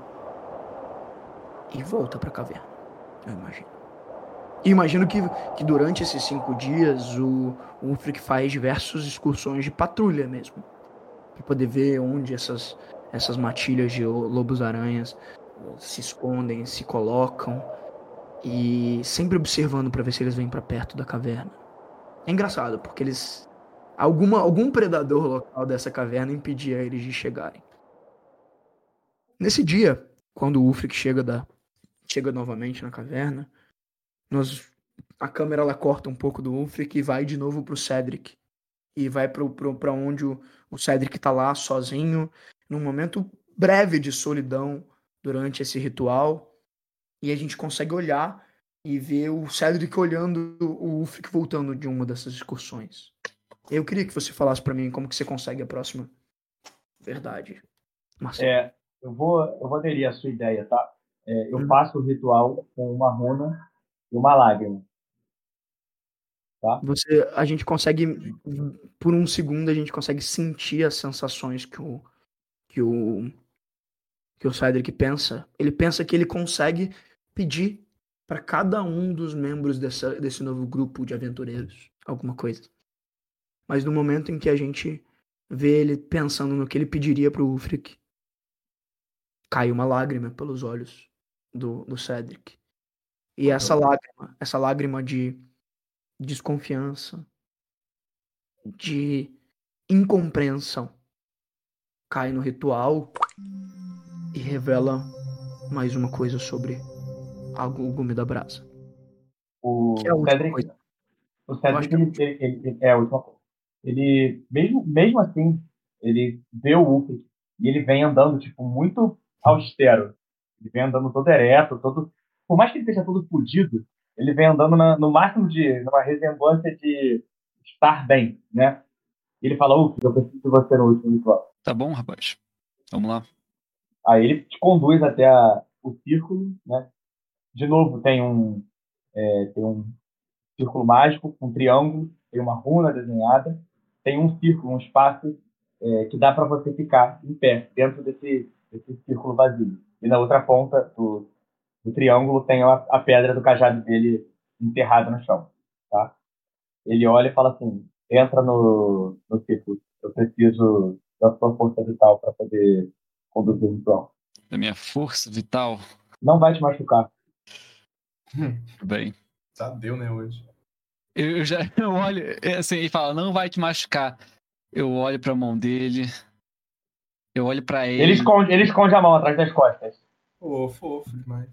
E volta pra caverna, eu imagino. E imagino que, que durante esses cinco dias o, o Ulfric faz diversas excursões de patrulha mesmo, para poder ver onde essas, essas matilhas de lobos-aranhas se escondem, se colocam. e sempre observando para ver se eles vêm para perto da caverna. É engraçado, porque eles... Alguma, algum predador local dessa caverna impedia eles de chegarem. Nesse dia, quando o Ulfric chega, da, chega novamente na caverna, nós, a câmera ela corta um pouco do Ulfric e vai de novo pro Cedric. E vai pro, pro, pra onde o, o Cedric tá lá sozinho, num momento breve de solidão durante esse ritual. E a gente consegue olhar e ver o Cedric olhando o Ulfric voltando de uma dessas excursões. Eu queria que você falasse pra mim como que você consegue a próxima verdade. Marcelo. É, eu vou, eu vou aderir à sua ideia, tá? É, eu Hum. faço o ritual com uma runa e uma lágrima. Tá? Você, a gente consegue, por um segundo, a gente consegue sentir as sensações que o que o que o Cedric pensa. Ele pensa que ele consegue pedir para cada um dos membros dessa, desse novo grupo de aventureiros alguma coisa. Mas no momento em que a gente vê ele pensando no que ele pediria pro Ulfric, cai uma lágrima pelos olhos do, do Cedric. E essa lágrima, essa lágrima de desconfiança, de incompreensão, cai no ritual e revela mais uma coisa sobre algo, o gume da brasa. O Que é a última Cedric, coisa. o Eu acho Cedric que é a ele, ele, ele, ele- é a última coisa. Ele, mesmo, mesmo assim, ele vê o Ulfric e ele vem andando, tipo, muito austero. Ele vem andando todo ereto, todo... Por mais que ele esteja todo fodido, ele vem andando na- no máximo de... numa resemblância de estar bem, né? E ele fala, Ulfric, eu preciso de você no último ritual. Tá bom, rapaz? Vamos lá. Aí ele te conduz até a- o círculo, né? De novo, tem um, é, tem um círculo mágico, um triângulo, tem uma runa desenhada, tem um círculo, um espaço é, que dá para você ficar em pé dentro desse, desse círculo vazio. E na outra ponta do, do triângulo tem a, a pedra do cajado dele enterrada no chão. Tá? Ele olha e fala assim, entra no, no círculo, eu preciso da sua força vital para poder conduzir o ritual. Da minha força vital. Não vai te machucar. Tudo bem. Já deu, né, hoje. Eu, eu já eu olho, é assim, ele fala, não vai te machucar. Eu olho pra mão dele. Eu olho pra ele. Ele esconde, ele esconde a mão atrás das costas. Ô, fofo demais.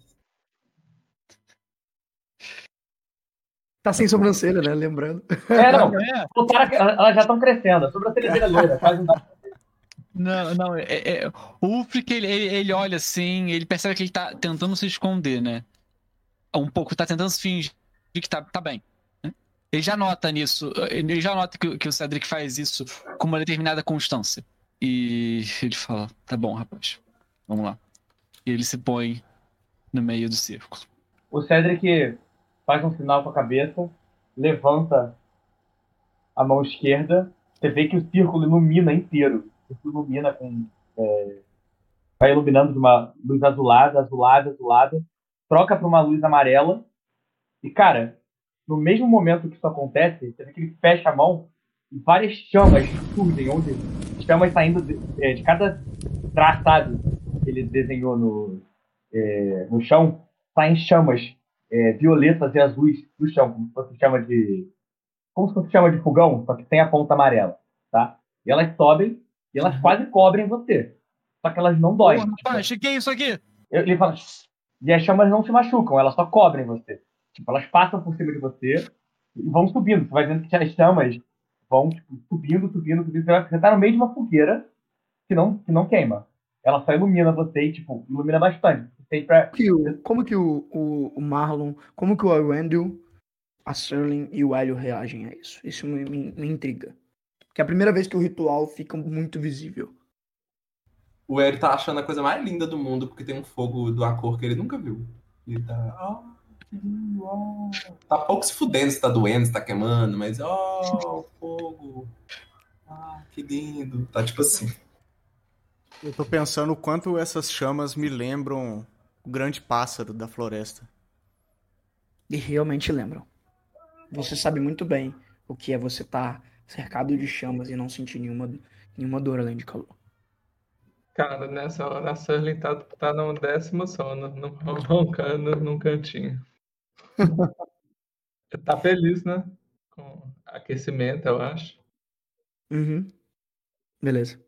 Tá sem sobrancelha, né? Lembrando. É, não. É. O cara, elas já estão crescendo. A sobrancelha dele é loira. Quase não dá. Não, não, é, é- o Ulfric, ele, ele, ele olha assim, ele percebe que ele tá tentando se esconder, né? Um pouco, tá tentando se fingir que tá, tá bem. Né? Ele já nota nisso, ele já nota que, que o Cedric faz isso com uma determinada constância. E ele fala, tá bom, rapaz, vamos lá. E ele se põe no meio do círculo. O Cedric faz um sinal com a cabeça, levanta a mão esquerda. Você vê que o círculo ilumina inteiro. O círculo ilumina com... É, vai iluminando de uma luz azulada, azulada, azulada. Troca para uma luz amarela. E, cara, no mesmo momento que isso acontece, você vê que ele fecha a mão e várias chamas surgem, onde chamas saindo de, é, de cada traçado que ele desenhou no, é, no chão, saem chamas é, violetas e azuis do chão, como se fosse chama de... como se fosse chama de fogão, só que sem a ponta amarela, tá? E elas sobem e elas quase cobrem você. Só que elas não doem. Ô, rapaz, o que é isso aqui? Ele fala... E as chamas não se machucam, elas só cobrem você. Tipo, elas passam por cima de você e vão subindo. Você vai vendo que as chamas vão tipo, subindo, subindo, subindo. Você, vai, você tá no meio de uma fogueira que não, que não queima. Ela só ilumina você e, tipo, ilumina bastante. Você pra... Que o, como que o, o, o Marlon, como que o Arundel, a Serling e o Hélio reagem a isso? Isso me, me, me intriga. Porque é a primeira vez que o ritual fica muito visível. O Eri tá achando a coisa mais linda do mundo porque tem um fogo do cor que ele nunca viu. Ele tá. Ah, que lindo, ó. Tá pouco se fudendo se tá doendo, se tá queimando, mas ó, o fogo. Ah, que lindo. Tá tipo assim. Eu tô pensando o quanto essas chamas me lembram o grande pássaro da floresta. E realmente lembram. Você sabe muito bem o que é você estar cercado de chamas e não sentir nenhuma, nenhuma dor além de calor. Cara, nessa hora a Surly tá, tá no décimo sono, no- roncando num cantinho. Tá feliz, né? Com aquecimento, eu acho. Uhum. Beleza.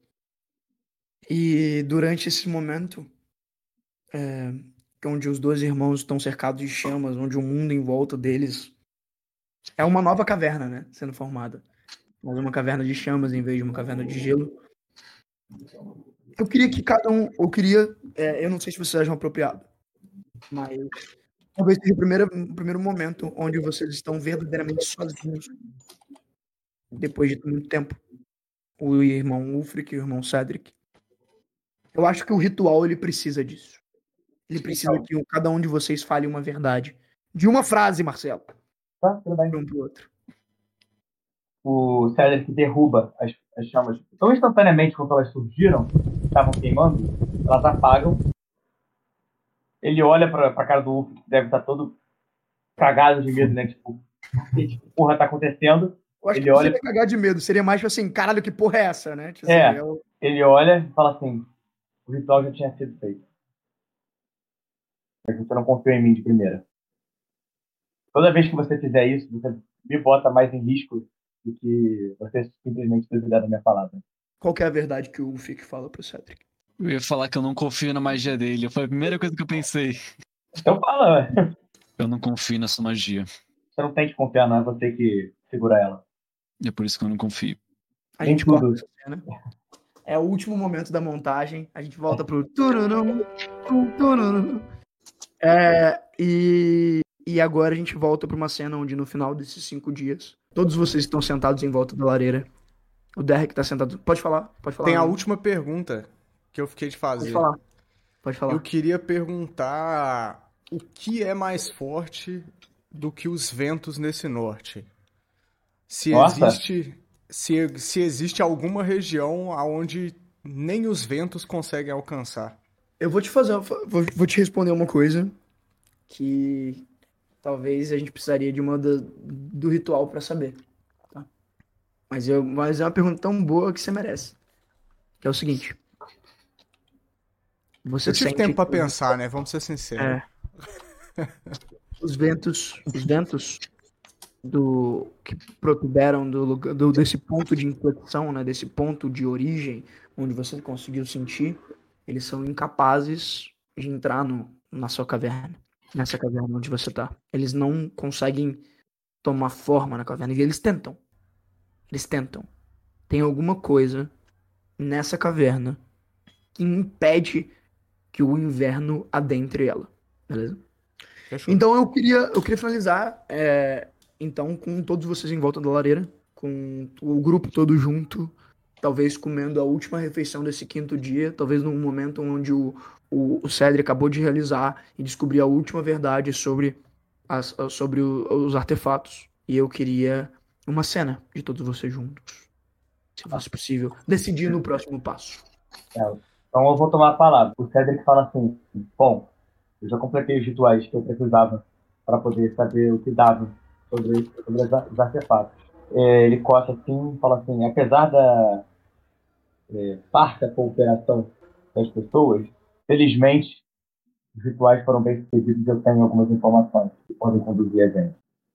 E durante esse momento, é, onde os dois irmãos estão cercados de chamas, onde o mundo em volta deles é uma nova caverna, né? Sendo formada. Mas uma caverna de chamas em vez de uma caverna de gelo. Eu queria que cada um. Eu queria. É, eu não sei se vocês acham apropriado, mas talvez seja o primeiro, o primeiro momento onde vocês estão verdadeiramente sozinhos. Depois de muito tempo. O irmão Ulfric e o irmão Cedric. Eu acho que o ritual ele precisa disso. Ele precisa Então. que cada um de vocês fale uma verdade. De uma frase, Marcelo. Tá, tudo bem. De um pro outro. O Cedric derruba as, as chamas tão instantaneamente quanto elas surgiram, estavam queimando, elas apagam. Ele olha pra, pra cara do Ulf, que deve estar todo cagado de medo, né? Tipo, o que porra tá acontecendo? Eu acho Ele que não olha... seria cagar de medo, seria mais tipo assim, caralho, que porra é essa, né? Tipo É, assim, eu... ele olha e fala assim, o ritual já tinha sido feito. Mas você não confiou em mim de primeira. Toda vez que você fizer isso, você me bota mais em risco do que você simplesmente duvidar da minha palavra. Qual que é a verdade que o Ulfric fala pro Cedric? Eu ia falar que eu não confio na magia dele. Foi a primeira coisa que eu pensei. Então fala, ué. Eu não confio nessa magia. Você não tem que confiar, não é você que segura ela. E é por isso que eu não confio. A Nem gente tudo. corta essa cena. É o último momento da montagem. A gente volta pro... tururum, tum, tururum. É, e, e agora a gente volta pra uma cena onde no final desses cinco dias, todos vocês estão sentados em volta da lareira. O Derek tá sentado... Pode falar, pode falar. Tem a né? última pergunta que eu fiquei de fazer. Pode falar. Pode falar. Eu queria perguntar o que é mais forte do que os ventos nesse norte? Se Nossa. existe, se, se existe alguma região onde nem os ventos conseguem alcançar. Eu vou te fazer, vou, vou te responder uma coisa que talvez a gente precisaria de uma do, do ritual pra saber, tá? Mas, eu, mas é uma pergunta tão boa que você merece. Que é o seguinte. Você Eu tive sente tempo pra que- pensar, né? Vamos ser sinceros. É. Os ventos, os ventos do que protuberam do, lugar- do desse ponto de inflexão, né, desse ponto de origem onde você conseguiu sentir, eles são incapazes de entrar no, na sua caverna, nessa caverna onde você tá. Eles não conseguem tomar forma na caverna e eles tentam. Eles tentam. Tem alguma coisa nessa caverna que impede que o inverno adentre ela, beleza? Fechou. Então eu queria, eu queria finalizar, é, então, com todos vocês em volta da lareira, com o grupo todo junto, talvez comendo a última refeição desse quinto dia, talvez num momento onde o, o, o Cedric acabou de realizar e descobrir a última verdade sobre, as, sobre o- os artefatos. E eu queria uma cena de todos vocês juntos, se fosse possível, decidir no próximo passo. Então eu vou tomar a palavra. O Cedric fala assim, bom, eu já completei os rituais que eu precisava para poder saber o que dava sobre, sobre os ar- os artefatos. É, ele coça assim e fala assim, apesar da é, farta cooperação das pessoas, felizmente os rituais foram bem sucedidos e eu tenho algumas informações que podem conduzir a gente.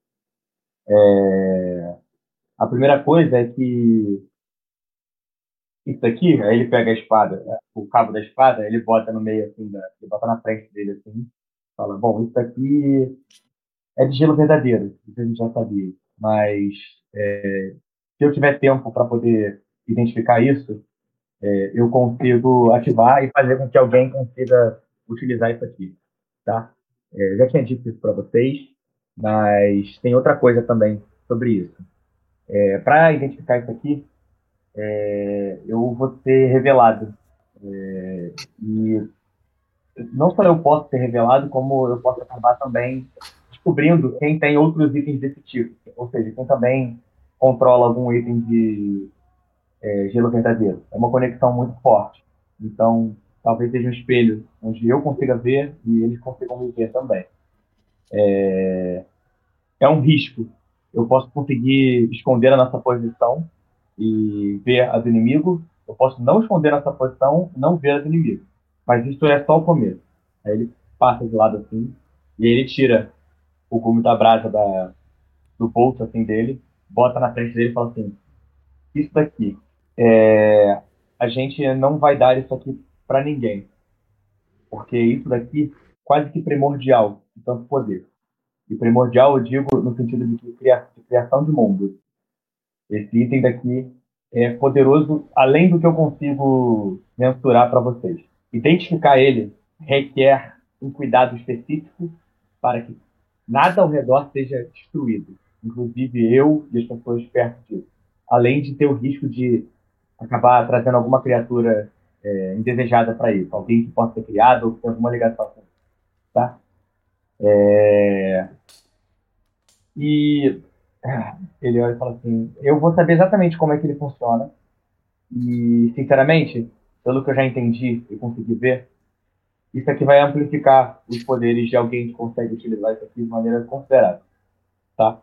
É, a primeira coisa é que isso aqui, aí ele pega a espada, né, o cabo da espada, ele bota no meio assim, da, ele bota na frente dele assim, fala, bom, isso aqui é de gelo verdadeiro, isso a gente já sabia, mas é, se eu tiver tempo para poder identificar isso, é, eu consigo ativar e fazer com que alguém consiga utilizar isso aqui, tá? É, eu já tinha dito isso para vocês, mas tem outra coisa também sobre isso. É, para identificar isso aqui, é, eu vou ser revelado. É, e não só eu posso ser revelado, como eu posso acabar também descobrindo quem tem outros itens desse tipo. Ou seja, quem também controla algum item de é, gelo verdadeiro. É uma conexão muito forte. Então, talvez seja um espelho onde eu consiga ver e eles consigam me ver também. É, é um risco. Eu posso conseguir esconder a nossa posição e ver a do inimigo. Eu posso não esconder a nossa posição e não ver a do inimigo. Mas isso é só o começo. Aí ele passa de lado assim e ele tira o gume da brasa da, do bolso assim, dele, bota na frente dele e fala assim, isso daqui, é, a gente não vai dar isso aqui para ninguém, porque isso daqui é quase que primordial de tanto poder. E primordial eu digo no sentido de, que cria, de criação de mundo. Esse item daqui é poderoso além do que eu consigo mensurar para vocês. Identificar ele requer um cuidado específico para que nada ao redor seja destruído, inclusive eu e as pessoas perto disso. Além de ter o risco de acabar trazendo alguma criatura é, indesejada para isso, alguém que possa ser criado ou que tenha alguma ligação com isso, tá? É... E ele olha e fala assim, eu vou saber exatamente como é que ele funciona e, sinceramente, pelo que eu já entendi e consegui ver, isso aqui vai amplificar os poderes de alguém que consegue utilizar isso aqui de maneira considerável, tá?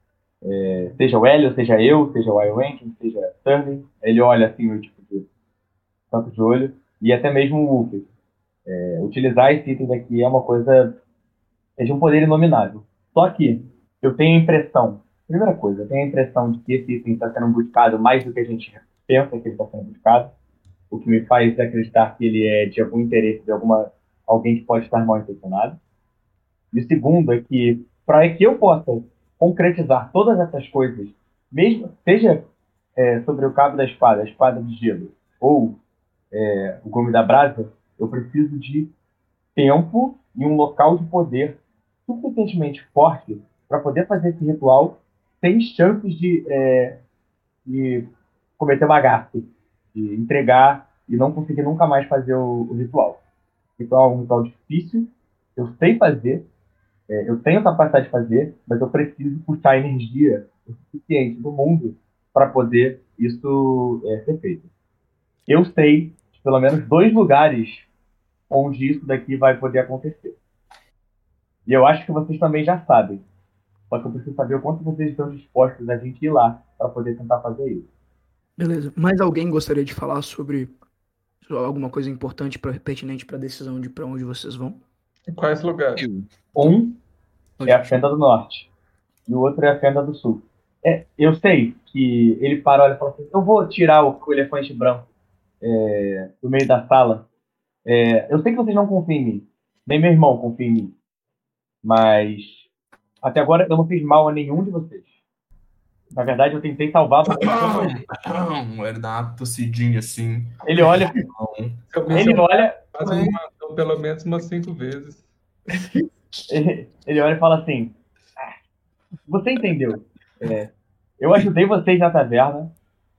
É, seja o Hélio, seja eu, seja o Iron Rankin, seja Sterling, ele olha assim o tipo de tanto de olho, e até mesmo o Wolf. É, utilizar esse item daqui é uma coisa, é de um poder inominável. Só que eu tenho a impressão, primeira coisa, eu tenho a impressão de que esse item está sendo buscado mais do que a gente pensa que ele está sendo buscado, o que me faz acreditar que ele é de algum interesse de alguma alguém que pode estar mal intencionado. E o segundo é que, para que eu possa concretizar todas essas coisas, mesmo seja é, sobre o cabo da espada, a espada de gelo, ou é, o gume da brasa, eu preciso de tempo e um local de poder suficientemente forte para poder fazer esse ritual sem chances de, é, de cometer uma gafe, de entregar e não conseguir nunca mais fazer o, o ritual. O ritual é um ritual difícil, eu sei fazer, é, eu tenho capacidade de fazer, mas eu preciso puxar energia o suficiente do mundo para poder isso é, ser feito. Eu sei de pelo menos dois lugares onde isso daqui vai poder acontecer. E eu acho que vocês também já sabem. Só que eu preciso saber o quanto vocês estão dispostos a gente ir lá para poder tentar fazer isso. Beleza. Mais alguém gostaria de falar sobre alguma coisa importante, pra, pertinente para a decisão de para onde vocês vão? Em quais lugares? Eu. Um Pode é a puxar. Fenda do Norte e o outro é a Fenda do Sul. É, eu sei que ele para, olha e fala assim, eu vou tirar o, o elefante branco é, do meio da sala. É, eu sei que vocês não confiam em mim. Nem meu irmão confia em mim. Mas até agora eu não fiz mal a nenhum de vocês. Na verdade, eu tentei salvar vocês. Ele dá uma tossidinha assim. Ele olha, Eu ele olha, Quase me matou pelo menos umas cinco vezes. ele, ele olha e fala assim, ah, você entendeu? É, eu ajudei vocês na taverna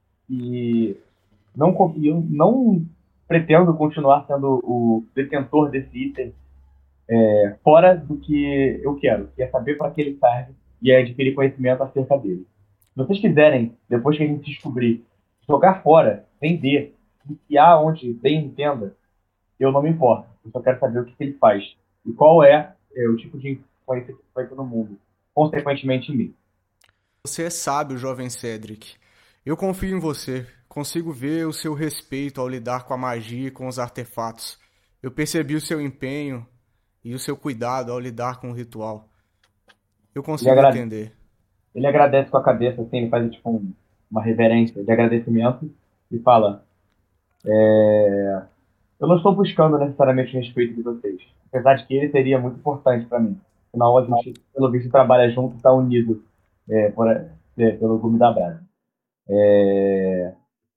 e não, eu não pretendo continuar sendo o detentor desse item é, fora do que eu quero, que é saber para que ele serve e é adquirir conhecimento acerca dele. Se vocês quiserem, depois que a gente descobrir, jogar fora, vender, enfiar onde bem entenda, eu não me importo. Eu só quero saber o que, que ele faz e qual é, é o tipo de influência que vai ter no mundo, consequentemente em mim. Você é sábio, jovem Cedric. Eu confio em você. Consigo ver o seu respeito ao lidar com a magia e com os artefatos. Eu percebi o seu empenho e o seu cuidado ao lidar com o ritual. Eu consigo Ele agrade... entender. Ele agradece com a cabeça, assim, ele faz tipo um, uma reverência de agradecimento e fala: é... eu não estou buscando necessariamente o respeito de vocês, apesar de que ele seria muito importante para mim. Afinal, a gente, pelo visto, trabalha junto e está unido é, por, é, pelo gume da brasa. É...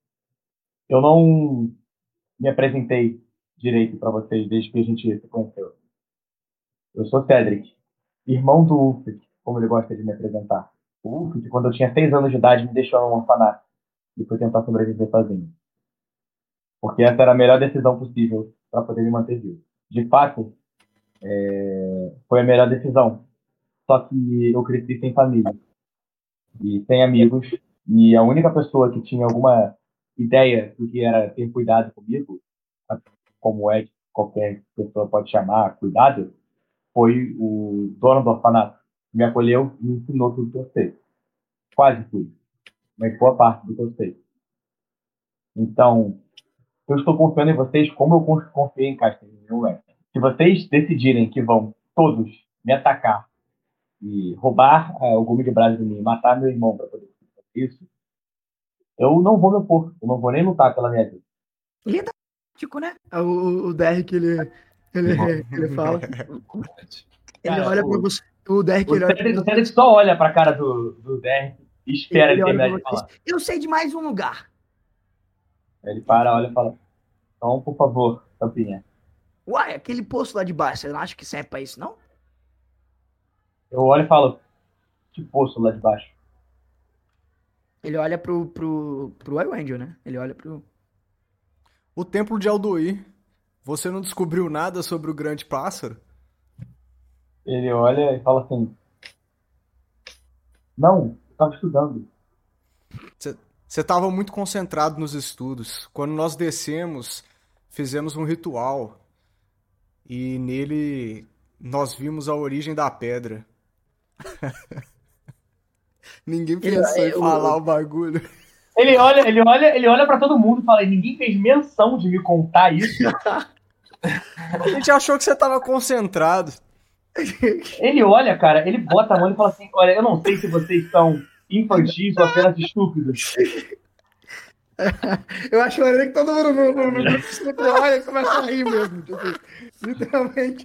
Eu não me apresentei direito para vocês desde que a gente se conheceu. Eu sou Cedric, irmão do Ulfric, como ele gosta de me apresentar. O Ulfric, quando eu tinha seis anos de idade, me deixou num orfanato e foi tentar sobreviver sozinho. Porque essa era a melhor decisão possível para poder me manter vivo. De fato, é... foi a melhor decisão. Só que eu cresci sem família e sem amigos. E a única pessoa que tinha alguma ideia do que era ter cuidado comigo, como é que qualquer pessoa pode chamar cuidado, foi o dono do orfanato. Me acolheu e me ensinou tudo que eu sei. Quase tudo. Mas boa parte do que eu sei. Então, eu estou confiando em vocês como eu confiei em Castanho. Se vocês decidirem que vão todos me atacar e roubar uh, o gume de brasa de mim, matar meu irmão para poder fazer isso, eu não vou me opor. Eu não vou nem lutar pela minha vida. Ele é tático, né? O, o Derek, ele, ele, ele fala. Ele Cara, olha o- pra você. O Derek, O ele olha pra Cedric, o você. Cedric só olha pra cara do, do Derek e espera ele, Ele olha terminar pra de vocês. falar. Eu sei de mais um lugar. Ele para, olha e fala: então, por favor, Tampinha. Uai, aquele poço lá de baixo, você não acha que serve pra isso, não? Eu olho e falo: que poço lá de baixo? Ele olha pro, pro, pro Elendil, né? Ele olha pro... O templo de Alduí. Você não descobriu nada sobre o grande pássaro? Ele olha e fala assim: não, eu tava estudando. Você estava muito concentrado nos estudos. Quando nós descemos, fizemos um ritual. E nele nós vimos a origem da pedra. Ninguém pensou Ele- em é, o- falar o bagulho. Ele olha, ele olha, ele olha pra todo mundo e fala: ninguém fez menção de me contar isso. A gente achou que você estava concentrado. Ele olha, cara, ele bota a mão e fala assim: olha, eu não sei se vocês são infantis ou apenas estúpidos. Eu acho maneiro que todo mundo no, no, no grupo sempre olha e começa a rir mesmo. Tipo, literalmente.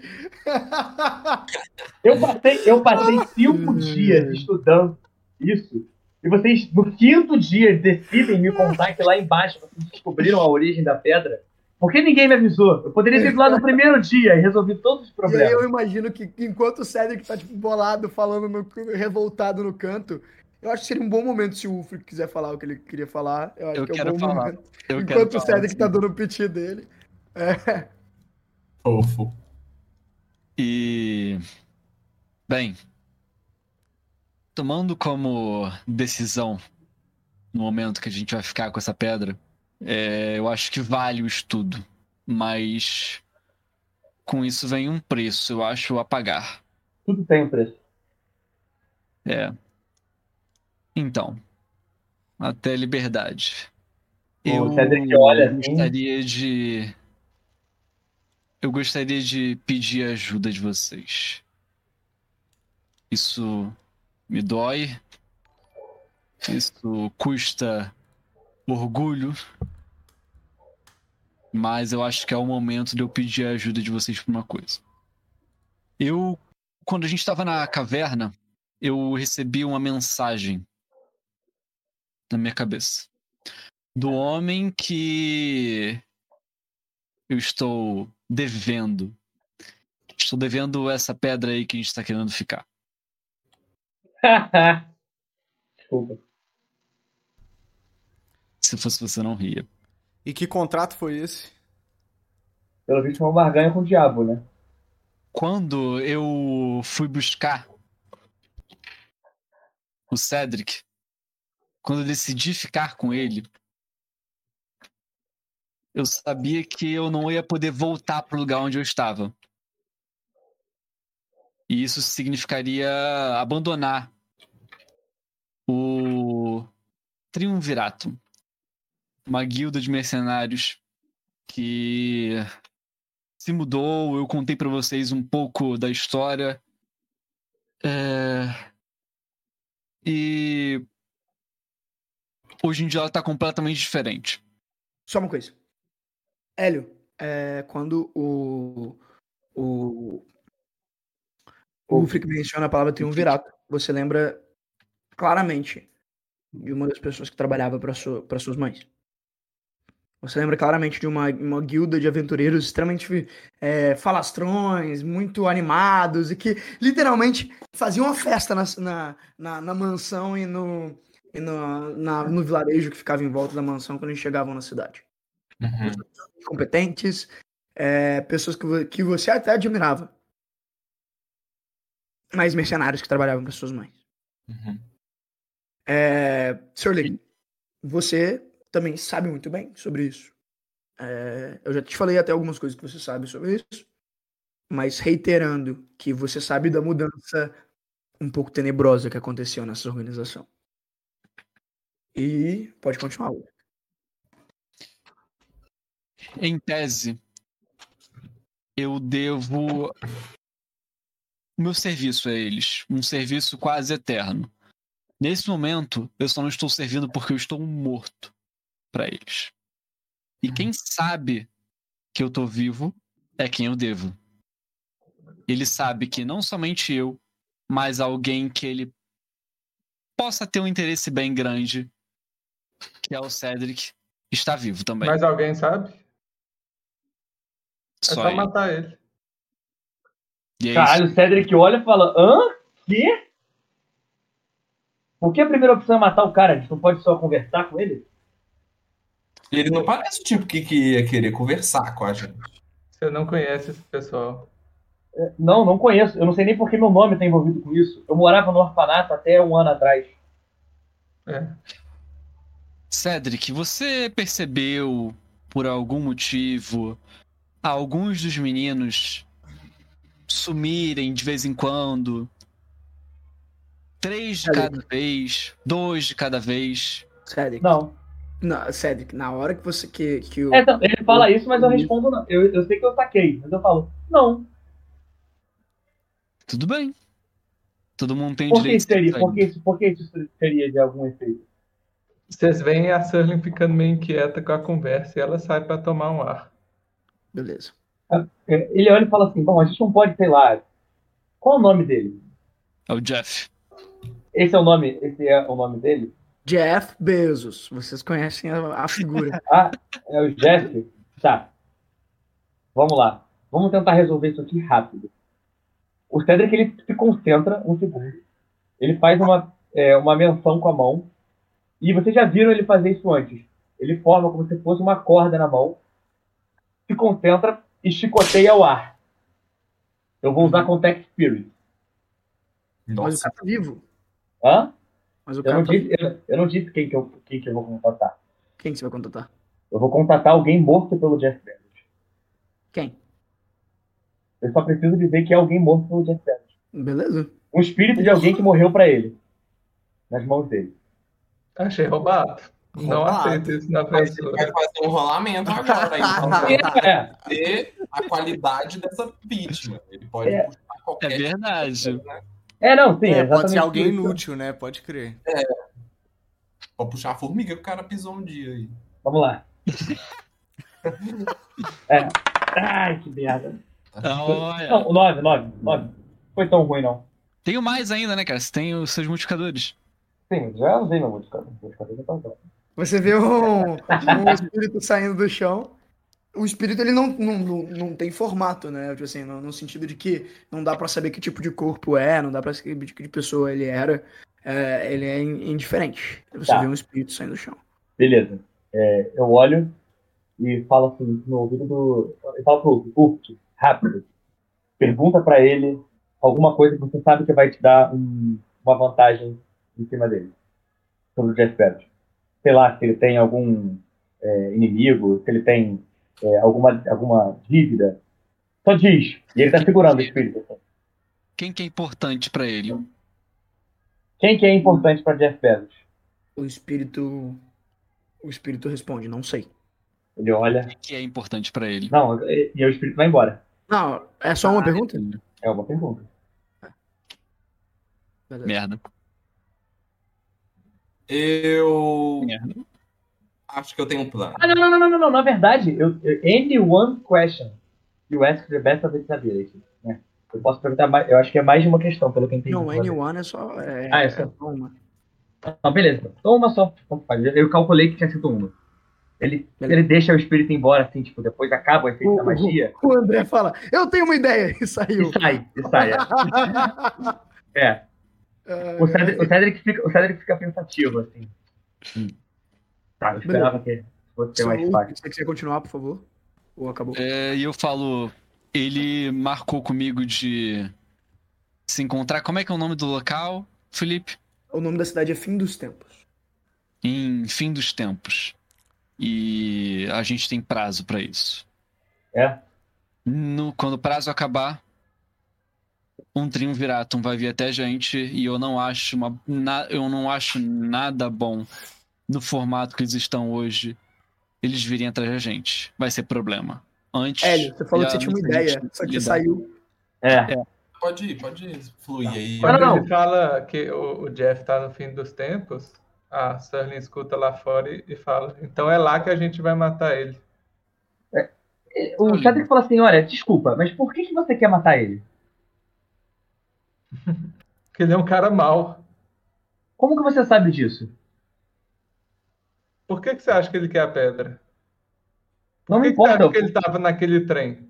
Eu passei, eu passei cinco dias estudando isso. E vocês, no quinto dia, decidem me contar que lá embaixo vocês descobriram a origem da pedra. Por que ninguém me avisou? Eu poderia ter ido lá no primeiro dia e resolvido todos os E aí problemas. eu imagino que enquanto o Cedric tá tipo bolado, falando, no, revoltado no canto, eu acho que seria um bom momento se o Ulfric quiser falar o que ele queria falar. Eu acho Eu que é um quero bom falar. momento. Eu Enquanto quero o falar, Cedric sim. tá dando o piti dele. É. Fofo. E. Bem. Tomando como decisão no momento que a gente vai ficar com essa pedra, é, eu acho que vale o estudo. Mas. Com isso vem um preço, eu acho, a pagar. Tudo tem um preço. É. Então. Até a liberdade. O Eu Cedric olha assim. gostaria de. Eu gostaria de pedir a ajuda de vocês. Isso me dói. Isso custa orgulho. Mas eu acho que é o momento de eu pedir a ajuda de vocês por uma coisa. Eu, quando a gente estava na caverna, eu recebi uma mensagem na minha cabeça. Do homem que eu estou devendo. Estou devendo essa pedra aí que a gente está querendo ficar. Desculpa. Se fosse você, não ria. E que contrato foi esse? Pelo visto, uma barganha com o diabo, né? Quando eu fui buscar o Cedric, quando eu decidi ficar com ele, eu sabia que eu não ia poder voltar para o lugar onde eu estava. E isso significaria abandonar o Triunvirato, uma guilda de mercenários que se mudou. Eu contei para vocês um pouco da história. É... E hoje em dia ela tá completamente diferente. Só uma coisa. Hélio, é, quando o. O. O Ulfric menciona a palavra triunvirato, você lembra claramente de uma das pessoas que trabalhava para sua, para suas mães. Você lembra claramente de uma, uma guilda de aventureiros extremamente é, falastrões, muito animados e que literalmente faziam uma festa na, na, na, na mansão e, no, e no, na, no vilarejo que ficava em volta da mansão quando eles chegavam na cidade. Uhum. Competentes, é, pessoas que, vo- que você até admirava, mas mercenários que trabalhavam para suas mães. Uhum. É, senhor Lee, você também sabe muito bem sobre isso. É, eu já te falei até algumas coisas que você sabe sobre isso, mas reiterando que você sabe da mudança um pouco tenebrosa que aconteceu nessa organização. E pode continuar. Will. Em tese, eu devo o meu serviço a eles. Um serviço quase eterno. Nesse momento, eu só não estou servindo porque eu estou morto para eles. E quem sabe que eu tô vivo é quem eu devo. Ele sabe que não somente eu, mas alguém que ele possa ter um interesse bem grande, que é o Cedric, está vivo também. Mas alguém sabe? É Só só ele. matar ele. E é Caralho, isso. o Cedric olha e fala, hã? Quê? Por que a primeira opção é matar o cara? A gente não pode só conversar com ele? Ele não parece o tipo que, que ia querer conversar com a gente. Você não conhece esse pessoal. Não, não conheço. Eu não sei nem por que meu nome está envolvido com isso. Eu morava no orfanato até um ano atrás. É. Cedric, você percebeu, por algum motivo, alguns dos meninos sumirem de vez em quando? Três de Cedric. cada vez, dois de cada vez. Cedric. Não. Não, Cedric, na hora que você. Que, que o... É, então, ele fala isso, mas eu respondo não. Eu, eu sei que eu saquei, mas eu falo, não. Tudo bem. Todo mundo tem Por que direito isso seria? de Por que isso, por que isso seria de algum efeito? Vocês veem a Surling ficando meio inquieta com a conversa e ela sai pra tomar um ar. Beleza. Ele olha e fala assim, bom, a gente não pode, sei lá, qual é o nome dele? É o Jeff. Esse é o nome, esse é o nome dele? Jeff Bezos. Vocês conhecem a, a figura. Ah, é o Jeff? Tá. Vamos lá. Vamos tentar resolver isso aqui rápido. O Cedric, ele se concentra um segundo. Ele faz uma, é, uma menção com a mão. E vocês já viram ele fazer isso antes. Ele forma como se fosse uma corda na mão. Se concentra e chicoteia o ar. Eu vou usar Contact Spirit. Mas o Nossa, cara tá vivo. Hã? Mas o Eu cara não tá disse, vivo. eu, eu não disse quem, que eu, quem que eu vou contatar. Quem que você vai contatar? Eu vou contatar alguém morto pelo Jeff Bezos. Quem? Eu só preciso dizer que é alguém morto pelo Jeff Bezos. Beleza. Um espírito de alguém que morreu pra ele. Nas mãos dele. Achei roubado. Não Roubado. aceito isso na mas frente. ele vai fazer um rolamento agora. Então É, vai ver a qualidade dessa vítima. Ele pode É. puxar qualquer É verdade. coisa, né? é não, sim. É, exatamente pode ser alguém isso. inútil, né? Pode crer. Pode puxar a formiga que o cara pisou um dia aí. Vamos lá. É. Ai, que merda. Olha. Não, o nove, nove, nove. Foi tão ruim, não. Tenho mais ainda, né, cara? Você tem os seus multiplicadores. Sim, já usei meu modificador. O modificador já tá usando. Você vê um, um espírito saindo do chão. O espírito, ele não, não, não, não tem formato, né? Tipo assim, no, no sentido de que não dá pra saber que tipo de corpo é, não dá pra saber que tipo de pessoa ele era. É, ele é indiferente. Você Tá. vê um espírito saindo do chão. Beleza. É, eu olho e falo assim no ouvido do. Eu falo pro Urk, rápido. Pergunta pra ele alguma coisa que você sabe que vai te dar um, uma vantagem em cima dele. Sobre o Jeff Bezos. Sei lá, se ele tem algum é, inimigo, se ele tem é, alguma, alguma dívida. Só diz. E ele tá segurando o espírito. Assim. Quem que é importante pra ele? Quem que é importante pra Jeff Bezos? O espírito. O espírito responde, não sei. Ele olha. Quem que é importante pra ele? Não, e, e o espírito vai embora. Não, é só uma pergunta? É uma pergunta. Beleza. Merda. Eu Merda. acho que eu tenho um plano. Ah, não, não, não, não, não, não. Na verdade, eu, eu, any one question you ask the best of its ability. Né? Eu posso perguntar mais. Eu acho que é mais de uma questão, pelo que eu entendi. Não, anyone é só. É, Ah, é só. é só uma. Não, beleza. Então uma só. Então faz. Eu calculei que tinha sido uma. Ele, Beleza. ele deixa o espírito embora, assim, tipo, depois acaba o efeito O, da magia. o, o André fala, eu tenho uma ideia, e saiu. E sai, e sai. É. É. O Cedric, o, Cedric fica, o Cedric fica pensativo, assim. Hum. Tá, eu esperava que fosse ter mais Se fácil. você quiser continuar, por favor. Ou acabou? É, e eu falo, ele marcou comigo de se encontrar. Como é que é o nome do local, Felipe? O nome da cidade é Fim dos Tempos. Em Fim dos Tempos. E a gente tem prazo pra isso. É? No, quando o prazo acabar, um triunviratum vai vir até a gente e eu não acho uma, na, eu não acho nada bom no formato que eles estão hoje. Eles virem atrás da gente. Vai ser problema. Antes. Hélio, você falou que você já tinha uma antes da ideia, gente só que lidar. você saiu. É. Pode ir, pode ir, fluir aí. Quando Não, não. ele fala que o, o Jeff tá no fim dos tempos, a Sterling escuta lá fora e, e fala, então é lá que a gente vai matar ele. O Cedric fala assim, olha, desculpa, mas por que, que você quer matar ele? Porque ele é um cara mau. Como que você sabe disso? Por que, que você acha que ele quer a pedra? Por Não que, me que você importa. acha que ele tava naquele trem?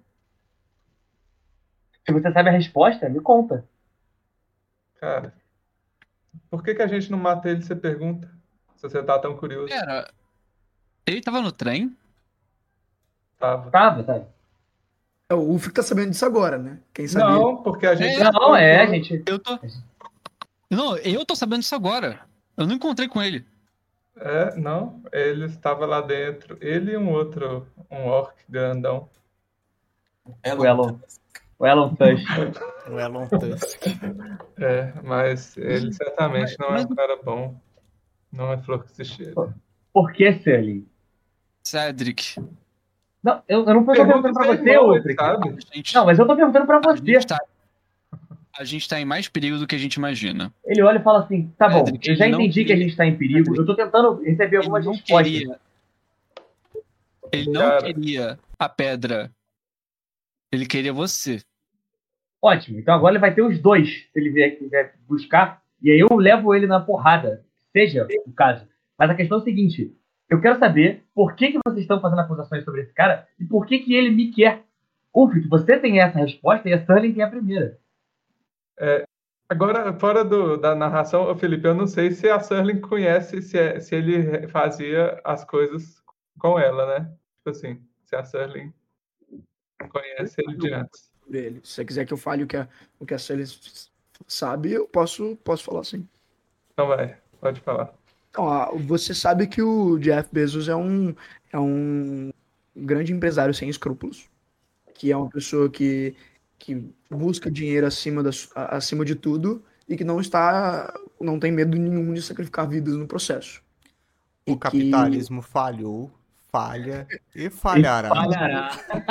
Se você sabe a resposta, me conta. Cara, por que, que a gente não mata ele, você pergunta? Se você tá tão curioso. Pera, ele tava no trem? Tava. Tava, tá? É, o Ulf tá sabendo disso agora, né? Quem sabia? Não, porque a gente... É, Não, é, a gente... Eu tô. Não, eu tô sabendo disso agora. Eu não encontrei com ele. É, não, ele estava lá dentro. Ele e um outro, um orc grandão. Ela- O Elon. O Elon Tusk. O Elon Tusk. É, mas ele certamente não é um cara bom. Não é flor que se cheira. Por que, Sterling? Cedric. Não, eu, eu não tô perguntando pra seu você, irmão, ele Ulfric. sabe. A gente, Não, mas eu tô perguntando pra a você. gente tá, a gente tá em mais perigo do que a gente imagina. Ele olha e fala assim, tá bom, Cedric, eu já ele não entendi que a queria- gente tá em perigo, eu tô tentando receber Ele algumas não respostas. queria. Ele não Cara. queria a pedra. Ele queria você. Ótimo, então agora ele vai ter os dois, se ele vier, quiser buscar, e aí eu levo ele na porrada, seja o caso. Mas a questão é o seguinte, eu quero saber por que, que vocês estão fazendo acusações sobre esse cara e por que, que ele me quer. Ulfric, você tem essa resposta e a Sterling tem a primeira. Agora, fora do- da narração, ô, Felipe, eu não sei se a Sterling conhece, se, é- se ele fazia as coisas com ela, né? Tipo assim, se a Sterling conhece ele de antes. Sobre ele. Se você quiser que eu fale o que a, o que a Celia sabe, eu posso, posso falar sim. Então vai, pode falar. Então, ah, você sabe que o Jeff Bezos é um, é um grande empresário sem escrúpulos, que é uma pessoa que, que busca dinheiro acima, das, acima de tudo e que não está, não tem medo nenhum de sacrificar vidas no processo. E O que- capitalismo falhou, falha e falhará. Falhará.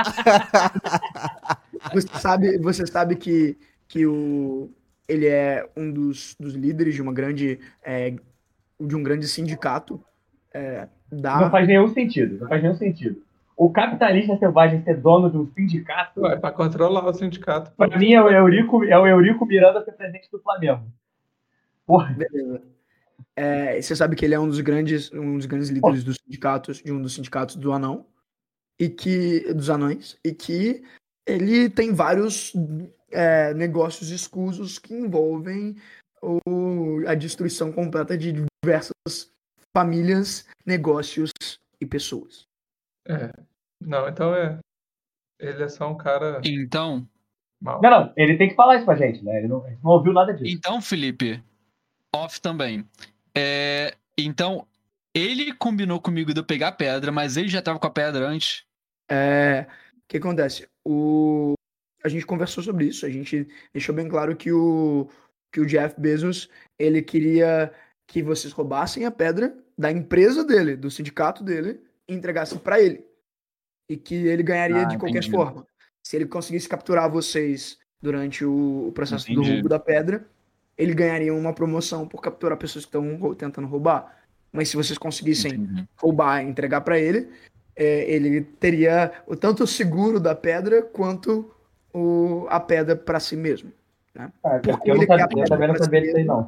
Você sabe, você sabe que, que o, ele é um dos, dos líderes de uma grande, é, de um grande sindicato é, da... Não faz nenhum sentido, não faz nenhum sentido. O capitalista selvagem ser dono de um sindicato, Vai pra controlar o sindicato. pra mim é o Eurico, é o Eurico Miranda ser presidente do Flamengo. Porra, Beleza. É, você sabe que ele é um dos grandes, um dos grandes líderes dos sindicatos, de um dos sindicatos do Anão, e que, dos anões, e que ele tem vários é, negócios escusos que envolvem o, a destruição completa de diversas famílias, negócios e pessoas. É. Não, então é. Ele é só um cara Então, mau. não, não, ele tem que falar isso pra gente, né? Ele não, a gente não ouviu nada disso. então, Felipe, off também. É, então, ele combinou comigo de eu pegar a pedra, mas ele já tava com a pedra antes. É, o que acontece? O, a gente conversou sobre isso, a gente deixou bem claro que o, que o Jeff Bezos, ele queria que vocês roubassem a pedra da empresa dele, do sindicato dele, e entregassem para ele. E que ele ganharia Ah, de qualquer entendi. forma. Se ele conseguisse capturar vocês durante o, o processo do Entendi. roubo da pedra, ele ganharia uma promoção por capturar pessoas que estão rou- tentando roubar. Mas se vocês conseguissem Entendi. roubar e entregar para ele, é, ele teria o, tanto o seguro da pedra quanto o, a pedra para si mesmo. Né? Ah, Porque eu, não ele quer sabia, eu também não pra si sabia disso aí, mesmo. não.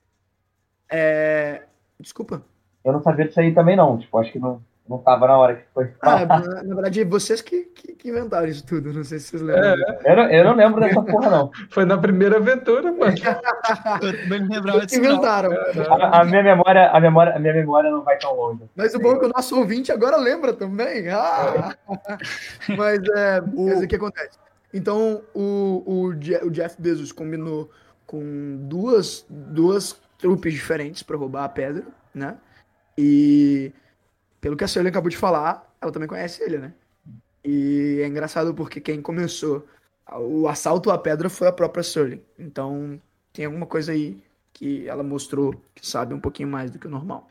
É, Desculpa. Eu não sabia disso aí também, não. Tipo, acho que não, não tava na hora que foi Ah, falar. na, na verdade, vocês que, que, que inventaram isso tudo. Não sei se vocês lembram. Eu, não- eu não lembro dessa porra, não. Foi na primeira aventura, mano. Eu também não lembrava Vocês que disso, não. inventaram. A, a minha memória, a, memória, a minha memória não vai tão longe. Mas o bom é que o nosso ouvinte agora lembra também. Ah! Mas é, mas o que acontece? Então, o, o, Je- o Jeff Bezos combinou com duas, duas trupes diferentes para roubar a pedra, né? E pelo que a Celia acabou de falar, ela também conhece ele, né? E é engraçado porque quem começou o assalto à pedra foi a própria Sterling. Então, tem alguma coisa aí que ela mostrou que sabe um pouquinho mais do que o normal.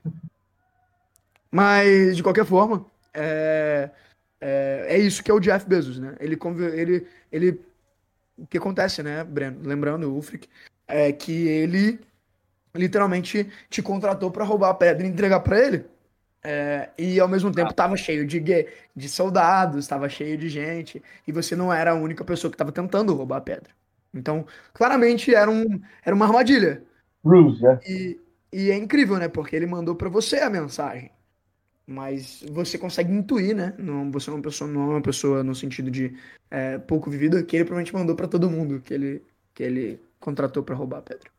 Mas, de qualquer forma, é, é, é isso que é o Jeff Bezos, né? Ele, conver- ele, ele o que acontece, né, Breno? Lembrando, o Ulfric, é que ele literalmente te contratou pra roubar a pedra e entregar pra ele. É, e ao mesmo tempo tava cheio de, gue- de soldados, tava cheio de gente, e você não era a única pessoa que tava tentando roubar a pedra. Então, claramente era, um, era uma armadilha. Bruce, né? E, e é incrível, né? Porque ele mandou pra você a mensagem. Mas você consegue intuir, né? Não, você é uma pessoa, não é uma pessoa no sentido de é, pouco vivida, que ele provavelmente mandou pra todo mundo que ele, que ele contratou pra roubar a pedra.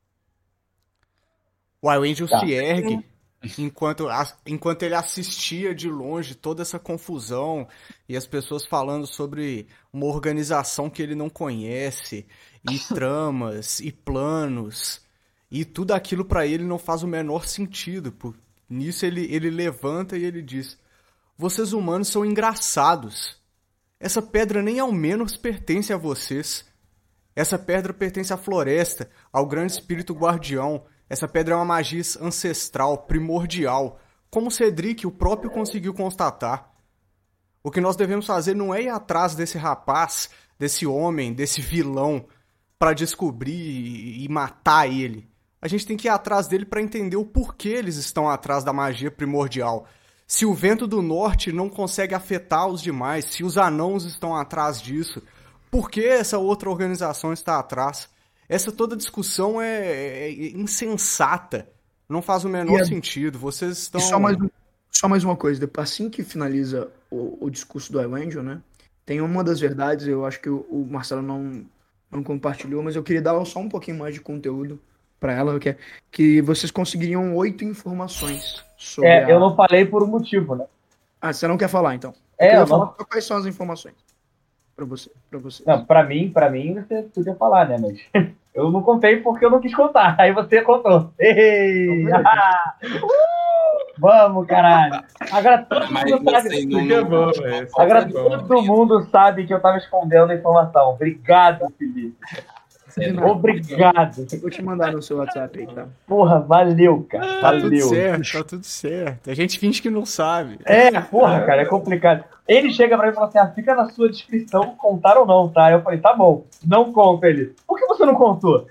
O Angel Tá. se ergue enquanto, a- enquanto ele assistia de longe toda essa confusão e as pessoas falando sobre uma organização que ele não conhece, e tramas, e planos, e tudo aquilo pra ele não faz o menor sentido. Por... Nisso ele, ele levanta e ele diz: vocês humanos são engraçados. Essa pedra nem ao menos pertence a vocês. Essa pedra pertence à floresta, ao grande espírito guardião. Essa pedra é uma magia ancestral, primordial, como Cedric, o próprio, conseguiu constatar. O que nós devemos fazer não é ir atrás desse rapaz, desse homem, desse vilão, para descobrir e matar ele. A gente tem que ir atrás dele para entender o porquê eles estão atrás da magia primordial. Se o vento do norte não consegue afetar os demais, se os anãos estão atrás disso, por que essa outra organização está atrás? Essa toda discussão é, é insensata. Não faz o menor E é- sentido. Vocês estão... E só mais, um- só mais uma coisa, depois, assim que finaliza o, o discurso do Elendil, né? Tem uma das verdades, eu acho que o, o Marcelo não, não compartilhou, mas eu queria dar só um pouquinho mais de conteúdo pra ela, que é que vocês conseguiriam oito informações sobre É, a... eu não falei por um motivo, né? Ah, você não quer falar, então? É, eu queria eu falar não- só quais são as informações pra você, pra você. Não, pra mim, pra mim você podia falar, né? Mas eu não contei porque eu não quis contar. Aí você contou. Ei! Então, Uh! Vamos, caralho! Agora todo Mas mundo sabe. assim, não, Isso é não, bom, não- velho. Isso Agora é bom. todo mundo sabe que eu tava escondendo a informação. Obrigado, Felipe. De nada. Obrigado. Vou te mandar no seu WhatsApp aí, tá? Porra, valeu, cara. Tá tudo Valeu. certo, tá tudo certo. A gente finge que não sabe. É, porra, cara, é complicado. Ele chega pra mim e fala assim: ah, fica na sua descrição, contar ou não, tá? Eu falei: tá bom, não conta ele. Por que você não contou?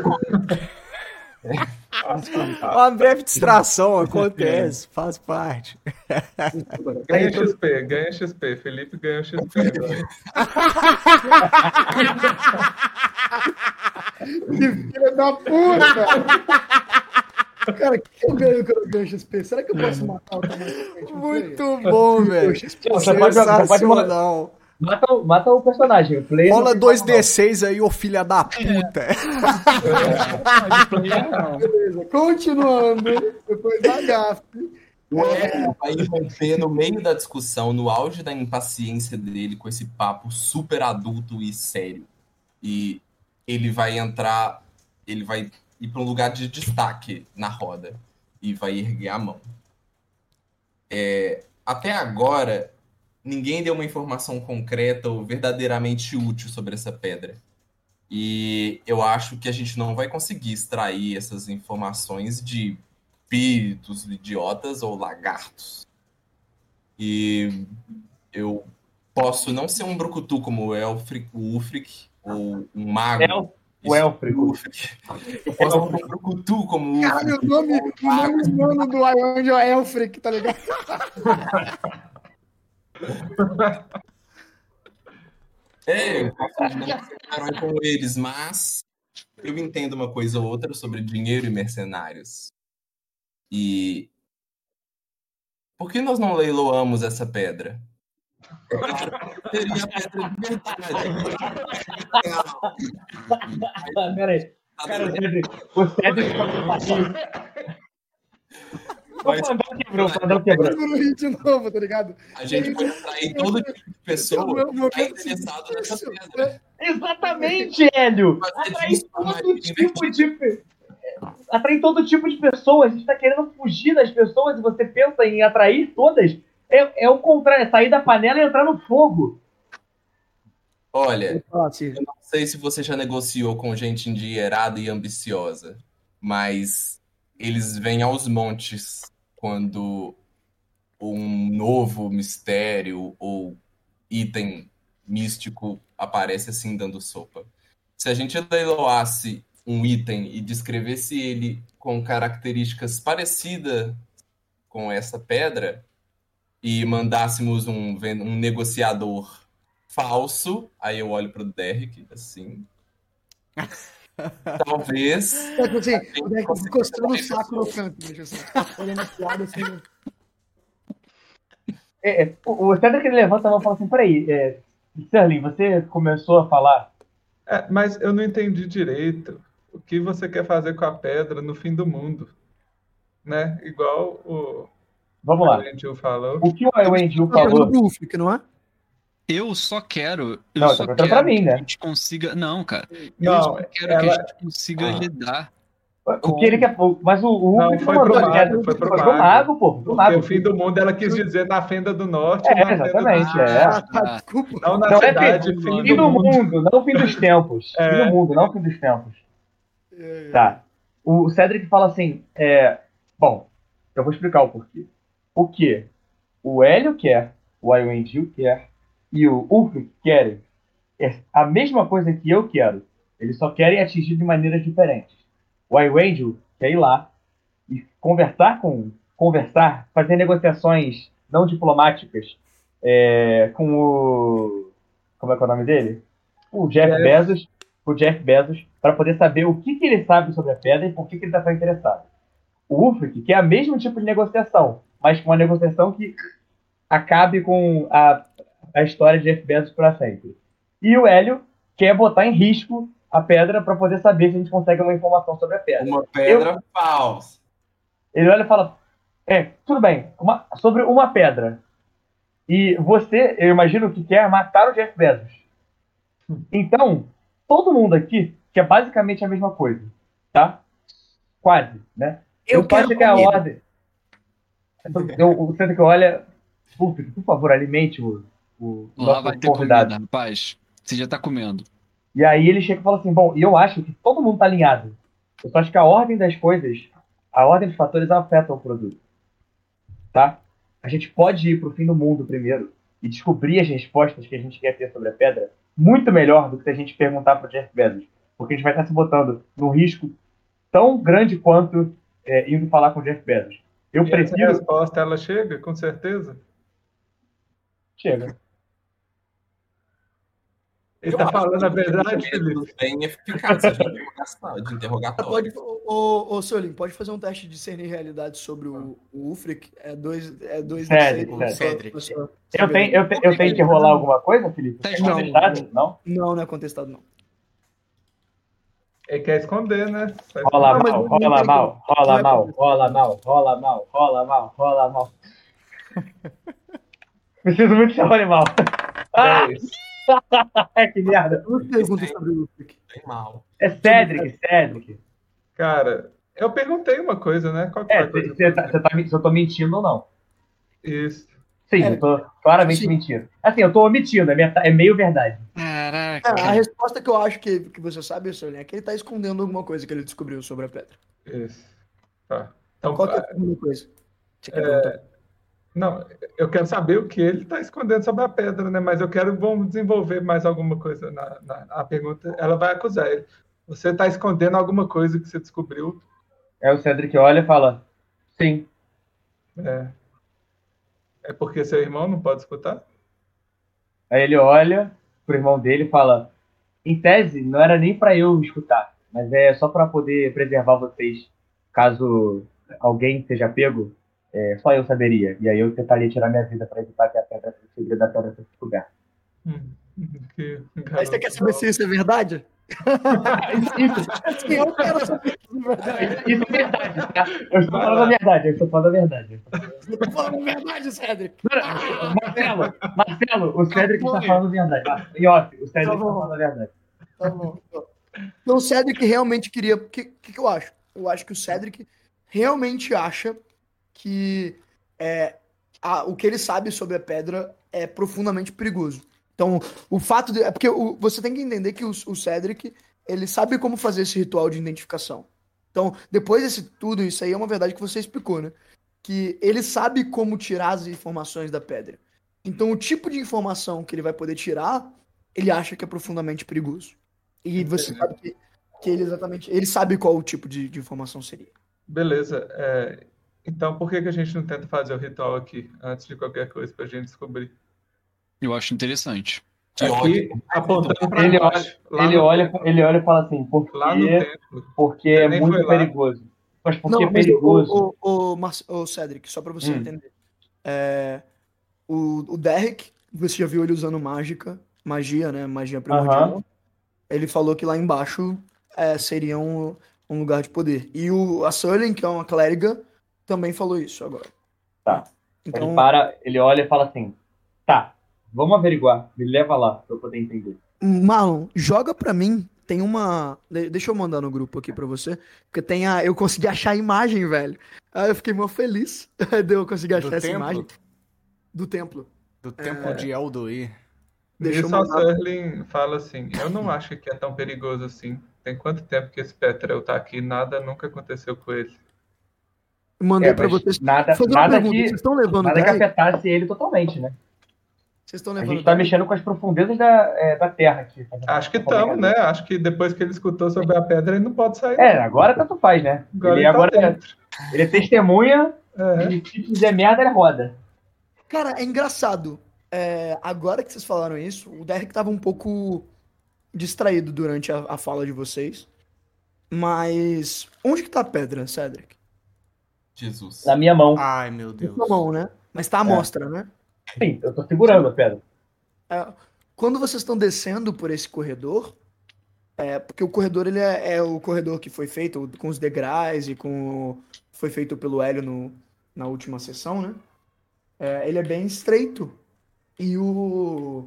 Uma breve distração acontece, faz parte. Ganha X P, ganha X P. Felipe ganha X P agora. Que filha da puta! Cara, o que eu ganho quando eu ganho X P? Será que eu posso matar o tamanho? Muito bom, velho. X P. Você pode- você pode- Sensacional. Mata, o- mata o personagem. O player não Rola tem dois como, não. D seis aí, ô filha da puta. Beleza, continuando. Depois da gafe. O Elfo vai irromper no meio da discussão, no auge da impaciência dele, com esse papo super adulto e sério. E ele vai entrar, ele vai ir para um lugar de destaque na roda e vai erguer a mão. É, até agora, ninguém deu uma informação concreta ou verdadeiramente útil sobre essa pedra. E eu acho que a gente não vai conseguir extrair essas informações de espíritos, idiotas ou lagartos. E eu posso não ser um brucutu como o Elfric, o Ulfric, ou um mago. El- o Elfric. Ulfric. Eu posso ser um brucutu como o Caralho, Ulfric. o nome, o nome humano do Ion é Elfric, tá ligado? É, eu posso não ser um herói como eles, mas eu entendo uma coisa ou outra sobre dinheiro e mercenários. E por que nós não leiloamos essa pedra? Claro, seria a pedra de verdade. Ah, peraí. Cara, o Cedric, o Cedric tá no barril. O Mas Fandão quebrou, o Fandão quebrou. Eu no Rio de novo, tá ligado? a gente pode atrair todo tipo de pessoa Meu- meu que está medo é interessado nessa isso. pedra. Exatamente, Hélio! Fazer Atrai disso todo uma tipo de. pe- Atrai todo tipo de pessoas. A gente tá querendo fugir das pessoas e você pensa em atrair todas. É, é o contrário, é sair da panela e entrar no fogo. Olha, Ah, sim. eu não sei se você já negociou com gente endinheirada e ambiciosa, mas eles vêm aos montes quando um novo mistério ou item místico aparece assim dando sopa. Se a gente leiloasse um item e descrevesse ele com características parecidas com essa pedra e mandássemos um, um negociador falso, aí eu olho pro Derek, assim... Talvez. É, tipo assim, o Derek encostando o saco no canto, deixa assim. Olhando a piada assim. É, é, o o Cedric ele levanta a mão e fala assim: peraí, é, Sterling, você começou a falar. É, mas eu não entendi direito o que você quer fazer com a pedra no fim do mundo. Né? Igual o. Vamos lá. O Andrew falou. O que o Andrew Tá falou. do Ufric, não é? Eu só quero. Eu Não, só tá quero pra mim, que né? a gente consiga. Não, cara. Não, eu só quero ela- que a gente consiga Ah. lidar. O que ele quer. Mas o, o Não, Ufric foi não pro mandou mago, direto. foi pro Foi mago. pro mago, pô. Pro Porque mago. o fim do mundo ela quis dizer na fenda do norte. É, ou na fenda do exatamente, sul. é. Ah, tá, desculpa. Não na Não é cidade, fim, fim fim do do mundo. mundo, não fim dos tempos. É. Fim do mundo, não fim dos tempos. É, é. Tá. O Cedric fala assim: é, bom, eu vou explicar o porquê. O que o Hélio quer, o Iwendil quer e o Ulfric querem é a mesma coisa que eu quero. Eles só querem atingir de maneiras diferentes. O Iwendil quer ir lá e conversar com. Conversar, fazer negociações não diplomáticas é, com o. Como é que é o nome dele? O Jeff Jeff. Bezos. O Jeff Bezos, para poder saber o que, que ele sabe sobre a pedra e por que, que ele está tão interessado. O Ulfric quer o mesmo tipo de negociação, mas com uma negociação que acabe com a, a história de Jeff Bezos para sempre. E o Hélio quer botar em risco a pedra para poder saber se a gente consegue uma informação sobre a pedra. Uma pedra falsa. Ele olha e fala: é, tudo bem, uma- sobre uma pedra. E você, eu imagino que quer matar o Jeff Bezos. Então, todo mundo aqui quer basicamente a mesma coisa, tá? Quase, né? Eu só quero acho que a comer. ordem... Eu, o Cedric olha... Por, por favor, alimente o, o Lá nosso vai ter convidado. comida, rapaz. Você já tá comendo. E aí ele chega e fala assim: bom, e eu acho que todo mundo tá alinhado. Eu só acho que a ordem das coisas, a ordem dos fatores afeta o produto. Tá? A gente pode ir pro fim do mundo primeiro e descobrir as respostas que a gente quer ter sobre a pedra muito melhor do que se a gente perguntar pro Jeff Bezos. Porque a gente vai estar se botando num risco tão grande quanto é, indo falar com o Jeff Bezos. Eu E essa prefiro... resposta ela chega, com certeza. Chega. Ele Eu tá acho falando que a verdade, métodos Felipe. bem eficazes de interrogação- de interrogatório. Pode, ô, ô, Solim, pode fazer um teste de discernir realidade sobre o, o Ufric? É dois, é dois Cedric, não sei, Cedric. só- só- Eu tenho, eu, te- eu tenho que rolar alguma coisa, Felipe? Tá É escondido. contestado? Não? Não, não é contestado, não. Ele quer esconder, né? Sai Rola Não, mas mal, não rola tem mal, como. rola Não é mal, como. rola mal, rola mal, rola mal, rola mal. Preciso muito que você role mal. Ah, dez. que merda. Duas perguntas sobre o Ufric. Bem mal. É Cedric, Cedric. Cara, eu perguntei uma coisa, né? Qual que foi É, a coisa? que você eu tá, cê tá, me- se eu tô mentindo ou não. Isso. Sim, É, eu tô claramente sim. mentindo. Assim, eu tô omitindo, é, meta- é meio verdade. Caraca. É, a resposta que eu acho que, que você sabe, Solim, é que ele tá escondendo alguma coisa que ele descobriu sobre a pedra. Isso. Tá. Então, Qual que é a segunda coisa? Você quer perguntar? não, eu quero saber o que ele está escondendo sobre a pedra, né? Mas eu quero, vamos desenvolver mais alguma coisa na, na a pergunta. Ela vai acusar ele. Você está escondendo alguma coisa que você descobriu? Aí o Cedric olha e fala: sim. É, é porque seu irmão não pode escutar? Aí ele olha pro irmão dele e fala: em tese, não era nem pra eu escutar, mas é só pra poder preservar vocês. Caso alguém seja pego, é, só eu saberia. E aí eu tentaria tirar minha vida pra evitar que a pedra, o segredo da pedra seja descoberto. Hum, que Aí você quer saber se isso é verdade? Sim, eu quero saber se isso é verdade. Isso é verdade, tá? Eu estou falando a verdade, eu estou falando a verdade. Eu tô falando a verdade, Cedric. Marcelo, Marcelo, o Cedric está falando a verdade. Ah, em off, o Cedric Tá está bom. falando a verdade. Tá bom. Então o Cedric realmente queria. O que, que, que eu acho? Eu acho que o Cedric realmente acha que é, a- o que ele sabe sobre a pedra é profundamente perigoso. Então, o fato de. É porque o- você tem que entender que o, o Cedric ele sabe como fazer esse ritual de identificação. Então, depois desse tudo, isso aí é uma verdade que você explicou, né? Que ele sabe como tirar as informações da pedra. Então, o tipo de informação que ele vai poder tirar, ele acha que é profundamente perigoso. E você Entendi. sabe que, que ele exatamente... Ele sabe qual o tipo de, de informação seria. Beleza. É, então, por que que a gente não tenta fazer o ritual aqui, antes de qualquer coisa, pra gente descobrir? Eu acho interessante. Que Aqui, ódio. apontando pra Ele baixo. olha, Lá ele, no olha, templo. ele olha e fala assim, por Lá no quê? templo. Porque Ele é nem muito foi lá. perigoso. Mas por que Não, é mas perigoso? o, o, o, Marce- o Cedric, só pra você Hum. entender. É, o, o Derek, você já viu ele usando mágica, magia, né? Magia primordial. Aham. Ele falou que lá embaixo é, seria um, um lugar de poder. E o, a Sullen, que é uma clériga, também falou isso agora. Tá. Então, Ele para, ele olha e fala assim, tá, vamos averiguar, me leva lá pra eu poder entender. Marlon, joga pra mim. Tem uma. de- Deixa eu mandar no grupo aqui pra você. Porque tem a. Eu consegui achar a imagem, velho. Aí eu fiquei mó feliz de eu conseguir achar Do essa templo? imagem. Do templo. Do templo de Eldoir. Deixa eu Nisso a mandar. Serling fala assim, eu não acho que é tão perigoso assim. Tem quanto tempo que esse Petrel tá aqui, nada nunca aconteceu com ele. Mandei É, pra mas vocês. nada, Vou fazer uma nada pergunta. que, Vocês estão levando nada que Derek? afetasse ele totalmente, né? Vocês estão A levando gente tá Derek? mexendo com as profundezas da, é, da Terra aqui. Acho que Pra poder estamos, caber. né? Acho que depois que ele escutou sobre a pedra, ele não pode sair. É, não. agora tanto faz, né? Agora ele ele tá agora é, dentro. ele é testemunha É. e se fizer merda, ele roda. Cara, é engraçado. É, agora que vocês falaram isso, o Derek tava um pouco distraído durante a, a fala de vocês. Mas onde que tá a pedra, Cedric? Jesus. Na minha mão. Ai, meu Deus. Na mão, né? Mas tá à mostra, né? Sim, eu tô segurando a pedra. É, quando vocês estão descendo por esse corredor, é, porque o corredor ele é, é o corredor que foi feito com os degraus e com o- foi feito pelo Hélio no, na última sessão, né? É, ele é bem estreito e o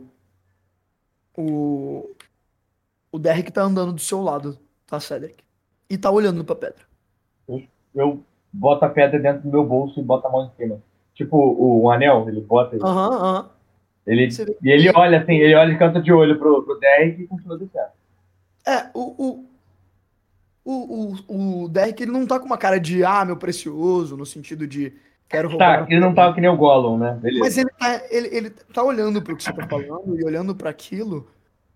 o o Derek tá andando do seu lado, tá, Cedric? E tá olhando pra pedra. Eu boto a pedra dentro do meu bolso e boto a mão em cima. Tipo o, o anel, ele bota. Aham, aham. Ele, Você vê e ele que- olha assim, ele olha de canto de olho pro, pro Derek e continua descendo. É, o, o, o, o, o Derek ele não tá com uma cara de ah, meu precioso, no sentido de quero roubar. Tá, ele não tava que nem o Gollum, né? Beleza. Mas ele tá, ele, ele tá olhando pro que você tá falando e olhando pra aquilo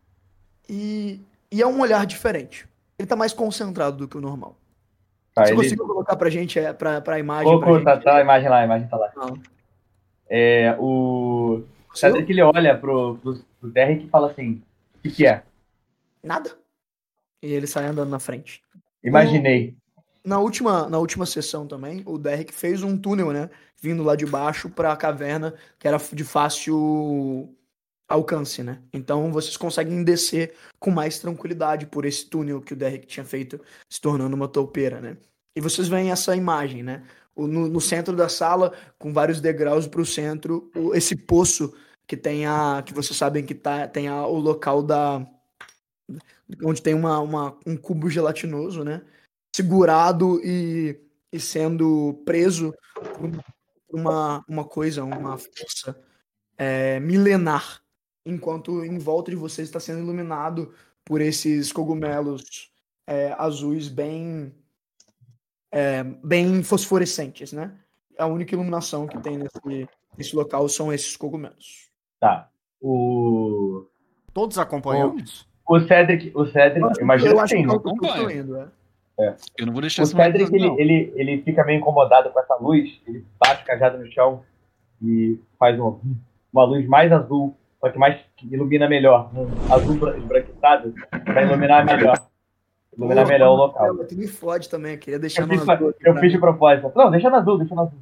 e, e é um olhar diferente. Ele tá mais concentrado do que o normal. Tá, Você ele conseguiu colocar pra gente, é, pra, pra imagem, colocou, pra tá, gente? tá a imagem lá, a imagem tá lá. Não. É, o Conseguiu? Cedric ele olha pro, pro, pro Derek e fala assim, o que que é? Nada. E ele sai andando na frente. Imaginei. Na última, na última sessão também, o Derek fez um túnel, né? Vindo lá de baixo pra caverna, que era de fácil alcance, né? Então vocês conseguem descer com mais tranquilidade por esse túnel que o Derek tinha feito, se tornando uma toupeira, né? E vocês veem essa imagem, né? O- No, no centro da sala, com vários degraus pro centro, o- esse poço que tem a. Que vocês sabem que tá, tem a, o local da. Onde tem uma, uma, um cubo gelatinoso, né? Segurado e, e sendo preso por uma, uma coisa, uma força é, milenar. Enquanto em volta de vocês está sendo iluminado por esses cogumelos é, azuis bem, é, bem fosforescentes, né? A única iluminação que tem nesse, nesse local são esses cogumelos. Tá. O, Todos acompanhamos? o Cedric, o Cedric, eu imagino eu que acho sim, que né? é o que eu tô Acompanha. indo, é. Eu não vou deixar O esse moleque Cedric, ele, não. ele, ele fica meio incomodado com essa luz, ele bate o cajado no chão e faz uma, uma luz mais azul, só que mais que ilumina melhor, um azul bran- esbranquiçado, pra iluminar melhor. Iluminar melhor o local. Tu me fode também, eu queria deixar Eu no fiz, azul aqui eu pra fiz de mim. propósito. Não, deixa no azul, deixa no azul.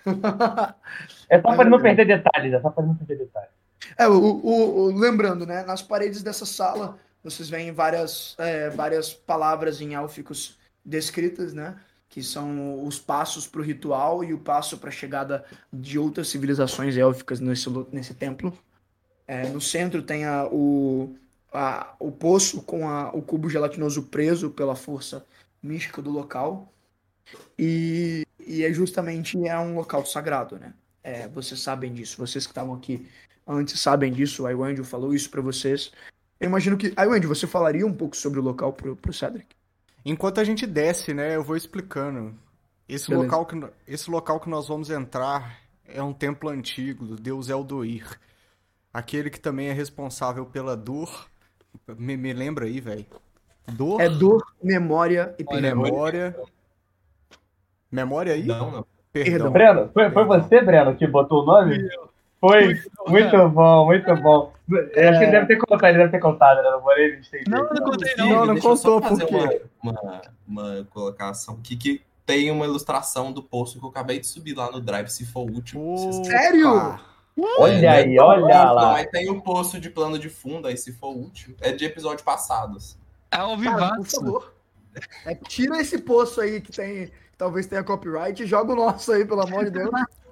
É só Mas pra ele não beleza. perder detalhes, é só pra ele não perder detalhes. É, o, o- o- lembrando, né? Nas paredes dessa sala, vocês veem várias, é, várias palavras em élficos descritas, né? Que são os passos para o ritual e o passo para a chegada de outras civilizações élficas nesse, lu- nesse templo. É, no centro tem a, o, a- o poço com a- o cubo gelatinoso preso pela força mística do local. E, e é justamente é um local sagrado, né? É, vocês sabem disso. Vocês que estavam aqui antes sabem disso. A Iwendel falou isso pra vocês. Eu imagino que... A Iwendel, você falaria um pouco sobre o local pro, pro Cedric? Enquanto a gente desce, né, eu vou explicando. Esse Beleza. local, que, no- esse local que nós vamos entrar é um templo antigo do deus Eldoir. Aquele que também é responsável pela dor. Me, me lembra aí, velho. Dor. É dor, memória e Olha, perdão. memória. Memória aí? Não, não. Perdão. Perdão. Breno, foi, foi Perdão. você, Breno, que botou o nome? Foi. Muito bom, muito bom. Eu acho que ele deve ter contado, ele deve ter contado, né? Não vou nem estender. Não, eu não contei não. Não, não Deixa eu só contou, por fazer quê? Uma, uma, uma colocação aqui que tem uma ilustração do poço que eu acabei de subir lá no Drive, se for útil. Vocês- Sério? Olha É, aí, não é olha amplo, lá. Mas tem o poço de plano de fundo aí, se for útil. É de episódio passados. É ao Cara, por vivaço. favor. É, tira esse poço aí que tem, que talvez tenha copyright e joga o nosso aí, pelo amor de Deus.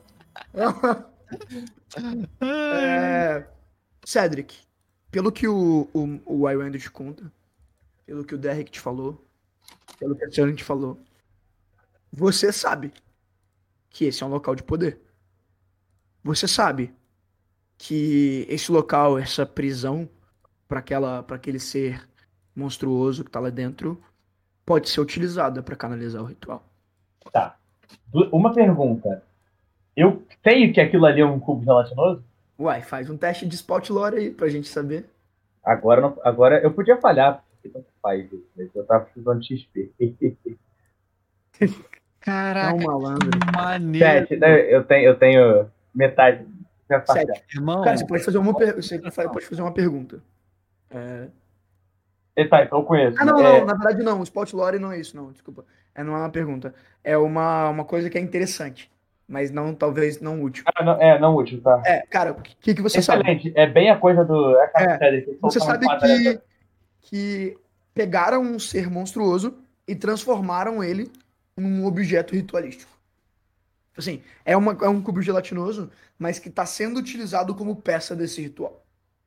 É, Cedric, pelo que o, o, o Wyrando te conta, pelo que o Derek te falou, pelo que a Sharon te falou, você sabe que esse é um local de poder. Você sabe que esse local, essa prisão para aquela, para aquele ser monstruoso que tá lá dentro, pode ser utilizada para canalizar o ritual. Tá. Du- Uma pergunta. Eu sei que aquilo ali é um cubo gelatinoso? Uai, faz um teste de spot lore aí pra gente saber. Agora, não- agora eu podia falhar, porque tanto faz isso, mas eu tava precisando de X P. É Caraca, um malandro. que maneiro. Sete, né? Eu tenho, eu tenho metade. Já Sete. falhar. Irmão, Cara, você pode fazer uma, per... você pode fazer uma pergunta. É... E tá, então eu conheço. Ah, não, É, não, na verdade não. O spot lore não é isso, não, desculpa. É, não é uma pergunta. É uma, uma coisa que é interessante, mas não, talvez não útil. ah, não, é, não útil, tá. É, cara, o que, que você sabe? Excelente. É bem a coisa do. É, É, série, que Você solta sabe uma quadrada. que, que pegaram um ser monstruoso e transformaram ele num objeto ritualístico. Assim, é, uma, é um cubo gelatinoso, mas que está sendo utilizado como peça desse ritual.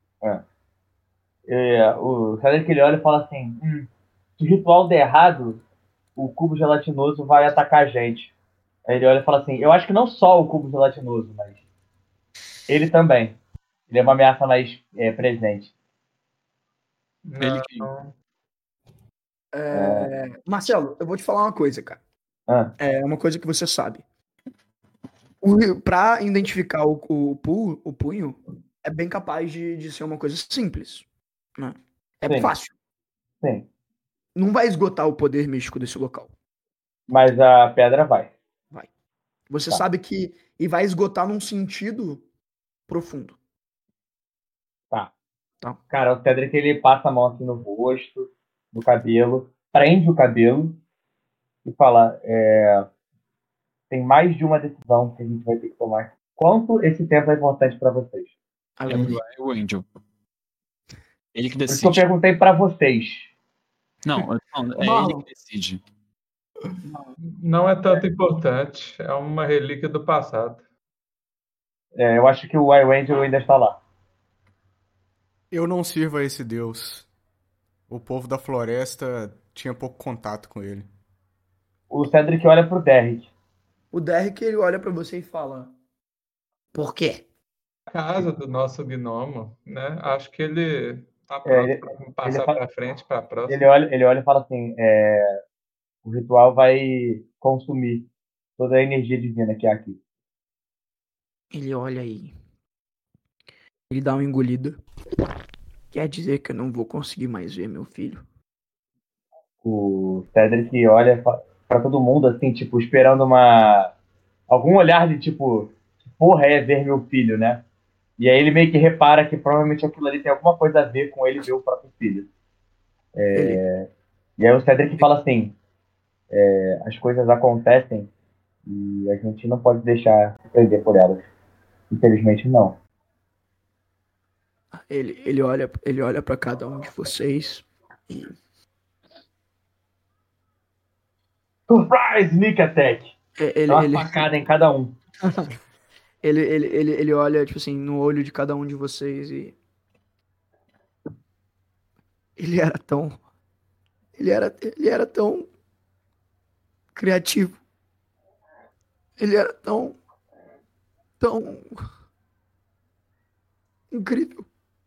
É, o Cedric ele olha e fala assim: hum, se o ritual der errado, o cubo gelatinoso vai atacar a gente. Aí ele olha e fala assim: eu acho que não só o cubo gelatinoso, mas ele também. Ele é uma ameaça mais é, presente. Ele Não. É, Marcelo, eu vou te falar uma coisa, cara. Ah, É uma coisa que você sabe. Para identificar o, o, pu- o punho, é bem capaz de, de ser uma coisa simples. Né? É Sim. fácil. sim. Não vai esgotar o poder místico desse local. Mas a pedra vai. Você Tá. sabe que. E vai esgotar num sentido profundo. Tá. Tá. Cara, o Cedric ele passa a mão assim no rosto, no cabelo, prende o cabelo e fala: é, tem mais de uma decisão que a gente vai ter que tomar. Quanto esse tempo é importante pra vocês? Aí, é o Angel. Ele que Por isso que eu decide. perguntei pra vocês. Não, não, é Marlon. ele que decide. Não é tanto importante. É uma relíquia do passado. É, eu acho que o Iwangel ainda está lá. Eu não sirvo a esse deus. O povo da floresta tinha pouco contato com ele. O Cedric olha pro Derrick. o Derek ele olha pra você e fala: Por quê? Casa do nosso gnomo, né? Acho que ele tá É, pronto ele- para passar ele fa- para frente, para a próxima. Ele olha, ele olha e fala assim: é, o ritual vai consumir toda a energia divina que há aqui. Ele olha aí. Ele dá uma engolida. Quer dizer que eu não vou conseguir mais ver meu filho? O Cedric olha fa- pra todo mundo assim, tipo, esperando uma algum olhar de tipo, que porra é ver meu filho, né? E aí ele meio que repara que provavelmente aquilo ali tem alguma coisa a ver com ele ver o próprio filho. Ele, E aí o Cedric fala assim: é, as coisas acontecem e a gente não pode deixar se perder por elas. Infelizmente não. ele, ele olha, ele olha para cada um de vocês e Surprise, Sneak Attack! é, ele, Dá uma ele, facada em cada um. ele, ele, ele, ele olha, tipo assim, no olho de cada um de vocês e ele era tão, ele era, ele era tão criativo. Ele era tão, tão incrível.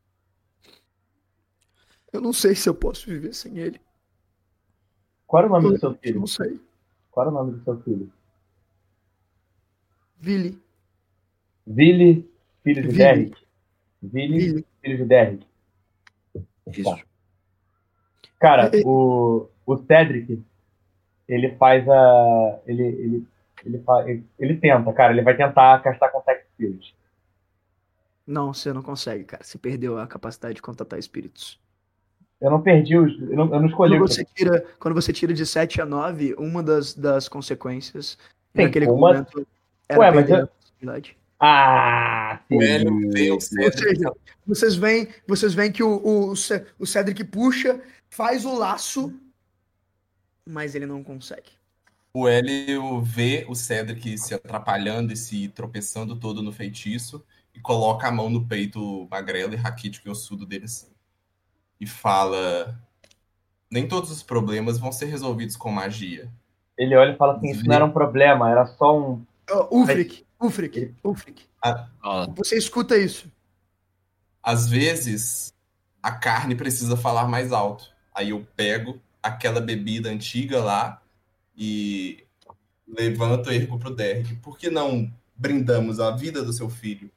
Eu não sei se eu posso viver sem ele. Qual era o nome Eu do seu filho? não sei. Qual era o nome do seu filho? Vili. Vili, filho de Vili. Derrick? Vili, filho de Derek. Isso. Tá. Cara, o, o Cedric, ele faz a. Ele, ele, ele, fa, ele, ele tenta, cara. Ele vai tentar castar Contact Spirit. Não, você não consegue, cara. Você perdeu a capacidade de contatar espíritos. Eu não perdi os. Eu não, eu não escolhi Quando o você, tira, quando você tira de sete a nove, uma das, das consequências Tem naquele uma- momento era Ué, mas perder eu- a possibilidade. Ah, O Hélio vê o Ou Cedric. seja, vocês veem, vocês veem que o, o, o Cedric puxa, faz o laço, mas ele não consegue. O Hélio vê o Cedric se atrapalhando e se tropeçando todo no feitiço e coloca a mão no peito magrelo e raquítico e ossudo dele assim. E fala: nem todos os problemas vão ser resolvidos com magia. Ele olha e fala assim: isso não era um problema, era só um. Oh, Ulfric, Ulfric, Ulfric. Ó, Você escuta isso. Às vezes, a carne precisa falar mais alto. Aí eu pego aquela bebida antiga lá e levanto e ergo pro Derek. Por que não brindamos a vida do seu filho?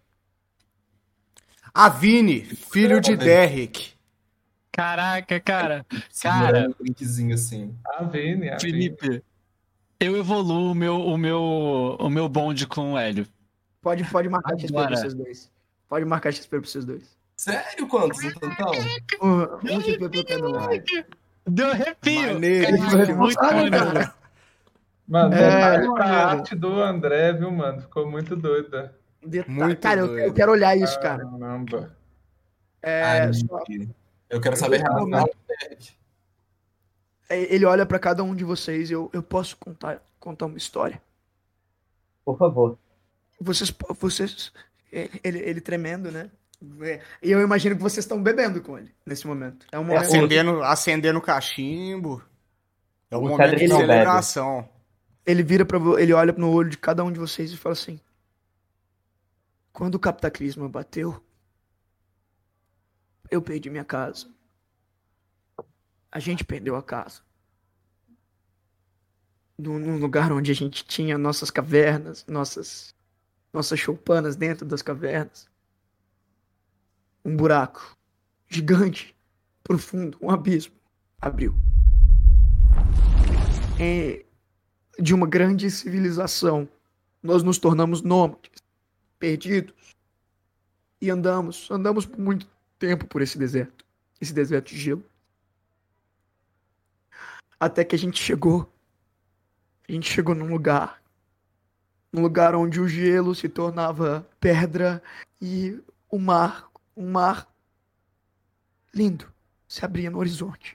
A Vini, filho de Derek. Caraca, cara. Segurando Cara, um drinkzinho assim. A Vini, a Vini. Felipe, eu evoluo o meu, o meu, o meu bonde com o Hélio. Pode, pode marcar X P pra Agora. vocês dois. Pode marcar X P pra vocês dois. Sério? Quantos, então? Um, um X P pra cada um. Deu arrepio. Maneiro. Caraca, muito Ah, maneiro. cara. Mano, É, detalhe pra maneiro. arte do André, viu, mano? Ficou muito doida. Deta- Muito cara, eu, doido. eu quero olhar isso, cara. Caramba. É, Ai, só- eu quero saber a relação do Derek. é, ele olha pra cada um de vocês e eu, eu posso contar, contar uma história. Por favor. Vocês, vocês ele, ele tremendo, né? É, E eu imagino que vocês estão bebendo com ele nesse momento. É um momento. Acendendo, acendendo o cachimbo. É o, O momento Cedric de não bebe. celebração. Ele vira para ele olha no olho de cada um de vocês e fala assim: quando o cataclisma bateu, eu perdi minha casa. A gente perdeu a casa. Num, num lugar onde a gente tinha nossas cavernas, nossas nossas choupanas dentro das cavernas. Um buraco gigante, profundo, um abismo abriu. É, de uma grande civilização, nós nos tornamos nômades, perdidos, e andamos, andamos por muito tempo por esse deserto, esse deserto de gelo. Até que a gente chegou, a gente chegou num lugar, num lugar onde o gelo se tornava pedra e o mar, um mar lindo se abria no horizonte.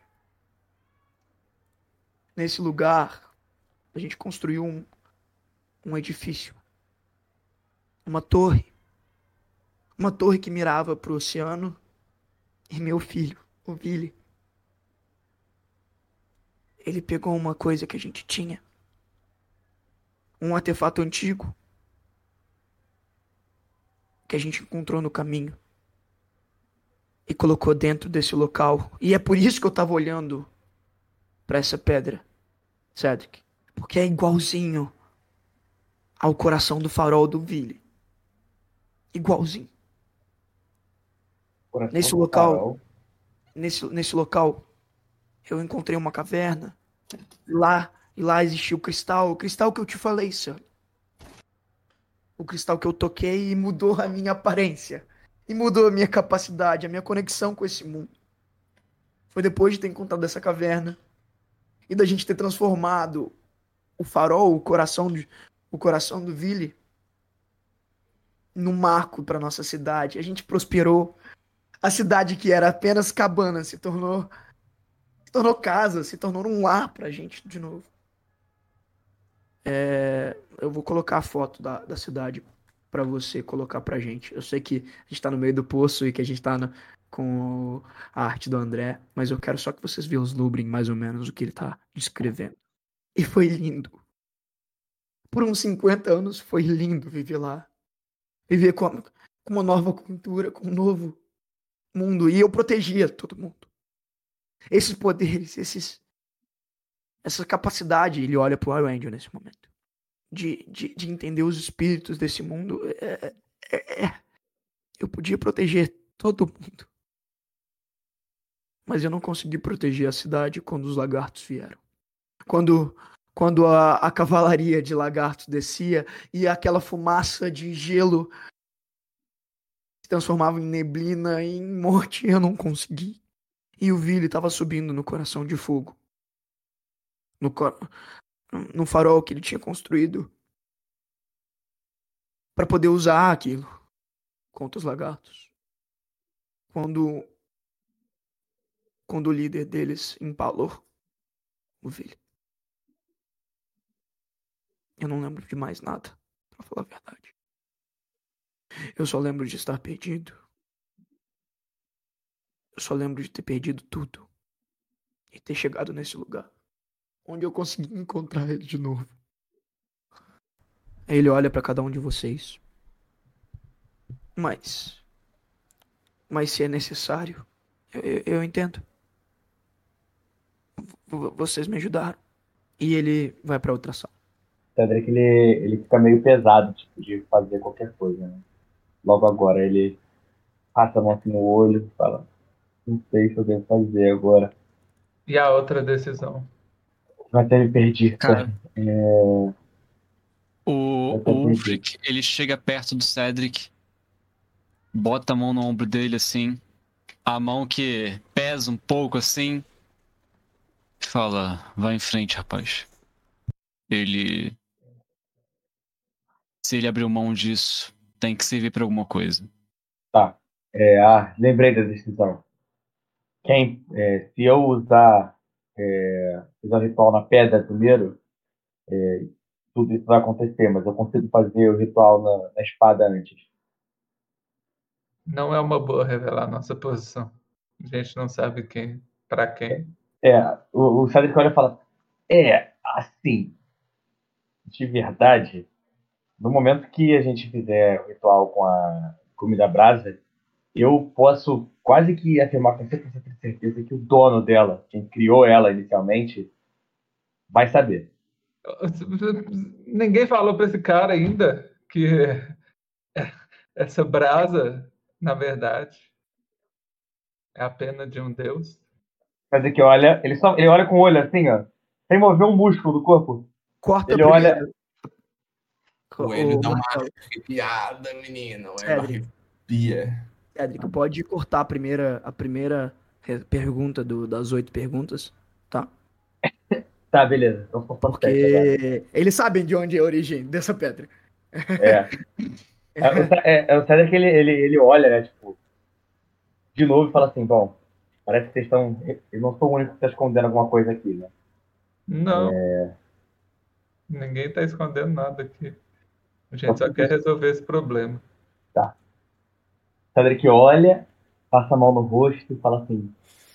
Nesse lugar, a gente construiu um, um edifício, uma torre, uma torre que mirava para o oceano, e meu filho, o Vili, ele pegou uma coisa que a gente tinha, um artefato antigo, que a gente encontrou no caminho, e colocou dentro desse local. E é por isso que eu tava olhando para essa pedra, Cedric, porque é igualzinho ao coração do farol do Vili. Igualzinho. Coração Nesse do local, farol. nesse, nesse local, eu encontrei uma caverna. Lá, e lá existia o cristal, o cristal que eu te falei, senhor. O cristal que eu toquei e mudou a minha aparência. E mudou a minha capacidade, a minha conexão com esse mundo. Foi depois de ter encontrado essa caverna e da gente ter transformado o farol, o coração, de, o coração do Vili, num marco para nossa cidade. A gente prosperou. A cidade que era apenas cabana se tornou, se tornou casa, se tornou um lar pra gente de novo. É, eu vou colocar a foto da, da cidade pra você colocar pra gente. Eu sei que a gente tá no meio do poço e que a gente tá no, com a arte do André, mas eu quero só que vocês vislumbrem mais ou menos o que ele tá descrevendo. E foi lindo. Por uns cinquenta anos foi lindo viver lá. Viver com, a, com uma nova cultura, com um novo mundo. E eu protegia todo mundo. Esses poderes, esses, essa capacidade, ele olha pro Arangel nesse momento. De, de, de entender os espíritos desse mundo é, é, é, Eu podia proteger todo mundo. Mas eu não consegui proteger a cidade quando os lagartos vieram. Quando, quando a, a cavalaria de lagartos descia e aquela fumaça de gelo se transformava em neblina e em morte, eu não consegui. E o Vili estava subindo no coração de fogo. No, no farol que ele tinha construído. Para poder usar aquilo contra os lagartos. Quando, quando o líder deles empalou o Vili. Eu não lembro de mais nada, pra falar a verdade. Eu só lembro de estar perdido. Eu só lembro de ter perdido tudo. E ter chegado nesse lugar. Onde eu consegui encontrar ele de novo. Aí ele olha pra cada um de vocês. Mas... Mas se é necessário, eu, eu, eu entendo. V- vocês me ajudaram. E ele vai pra outra sala. O Cedric, ele, ele fica meio pesado, tipo, de fazer qualquer coisa, né? Logo agora, ele passa a mão assim no olho e fala, não sei se eu devo fazer agora. E a outra decisão? Vai ter me perdido. Cara, É... o, Eu tô o perdido. Ulfric, ele chega perto do Cedric, bota a mão no ombro dele assim, a mão que pesa um pouco assim, e fala, vai em frente, rapaz. Ele... Se ele abriu mão disso, tem que servir pra alguma coisa. Tá. É, ah, lembrei da decisão. Quem, é, se eu usar, é, usar o ritual na pedra primeiro, é, tudo isso vai acontecer, mas eu consigo fazer o ritual na, na espada antes. Não é uma boa revelar nossa posição. A gente não sabe quem, pra quem. É, o, o Cedric olha e fala, é, assim, de verdade, no momento que a gente fizer o ritual com a comida brasa, eu posso quase que afirmar com cem por cento de certeza que o dono dela, quem criou ela inicialmente, vai saber. Ninguém falou pra esse cara ainda que essa brasa, na verdade, é a pena de um deus. Quer dizer que olha, ele, só, ele olha com o olho assim, ó, sem mover um músculo do corpo. Corta Ele primeiro. olha, O Hélio dá uma Marcelo. arrepiada, menino. O Hélio Cedric. arrepia. Cedric, pode cortar a primeira, a primeira re- pergunta do- das oito perguntas, tá? tá, beleza, então só sete agora. Porque eles sabem de onde é a origem dessa pedra. É. É, o Ce- é, é o Cedric que ele, ele, ele olha, né, tipo, de novo e fala assim, bom, parece que vocês estão, eu não sou o único que está escondendo alguma coisa aqui, né? Não. Ninguém tá escondendo nada aqui. A gente só Só quer resolver esse problema. Tá. Cedric olha, passa a mão no rosto e fala assim,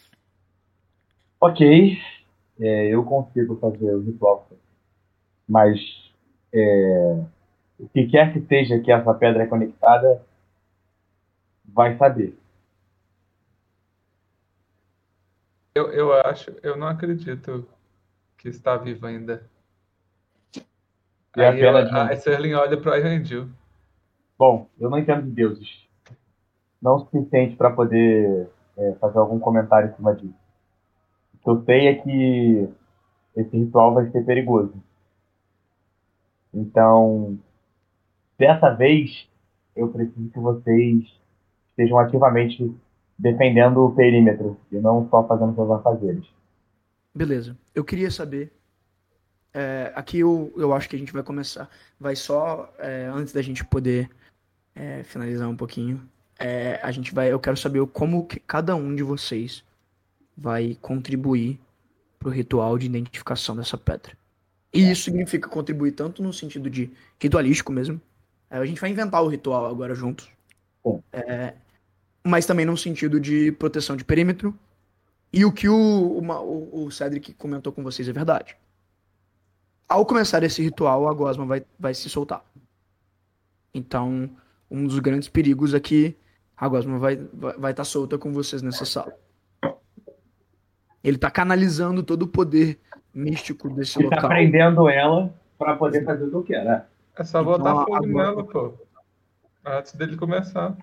ok, é, eu consigo fazer o ritual, mas é, o que quer que seja que essa pedra é conectada, vai saber. Eu, eu acho, eu não acredito que está vivo ainda. E é Aí eu, apenas de um- a Serling olha pro Irandil. Bom, eu não entendo de deuses. Não o suficiente para poder é, fazer algum comentário em cima disso. O que eu sei é que esse ritual vai ser perigoso. Então, dessa vez, eu preciso que vocês estejam ativamente defendendo o perímetro e não só fazendo seus afazeres. Beleza. Eu queria saber. é, aqui eu, eu acho que a gente vai começar. Vai só, é, antes da gente poder é, finalizar um pouquinho. é, a gente vai. Eu quero saber como que cada um de vocês vai contribuir pro ritual de identificação dessa pedra. E isso significa contribuir tanto no sentido de ritualístico mesmo. é, a gente vai inventar o ritual agora juntos. Sim. É, mas também no sentido de proteção de perímetro. E o que o, uma- o, o Cedric comentou com vocês é verdade. Ao começar esse ritual, a gosma vai, vai se soltar. Então, um dos grandes perigos é que a gosma vai estar vai, vai tá solta com vocês nessa sala. Ele tá canalizando todo o poder místico desse Ele tá local. prendendo ela para poder fazer o que eu quero, né? É só Então, botar a- fogo agora- nela, pô. Antes dele começar.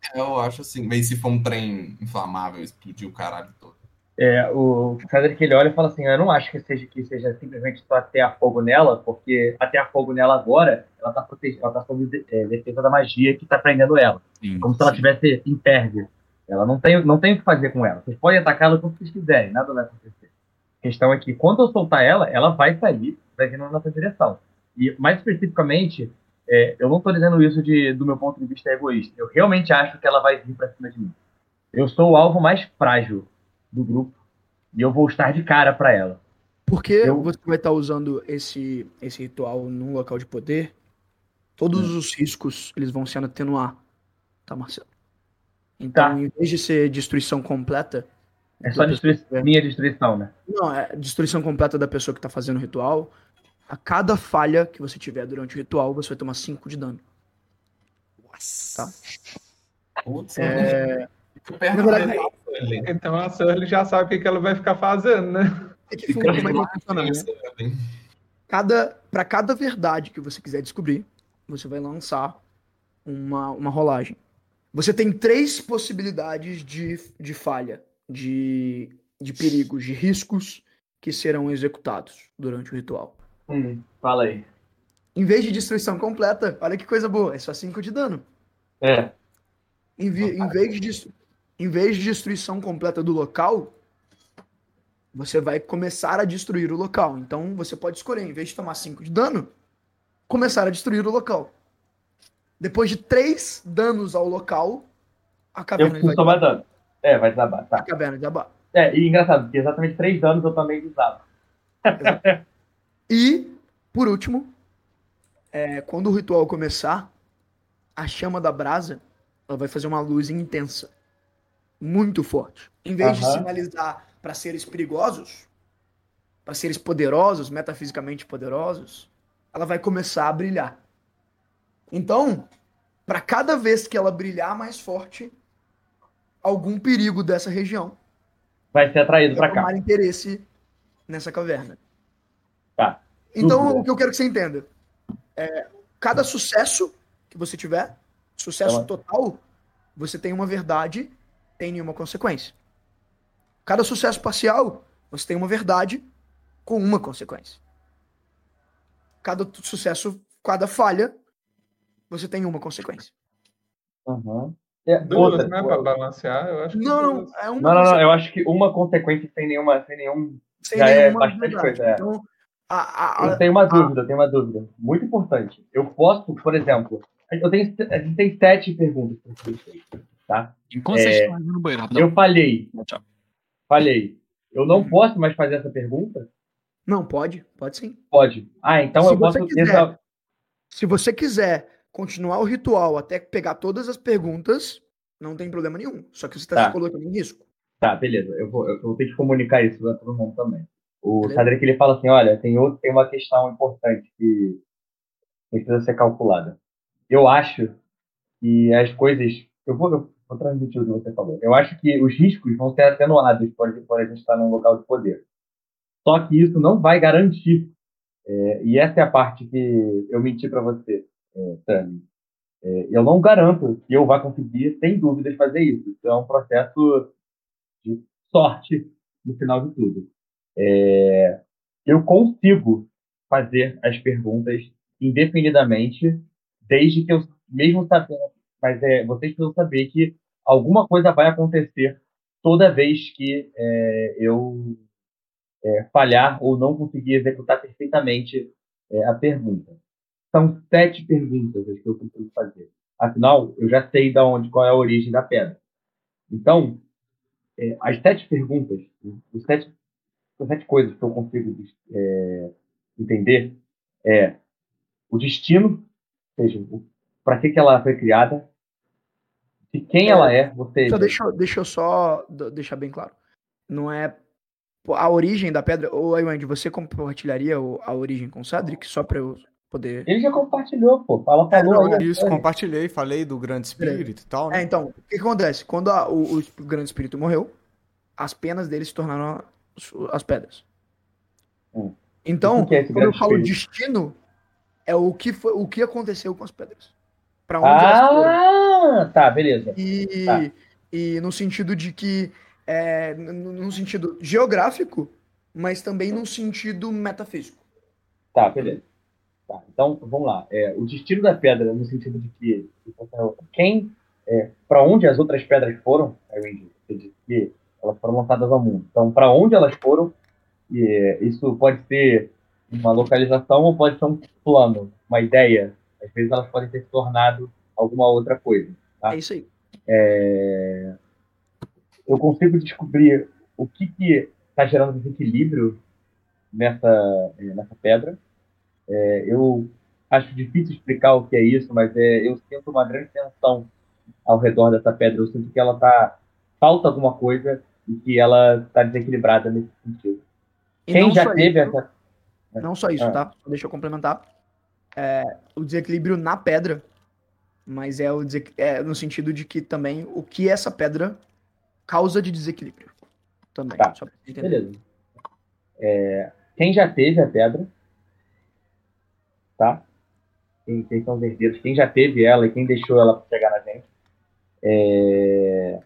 É, eu acho assim. Mas se for um trem inflamável, explodir o caralho todo. É, o Cedric ele olha e fala assim, eu não acho que seja, que seja simplesmente só atear fogo nela, porque atear fogo nela agora, ela tá protegida, ela tá sob de- é, defesa da magia que tá prendendo ela. Sim, Como se ela sim. estivesse imperve. Ela não tem, não tem o que fazer com ela. Vocês podem atacá-la quando vocês quiserem, nada vai acontecer. A questão é que quando eu soltar ela, ela vai sair, vai vir na nossa direção. E mais especificamente, é, eu não tô dizendo isso de, do meu ponto de vista egoísta. Eu realmente acho que ela vai vir pra cima de mim. Eu sou o alvo mais frágil do grupo e eu vou estar de cara pra ela. Por que Eu- você vai estar usando esse, esse ritual num local de poder? Todos os riscos eles vão sendo atenuar, tá, Marcelo? Então, Tá. em vez de ser destruição completa, É da só pessoa destrui- que- minha destruição, né? não, é destruição completa da pessoa que tá fazendo o ritual. A cada falha que você tiver durante o ritual, você vai tomar cinco de dano. Tá? Putz, É... fica perto Na verdade, dele, Sully. Então a Surly já sabe o que, que ela vai ficar fazendo, né? é que Fica fun- como é que lá, funciona, né? Sully. Cada, para cada verdade que você quiser descobrir, você vai lançar uma, uma rolagem. Você tem três possibilidades de, de falha, de, de perigos, de riscos que serão executados durante o ritual. Hum, fala aí. Em vez de destruição completa, olha que coisa boa, é só cinco de dano. É. Em, vi- em vez de, destru- em vez de destruição completa do local, você vai começar a destruir o local. Então você pode escolher, em vez de tomar cinco de dano, começar a destruir o local. Depois de três danos ao local, a Eu caverna preciso vai tomar desabar. dano. É, vai desabar, A tá. caverna desabar. É, e engraçado, porque exatamente três danos eu também desabo. E, por último, é, quando o ritual começar, a chama da brasa ela vai fazer uma luz intensa. Muito forte. Em vez de Aham. sinalizar para seres perigosos, para seres poderosos, metafisicamente poderosos, ela vai começar a brilhar. Então, para cada vez que ela brilhar mais forte, algum perigo dessa região Vai ser atraído vai pra cá. tomar interesse nessa caverna. Tá. Então, Dúvida. o que eu quero que você entenda é cada sucesso que você tiver, sucesso Tá. total, você tem uma verdade, tem nenhuma consequência. Cada sucesso parcial, você tem uma verdade com uma consequência. Cada t- sucesso, cada falha, você tem uma consequência. Uhum. É, Duas, outra, né? Pra balancear, eu acho que Não, não, duas. é uma Não, não, não. consequência Eu acho que uma consequência sem nenhuma, sem nenhum. sem já é nenhuma bastante verdade. coisa, é. Então, a, a, a, Eu tenho uma dúvida, eu tenho uma dúvida. Muito importante. Eu posso, por exemplo, eu tenho, a gente tem sete perguntas para vocês, tá? Enquanto É, vocês estão indo no banheiro, rapidão. Eu falhei, Tchau. falhei. Eu não Hum. posso mais fazer essa pergunta? não, pode, pode sim. Pode. Ah, então Se eu você posso. quiser. Essa... Se você quiser continuar o ritual até pegar todas as perguntas, não tem problema nenhum. Só que você está Tá. se colocando em risco. Tá, beleza. Eu vou, eu vou ter que comunicar isso para todo mundo também. O Beleza. Cedric ele fala assim: olha, tem, outro, tem uma questão importante que precisa ser calculada. Eu acho que as coisas. Eu vou, eu vou transmitir o que você falou. Eu acho que os riscos vão ser atenuados por, por a gente estar num local de poder. Só que isso não vai garantir. É, e essa é a parte que eu menti para você, é, Tami. É, eu não garanto que eu vá conseguir, sem dúvidas, fazer isso. Isso é um processo de sorte no final de tudo. É, eu consigo fazer as perguntas indefinidamente, desde que eu, mesmo sabendo, mas é, vocês precisam saber que alguma coisa vai acontecer toda vez que é, eu é, falhar ou não conseguir executar perfeitamente é, a pergunta. São sete perguntas as que eu preciso fazer. Afinal, eu já sei de onde, qual é a origem da pedra. Então, é, as sete perguntas, os sete, as sete coisas que eu consigo é, entender é o destino, ou seja, para que, que ela foi criada, de quem É, ela é, ou seja, Só deixa, eu- deixa eu só d- deixar bem claro. Não é pô, a origem da pedra. Ô, Ayuande, você compartilharia o- a origem com o Cedric? Só pra eu poder. ele já compartilhou, pô. Ela É, falou não, aí. Isso, olha. compartilhei, falei do grande espírito e tal, É, né? então, o que, que acontece? Quando a- o, o grande espírito morreu, as penas dele se tornaram as, as pedras. Hum. Então, O que é esse quando eu grande falo espírito? destino, é o que, foi, o que aconteceu com as pedras. Pra onde elas foram. Ah, tá, beleza. E, Tá. e no sentido de que, é, no no sentido geográfico, mas também no sentido metafísico. Tá, beleza. Tá, então, vamos lá. É, o destino da pedra, no sentido de que quem, é, para onde as outras pedras foram, eu entendi, você disse que elas foram lançadas ao mundo. Então, para onde elas foram, e, é, isso pode ser uma localização ou pode ser um plano, uma ideia. Às vezes elas podem ter se tornado alguma outra coisa. Tá? É isso aí. É, eu consigo descobrir o que está gerando desequilíbrio nessa, é, nessa pedra. É, eu acho difícil explicar o que é isso, mas é, eu sinto uma grande tensão ao redor dessa pedra. Eu sinto que ela tá falta alguma coisa e que ela está desequilibrada nesse sentido. E Quem não já só teve isso, essa... não só isso, Ah. tá? Só deixa eu complementar. É, o desequilíbrio na pedra, mas é, o desequ- é no sentido de que também o que essa pedra causa de desequilíbrio. Também, Tá. só pra você entender. Beleza. É, quem já teve a pedra, tá? Quem, quem são os herdeiros, quem já teve ela e quem deixou ela chegar na gente. É,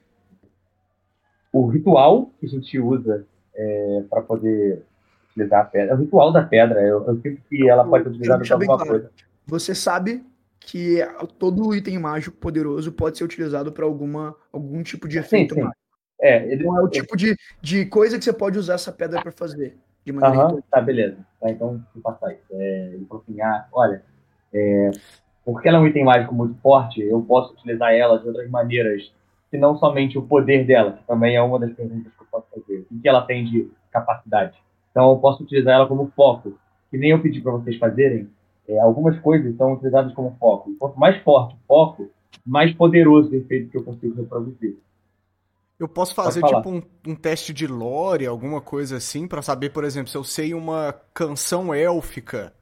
o ritual que a gente usa é, para poder utilizar a pedra. É o ritual da pedra. Eu, eu sinto que ela pode ser Eu quero utilizada deixar para bem alguma claro. coisa. Você sabe que todo item mágico poderoso pode ser utilizado para alguma algum tipo de Sim, efeito sim. mágico. É, ele, Não é o ele- tipo de, de coisa que você pode usar essa pedra para fazer. De maneira Aham, ritual. tá, beleza. Tá, então, vou passar isso. É, ele falou assim, ah, olha, é, porque ela é um item mágico muito forte, eu posso utilizar ela de outras maneiras, que não somente o poder dela, que também é uma das perguntas que eu posso fazer. O que ela tem de capacidade? Então, eu posso utilizar ela como foco. Que nem eu pedi para vocês fazerem, é, algumas coisas são utilizadas como foco. Quanto mais forte o foco, mais poderoso o efeito que eu consigo reproduzir. Eu posso Pode fazer falar. tipo um, um teste de lore, alguma coisa assim, pra saber, por exemplo, se eu sei uma canção élfica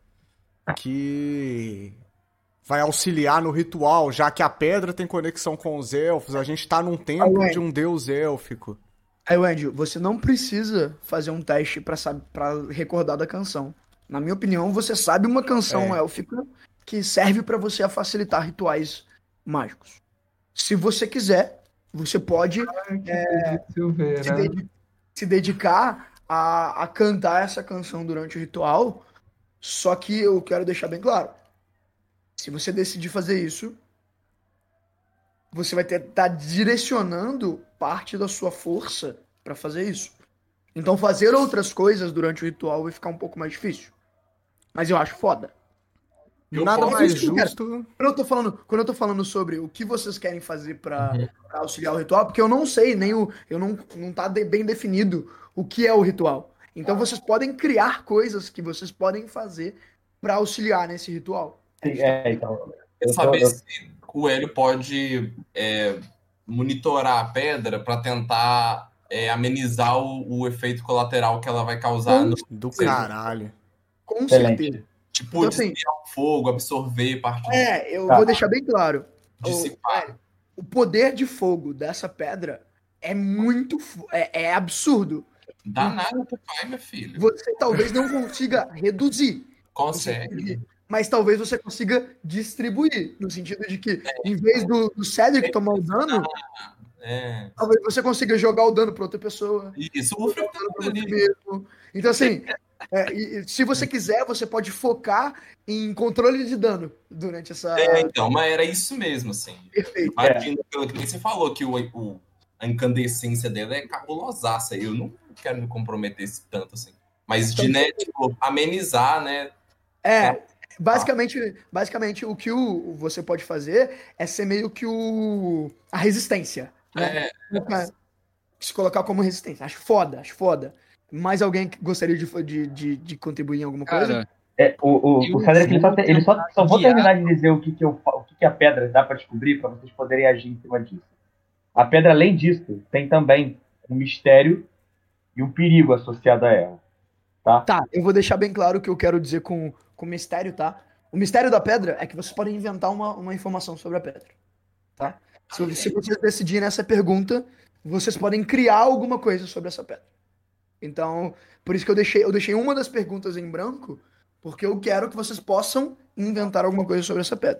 que vai auxiliar no ritual, já que a pedra tem conexão com os elfos, a gente tá num templo Ué. de um deus élfico. Aí, Andrew, você não precisa fazer um teste pra sab- pra recordar da canção. Na minha opinião, você sabe uma canção É. élfica que serve pra você a facilitar rituais mágicos. Se você quiser, você pode É, se, Silveira. dedi- se dedicar a, a cantar essa canção durante o ritual. Só que eu quero deixar bem claro: se você decidir fazer isso, você vai ter estar direcionando parte da sua força pra fazer isso. Então fazer outras coisas durante o ritual vai ficar um pouco mais difícil. Mas eu acho foda. Eu Nada posso- mais isso que eu quero. justo. Quando eu tô falando, quando eu tô falando sobre o que vocês querem fazer pra Uhum. pra auxiliar o ritual, porque eu não sei, nem o eu não não tá de- bem definido o que é o ritual. Então vocês podem criar coisas que vocês podem fazer pra auxiliar nesse ritual. Sim, é, então, É eu tô- saber eu- se o Hélio pode é, monitorar a pedra para tentar é, amenizar o, o efeito colateral que ela vai causar. No, Do Sim. caralho. Com Excelente. certeza. tipo, Então, assim, desviar o fogo, absorver parte do É, eu Tá. vou deixar bem claro. O, dissipar. velho, o poder de fogo dessa pedra é muito fo- é, é absurdo. Dá nada pro pai, meu filho. Você talvez não consiga reduzir, Consegue. mas talvez você consiga distribuir, no sentido de que, em vez do, do Cedric tomar o dano, É. talvez você consiga jogar o dano para outra pessoa, Isso, o jogar o dano para ali. você mesmo. Então, assim, é, e- e se você quiser, você pode focar em controle de dano durante essa. É, então, mas era isso mesmo, assim. Perfeito. Partindo pelo que você falou, que o, o- a incandescência dela é cabulosaça. Eu não quero me comprometer esse tanto, assim. Mas de, né, tipo, amenizar, né? É, basicamente, basicamente o que o, você pode fazer é ser meio que o a resistência, né? É, Colocar- Se colocar como resistência. Acho foda, acho foda. Mais alguém que gostaria de, de, de, de contribuir em alguma coisa? Cara, É, o, o, Eu o Cedric, ele só, te- ele só, só vou guiar. terminar de dizer o que, que, eu, fa- o que, que a pedra dá para descobrir para vocês poderem agir em cima disso. A pedra, além disso, tem também um mistério e um perigo associado a ela. Tá? Tá, eu vou deixar bem claro o que eu quero dizer com, com mistério, tá? O mistério da pedra é que vocês podem inventar uma, uma informação sobre a pedra, tá? Se, se vocês decidirem essa pergunta, vocês podem criar alguma coisa sobre essa pedra. Então, por isso que eu deixei, eu deixei uma das perguntas em branco, porque eu quero que vocês possam inventar alguma coisa sobre essa pedra.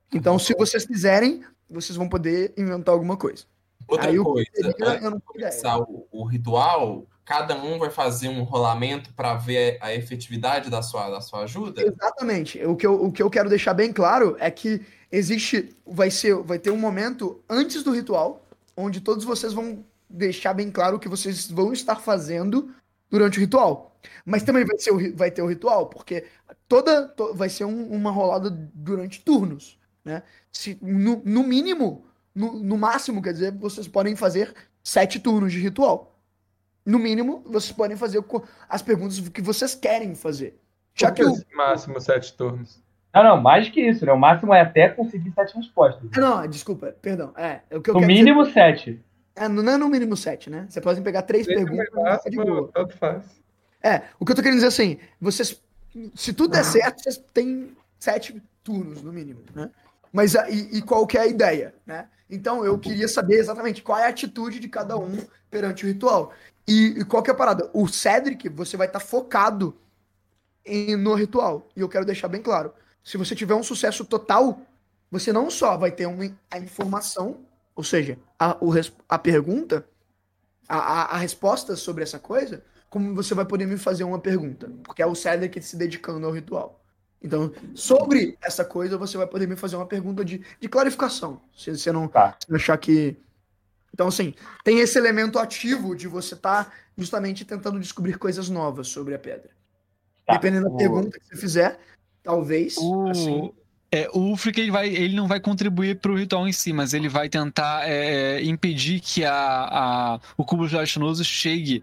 Então, se vocês quiserem, vocês vão poder inventar alguma coisa. Outra Aí, coisa, eu, eu antes não de começar o, o ritual, cada um vai fazer um rolamento para ver a efetividade da sua, da sua ajuda? Exatamente. O que, eu, o que eu quero deixar bem claro é que existe, vai, ser, vai ter um momento antes do ritual, onde todos vocês vão deixar bem claro o que vocês vão estar fazendo durante o ritual. Mas também vai, ser o, vai ter o ritual, porque toda to, vai ser um, uma rolada durante turnos, né? Se, no, no mínimo, no, no máximo, quer dizer, vocês podem fazer sete turnos de ritual. No mínimo, vocês podem fazer as perguntas que vocês querem fazer. Já Por que que o esse máximo sete turnos? Não, não, mais que isso, né? O máximo é até conseguir sete respostas. Ah, não, desculpa, perdão. É, é o que eu No quero mínimo dizer. sete. É, não é no mínimo sete, né? Você pode pegar três Esse perguntas é e ficar de máximo, boa. tanto faz. É, o que eu tô querendo dizer assim, vocês, se tudo der certo, vocês têm sete turnos, no mínimo, né? Mas a- e, e qual que é a ideia, né? Então, eu queria saber exatamente qual é a atitude de cada um perante o ritual. E, e qual que é a parada? O Cedric, você vai estar focado em- no ritual. E eu quero deixar bem claro. Se você tiver um sucesso total, você não só vai ter uma, a informação, ou seja, a, o res- a pergunta, a, a, a resposta sobre essa coisa, como você vai poder me fazer uma pergunta. Porque é o Cedric se dedicando ao ritual. Então, sobre essa coisa, você vai poder me fazer uma pergunta de, de clarificação. Se você não Tá. se achar que. Então, assim, tem esse elemento ativo de você estar justamente tentando descobrir coisas novas sobre a pedra. Tá. Dependendo da O- pergunta que você fizer, talvez. O, Assim, é, o Ulfric, ele, vai, ele não vai contribuir pro ritual em si, mas ele vai tentar é, impedir que a, a, o cubo gelatinoso chegue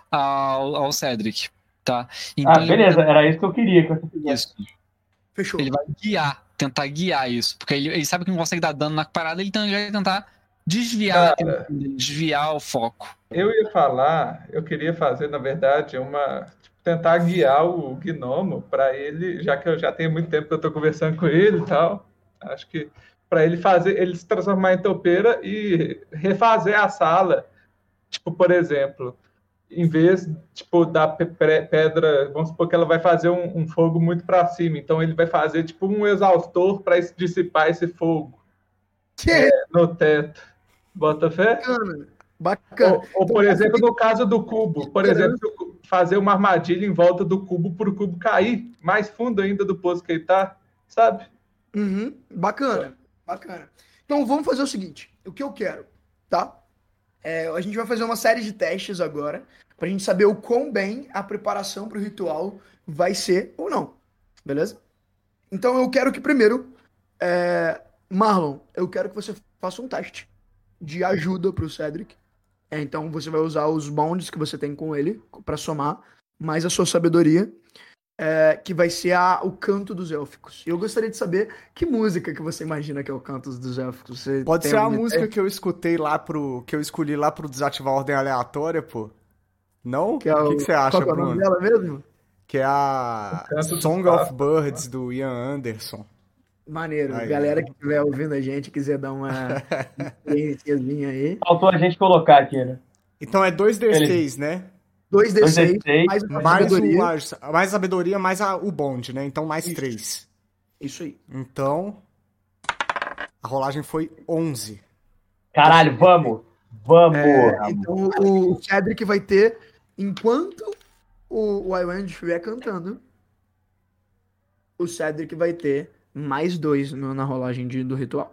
ao, ao Cedric, tá? Então, Ah, ele beleza, era isso que eu queria que você fizesse. Isso. fechou. Ele vai guiar, tentar guiar isso. Porque ele, ele sabe que não consegue dar dano na parada, ele então vai tentar desviar, Cara. desviar o foco. Eu ia falar, eu queria fazer, na verdade, uma. Tipo, tentar guiar o gnomo para ele, já que eu já tenho muito tempo que eu tô conversando com ele e tal. Acho que para ele fazer, ele se transformar em topeira e refazer a sala. Tipo, por exemplo, em vez tipo, da pe- pe- pedra, vamos supor que ela vai fazer um, um fogo muito para cima, então ele vai fazer tipo um exaustor para dissipar esse fogo Que no teto. Bota fé? bacana. Bacana. Ou, ou, por exemplo, no caso do cubo, por exemplo, fazer uma armadilha em volta do cubo para o cubo cair mais fundo ainda do poço que ele tá, sabe? Uhum, bacana, bacana. Então vamos fazer o seguinte: o que eu quero, tá? É, a gente vai fazer uma série de testes agora, pra gente saber o quão bem a preparação pro ritual vai ser ou não, beleza? Então eu quero que primeiro, é, Marlon, eu quero que você faça um teste de ajuda pro Cedric. É, então você vai usar os bonds que você tem com ele pra somar, mais a sua sabedoria. É, que vai ser a, o canto dos élficos. Eu gostaria de saber que música que você imagina que é o canto dos élficos. Você Pode tem ser a alguma música ideia? que eu escutei lá pro. Que eu escolhi lá pro desativar a ordem aleatória, pô. Não? Que é o que, que você acha, qual que é o nome Bruno? dela mesmo? Que é a O Canto dos Song of Pássaros. Birds do Ian Anderson. Maneiro. Aí. Galera que estiver ouvindo a gente, quiser dar uma experiênciazinha aí. Faltou a gente colocar aqui, né? Então é dois D seis, né? dois D seis, dois D seis, mais uma Mais, o, sabedoria. mais a sabedoria, mais a- o bonde, né? Então mais Isso. três. Isso aí. Então. A rolagem foi onze. Caralho, vamos! Vamos! É, então o Cedric vai ter, enquanto o, o Iwan estiver cantando, o Cedric vai ter mais dois no- na rolagem de- do ritual.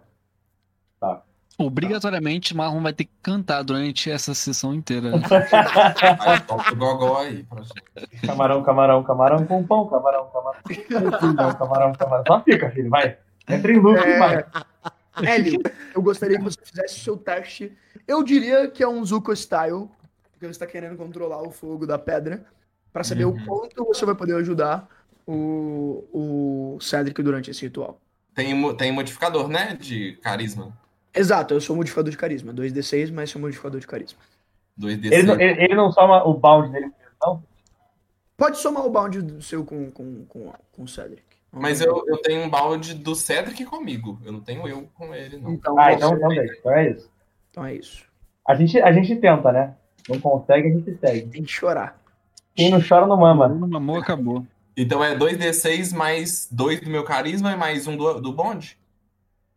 Obrigatoriamente, Marlon vai ter que cantar durante essa sessão inteira. Aí toca o gogó aí pra gente. Camarão, camarão, camarão com pão, camarão, camarão. Camarão, camarão, camarão. Só fica, filho, vai. Entra em loop, É. vai. Hélio, eu gostaria que você fizesse o seu teste. Eu diria que é um Zuko Style, porque você está querendo controlar o fogo da pedra, para saber Uhum. o quanto você vai poder ajudar o, o Cedric durante esse ritual. Tem, mo- tem modificador, né? De carisma. Exato, eu sou um modificador de carisma. dois D seis, mas sou um modificador de carisma. dois D Ele, seis. não- ele, ele não soma o bound dele, não? Pode somar o bound do seu com, com, com, com o Cedric. Mas eu, eu tenho um balde do Cedric comigo. Eu não tenho eu com ele, não. Então, Ah, você- então, então deixa. Então é isso. então é isso. A gente, a gente tenta, né? Não consegue, a gente segue. Tem que chorar. Quem não chora não mama. Não mamou, acabou. Então é dois D seis mais dois do meu carisma e mais um do, do bonde?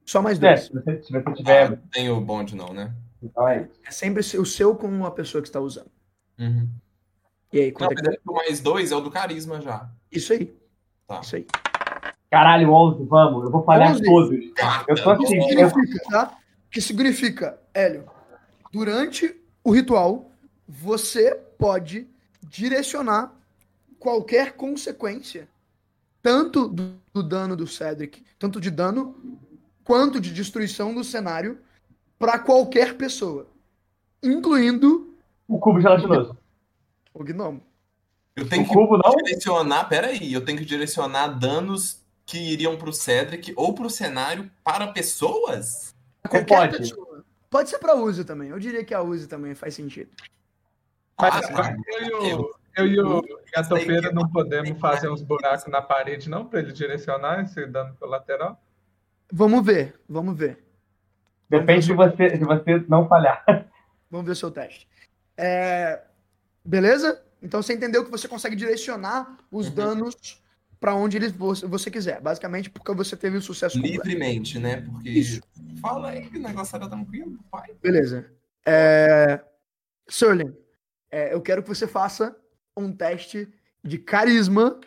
Só mais É, dois. se você, se você tiver. Ah, não tem o bonde, não, né? Então é isso. É sempre o seu com a pessoa que está usando. Uhum. E aí, Não, quanto é mas que é que o mais dois é o do carisma já. Isso aí. Tá. Isso aí. Caralho, onze, vamos. Eu vou falhar onze. todos. Ah, Eu tô O que assim. Eu... significa, tá? O que significa, Hélio? Durante o ritual, você pode direcionar qualquer consequência, tanto do, do dano do Cedric, tanto de dano, quanto de destruição do cenário, para qualquer pessoa, incluindo O cubo gelatinoso. o gnomo. Eu tenho O que cubo não? direcionar, peraí, eu tenho que direcionar danos que iriam pro Cedric ou pro cenário para pessoas? Você Qualquer pode. pessoa. Pode ser para Uzi também. Eu diria que a Uzi também faz sentido. Mas Ah, mas eu, e o, eu e o Gatopeira não podemos fazer uns buracos na parede, não, para ele direcionar esse dano lateral? Vamos ver, vamos ver. Depende de você, de você não falhar. Vamos ver o seu teste. É, Beleza? Então você entendeu que você consegue direcionar os Uhum. danos para onde eles, você, você quiser. Basicamente porque você teve o sucesso completo. Livremente, né? Porque. Isso. Fala aí que o negócio era tranquilo, pai. Beleza. É... Serling, é, eu quero que você faça um teste de carisma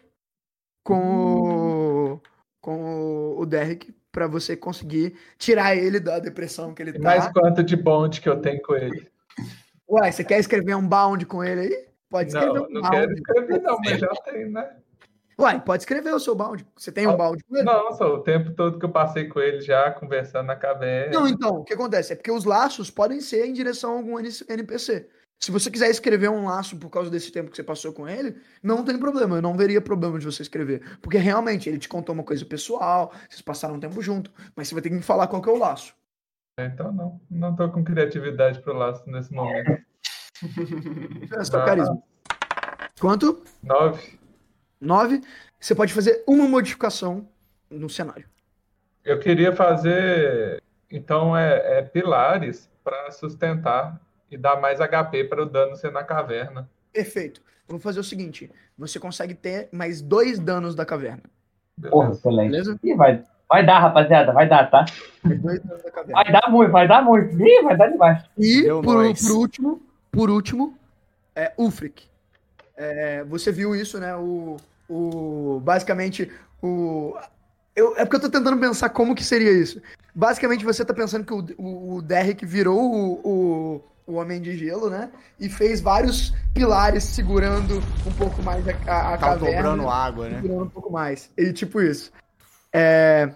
com o, com o Derek para você conseguir tirar ele da depressão que ele E tá. mais quanto de bonde que eu tenho com ele? Uai, você quer escrever um bound com ele aí? Pode escrever Não, um não bound. quero escrever, não, mas já tem, né? Uai, pode escrever o seu bound. Você tem um bound com ele? Não, só o tempo todo que eu passei com ele já, conversando na caverna. Não, então, o que acontece? É porque os laços podem ser em direção a algum N P C. Se você quiser escrever um laço por causa desse tempo que você passou com ele, não tem problema. Eu não veria problema de você escrever. Porque realmente ele te contou uma coisa pessoal, vocês passaram um tempo junto, mas você vai ter que me falar qual que é o laço. Então não, não tô com criatividade pro laço nesse momento. É só Ah. carisma. Quanto? Nove. Nove. Você pode fazer uma modificação no cenário. Eu queria fazer, então, é, é pilares para sustentar e dar mais H P para o dano ser na caverna. Perfeito. Vamos fazer o seguinte: você consegue ter mais dois danos da caverna. Porra, excelente. Beleza? Ih, vai, vai dar, rapaziada, vai dar, tá? Mais dois danos da caverna. Vai dar muito, vai dar muito. Ih, vai dar demais. E Deu por, nóis. por último, por último, é Ulfric. É, você viu isso, né? O, o basicamente o eu, é porque eu tô tentando pensar como que seria isso. Basicamente você tá pensando que o, o, o Derek virou o, o, o Homem de Gelo, né? E fez vários pilares segurando um pouco mais a, a, a Tá caverna. dobrando água, né? Segurando um pouco mais. E tipo isso. É...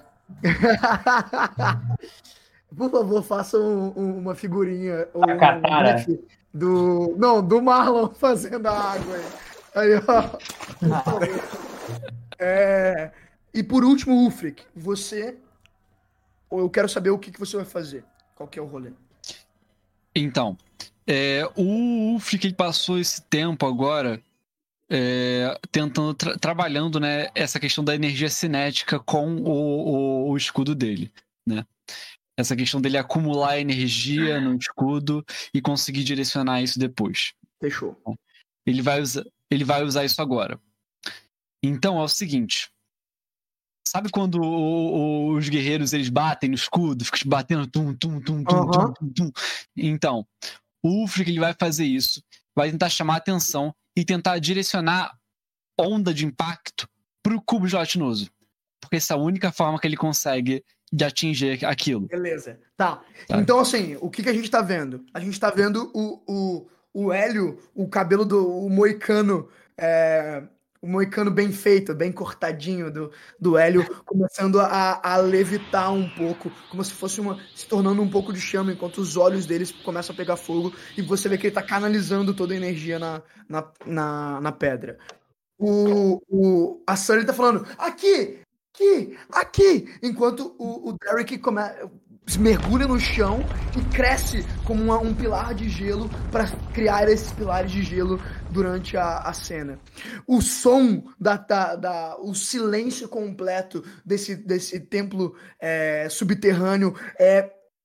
Por favor, faça um- um- uma figurinha ou A um katana. gif do. Não, do Marlon fazendo a água aí. Aí, ó. Por favor. É, E por último, Ulfric, você. Eu quero saber o que, que você vai fazer. Qual que é o rolê? Então, é, o Ulfric ele passou esse tempo agora é, tentando, tra- trabalhando, né, essa questão da energia cinética com o, o, o escudo dele, né? Essa questão dele acumular energia no escudo e conseguir direcionar isso depois. Fechou. Ele vai, usa, ele vai usar isso agora. Então é o seguinte. Sabe quando o- o- os guerreiros eles batem no escudo, ficam batendo tum, tum, tum, tum, Aham. tum, tum, tum. Então, o Ulfric ele vai fazer isso, vai tentar chamar a atenção e tentar direcionar onda de impacto pro cubo gelatinoso. Porque essa é a única forma que ele consegue de atingir aquilo. Beleza. Tá. Tá. Então, assim, o que, que a gente tá vendo? A gente tá vendo o, o, o Hélio, o cabelo do o moicano, é, o moicano bem feito, bem cortadinho do, do Hélio, começando a, a levitar um pouco, como se fosse uma. Se tornando um pouco de chama, enquanto os olhos deles começam a pegar fogo, e você vê que ele tá canalizando toda a energia na, na, na, na pedra. O, o, a Sunny tá falando, aqui, aqui, aqui, enquanto o, o Derek come, se mergulha no chão e cresce como uma- um pilar de gelo para criar esses pilares de gelo durante a, a cena. O som, da, da, da- o silêncio completo desse, desse templo é, subterrâneo é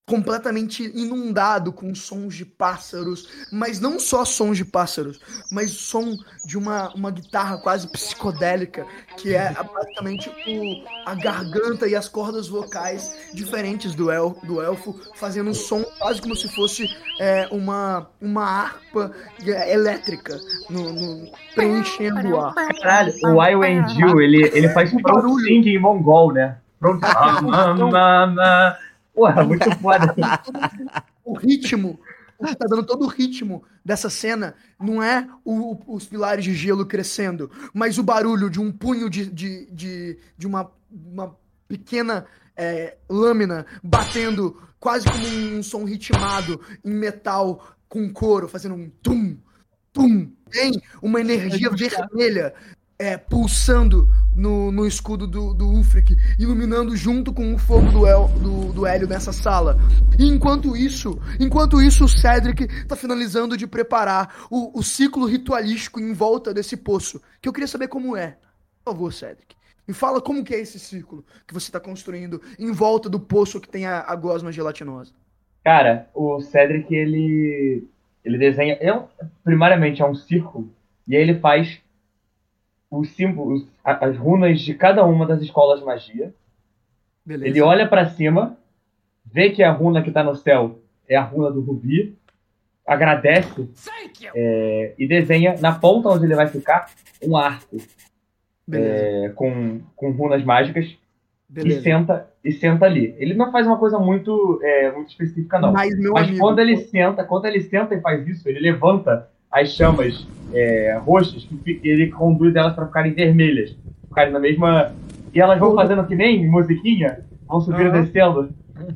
completamente inundado com sons de pássaros, mas não só sons de pássaros, mas som de uma, uma guitarra quase psicodélica, que é basicamente o, a garganta e as cordas vocais diferentes do, el, do elfo, fazendo um som quase como se fosse é, uma, uma harpa elétrica no, no, preenchendo o ar. Caralho, o I W Jill, ele, ele faz barulho em mongol, né? Pronto. Porra, muito foda. O ritmo, o que tá dando todo o ritmo dessa cena não é o, o, os pilares de gelo crescendo, mas o barulho de um punho de, de, de, de uma, uma pequena é, lâmina batendo quase como um som ritmado em metal com couro, fazendo um tum, tum. Tem uma energia vermelha é, pulsando no, no escudo do, do Ulfric, iluminando junto com o fogo do, El, do, do Hélio nessa sala. E enquanto isso, enquanto isso, o Cedric tá finalizando de preparar o, o ciclo ritualístico em volta desse poço, que eu queria saber como é. Por favor, Cedric, me fala como que é esse ciclo que você tá construindo em volta do poço que tem a, a gosma gelatinosa. Cara, o Cedric, ele, ele desenha... É um, primariamente é um círculo, e aí ele faz os símbolos, as runas de cada uma das escolas de magia. Beleza. Ele olha pra cima, vê que a runa que tá no céu é a runa do Rubi, agradece é, e desenha na ponta onde ele vai ficar um arco é, com, com runas mágicas. e senta, e senta ali. Ele não faz uma coisa muito, é, muito específica, não. Mas, Mas amigo, quando ele senta, quando ele senta e faz isso, ele levanta as chamas é, roxas, que ele conduz elas para ficarem vermelhas, ficarem na mesma... E elas vão fazendo que nem musiquinha, vão subindo e descendo.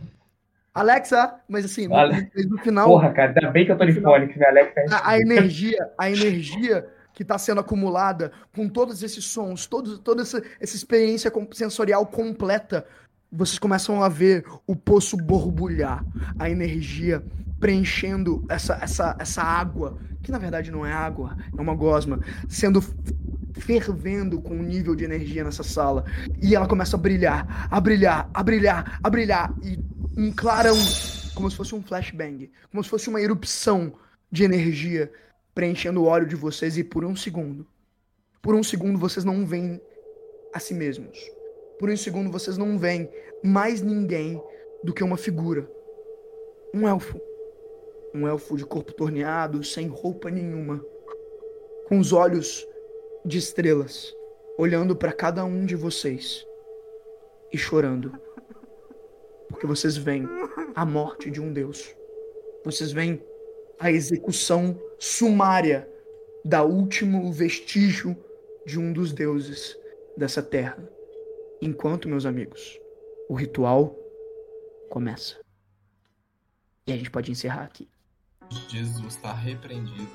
Alexa, mas assim, no, Ale... no final... Porra, cara, ainda bem que eu tô de fone, que minha Alexa... A, a energia, a energia que está sendo acumulada com todos esses sons, todos, toda essa, essa experiência sensorial completa, vocês começam a ver o poço borbulhar, a energia preenchendo essa, essa, essa água, que na verdade não é água, é uma gosma, sendo fervendo com o nível de energia nessa sala. E ela começa a brilhar, a brilhar, a brilhar, a brilhar, e um clarão, como se fosse um flashbang, como se fosse uma erupção de energia preenchendo o olho de vocês, e por um segundo, por um segundo vocês não veem a si mesmos. Por um segundo vocês não veem mais ninguém do que uma figura. Um elfo. Um elfo de corpo torneado, sem roupa nenhuma, com os olhos de estrelas, olhando para cada um de vocês e chorando. Porque vocês veem a morte de um deus. Vocês veem a execução sumária da último vestígio de um dos deuses dessa terra. Enquanto, meus amigos, o ritual começa. E a gente pode encerrar aqui. Jesus está repreendido.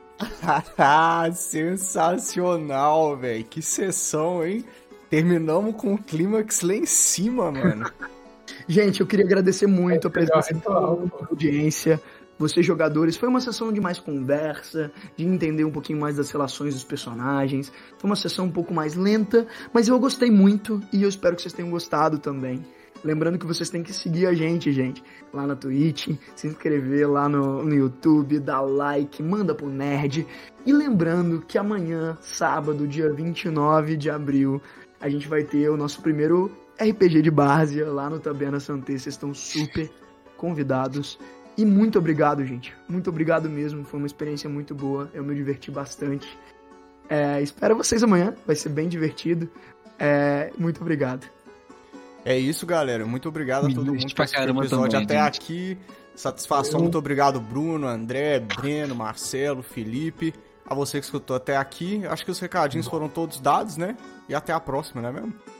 Sensacional, velho. Que sessão, hein? Terminamos com o clímax lá em cima, mano. Gente, eu queria agradecer muito a presença da audiência. Vocês, jogadores, foi uma sessão de mais conversa, de entender um pouquinho mais das relações dos personagens. Foi uma sessão um pouco mais lenta, mas eu gostei muito e eu espero que vocês tenham gostado também. Lembrando que vocês têm que seguir a gente, gente, lá na Twitch, se inscrever lá no, no YouTube, dar like, manda pro Nerd. E lembrando que amanhã, sábado, dia vinte e nove de abril, a gente vai ter o nosso primeiro R P G de Várzea lá no Taberna Santé. Vocês estão super convidados. E muito obrigado, gente. Muito obrigado mesmo. Foi uma experiência muito boa. Eu me diverti bastante. É, espero vocês amanhã. Vai ser bem divertido. É, muito obrigado. É isso, galera. Muito obrigado a todo Me mundo por esse episódio também, até gente. aqui. Satisfação. Muito obrigado, Bruno, André, Breno, Marcelo, Felipe. A você que escutou até aqui. Acho que os recadinhos foram todos dados, né? E até a próxima, não é mesmo?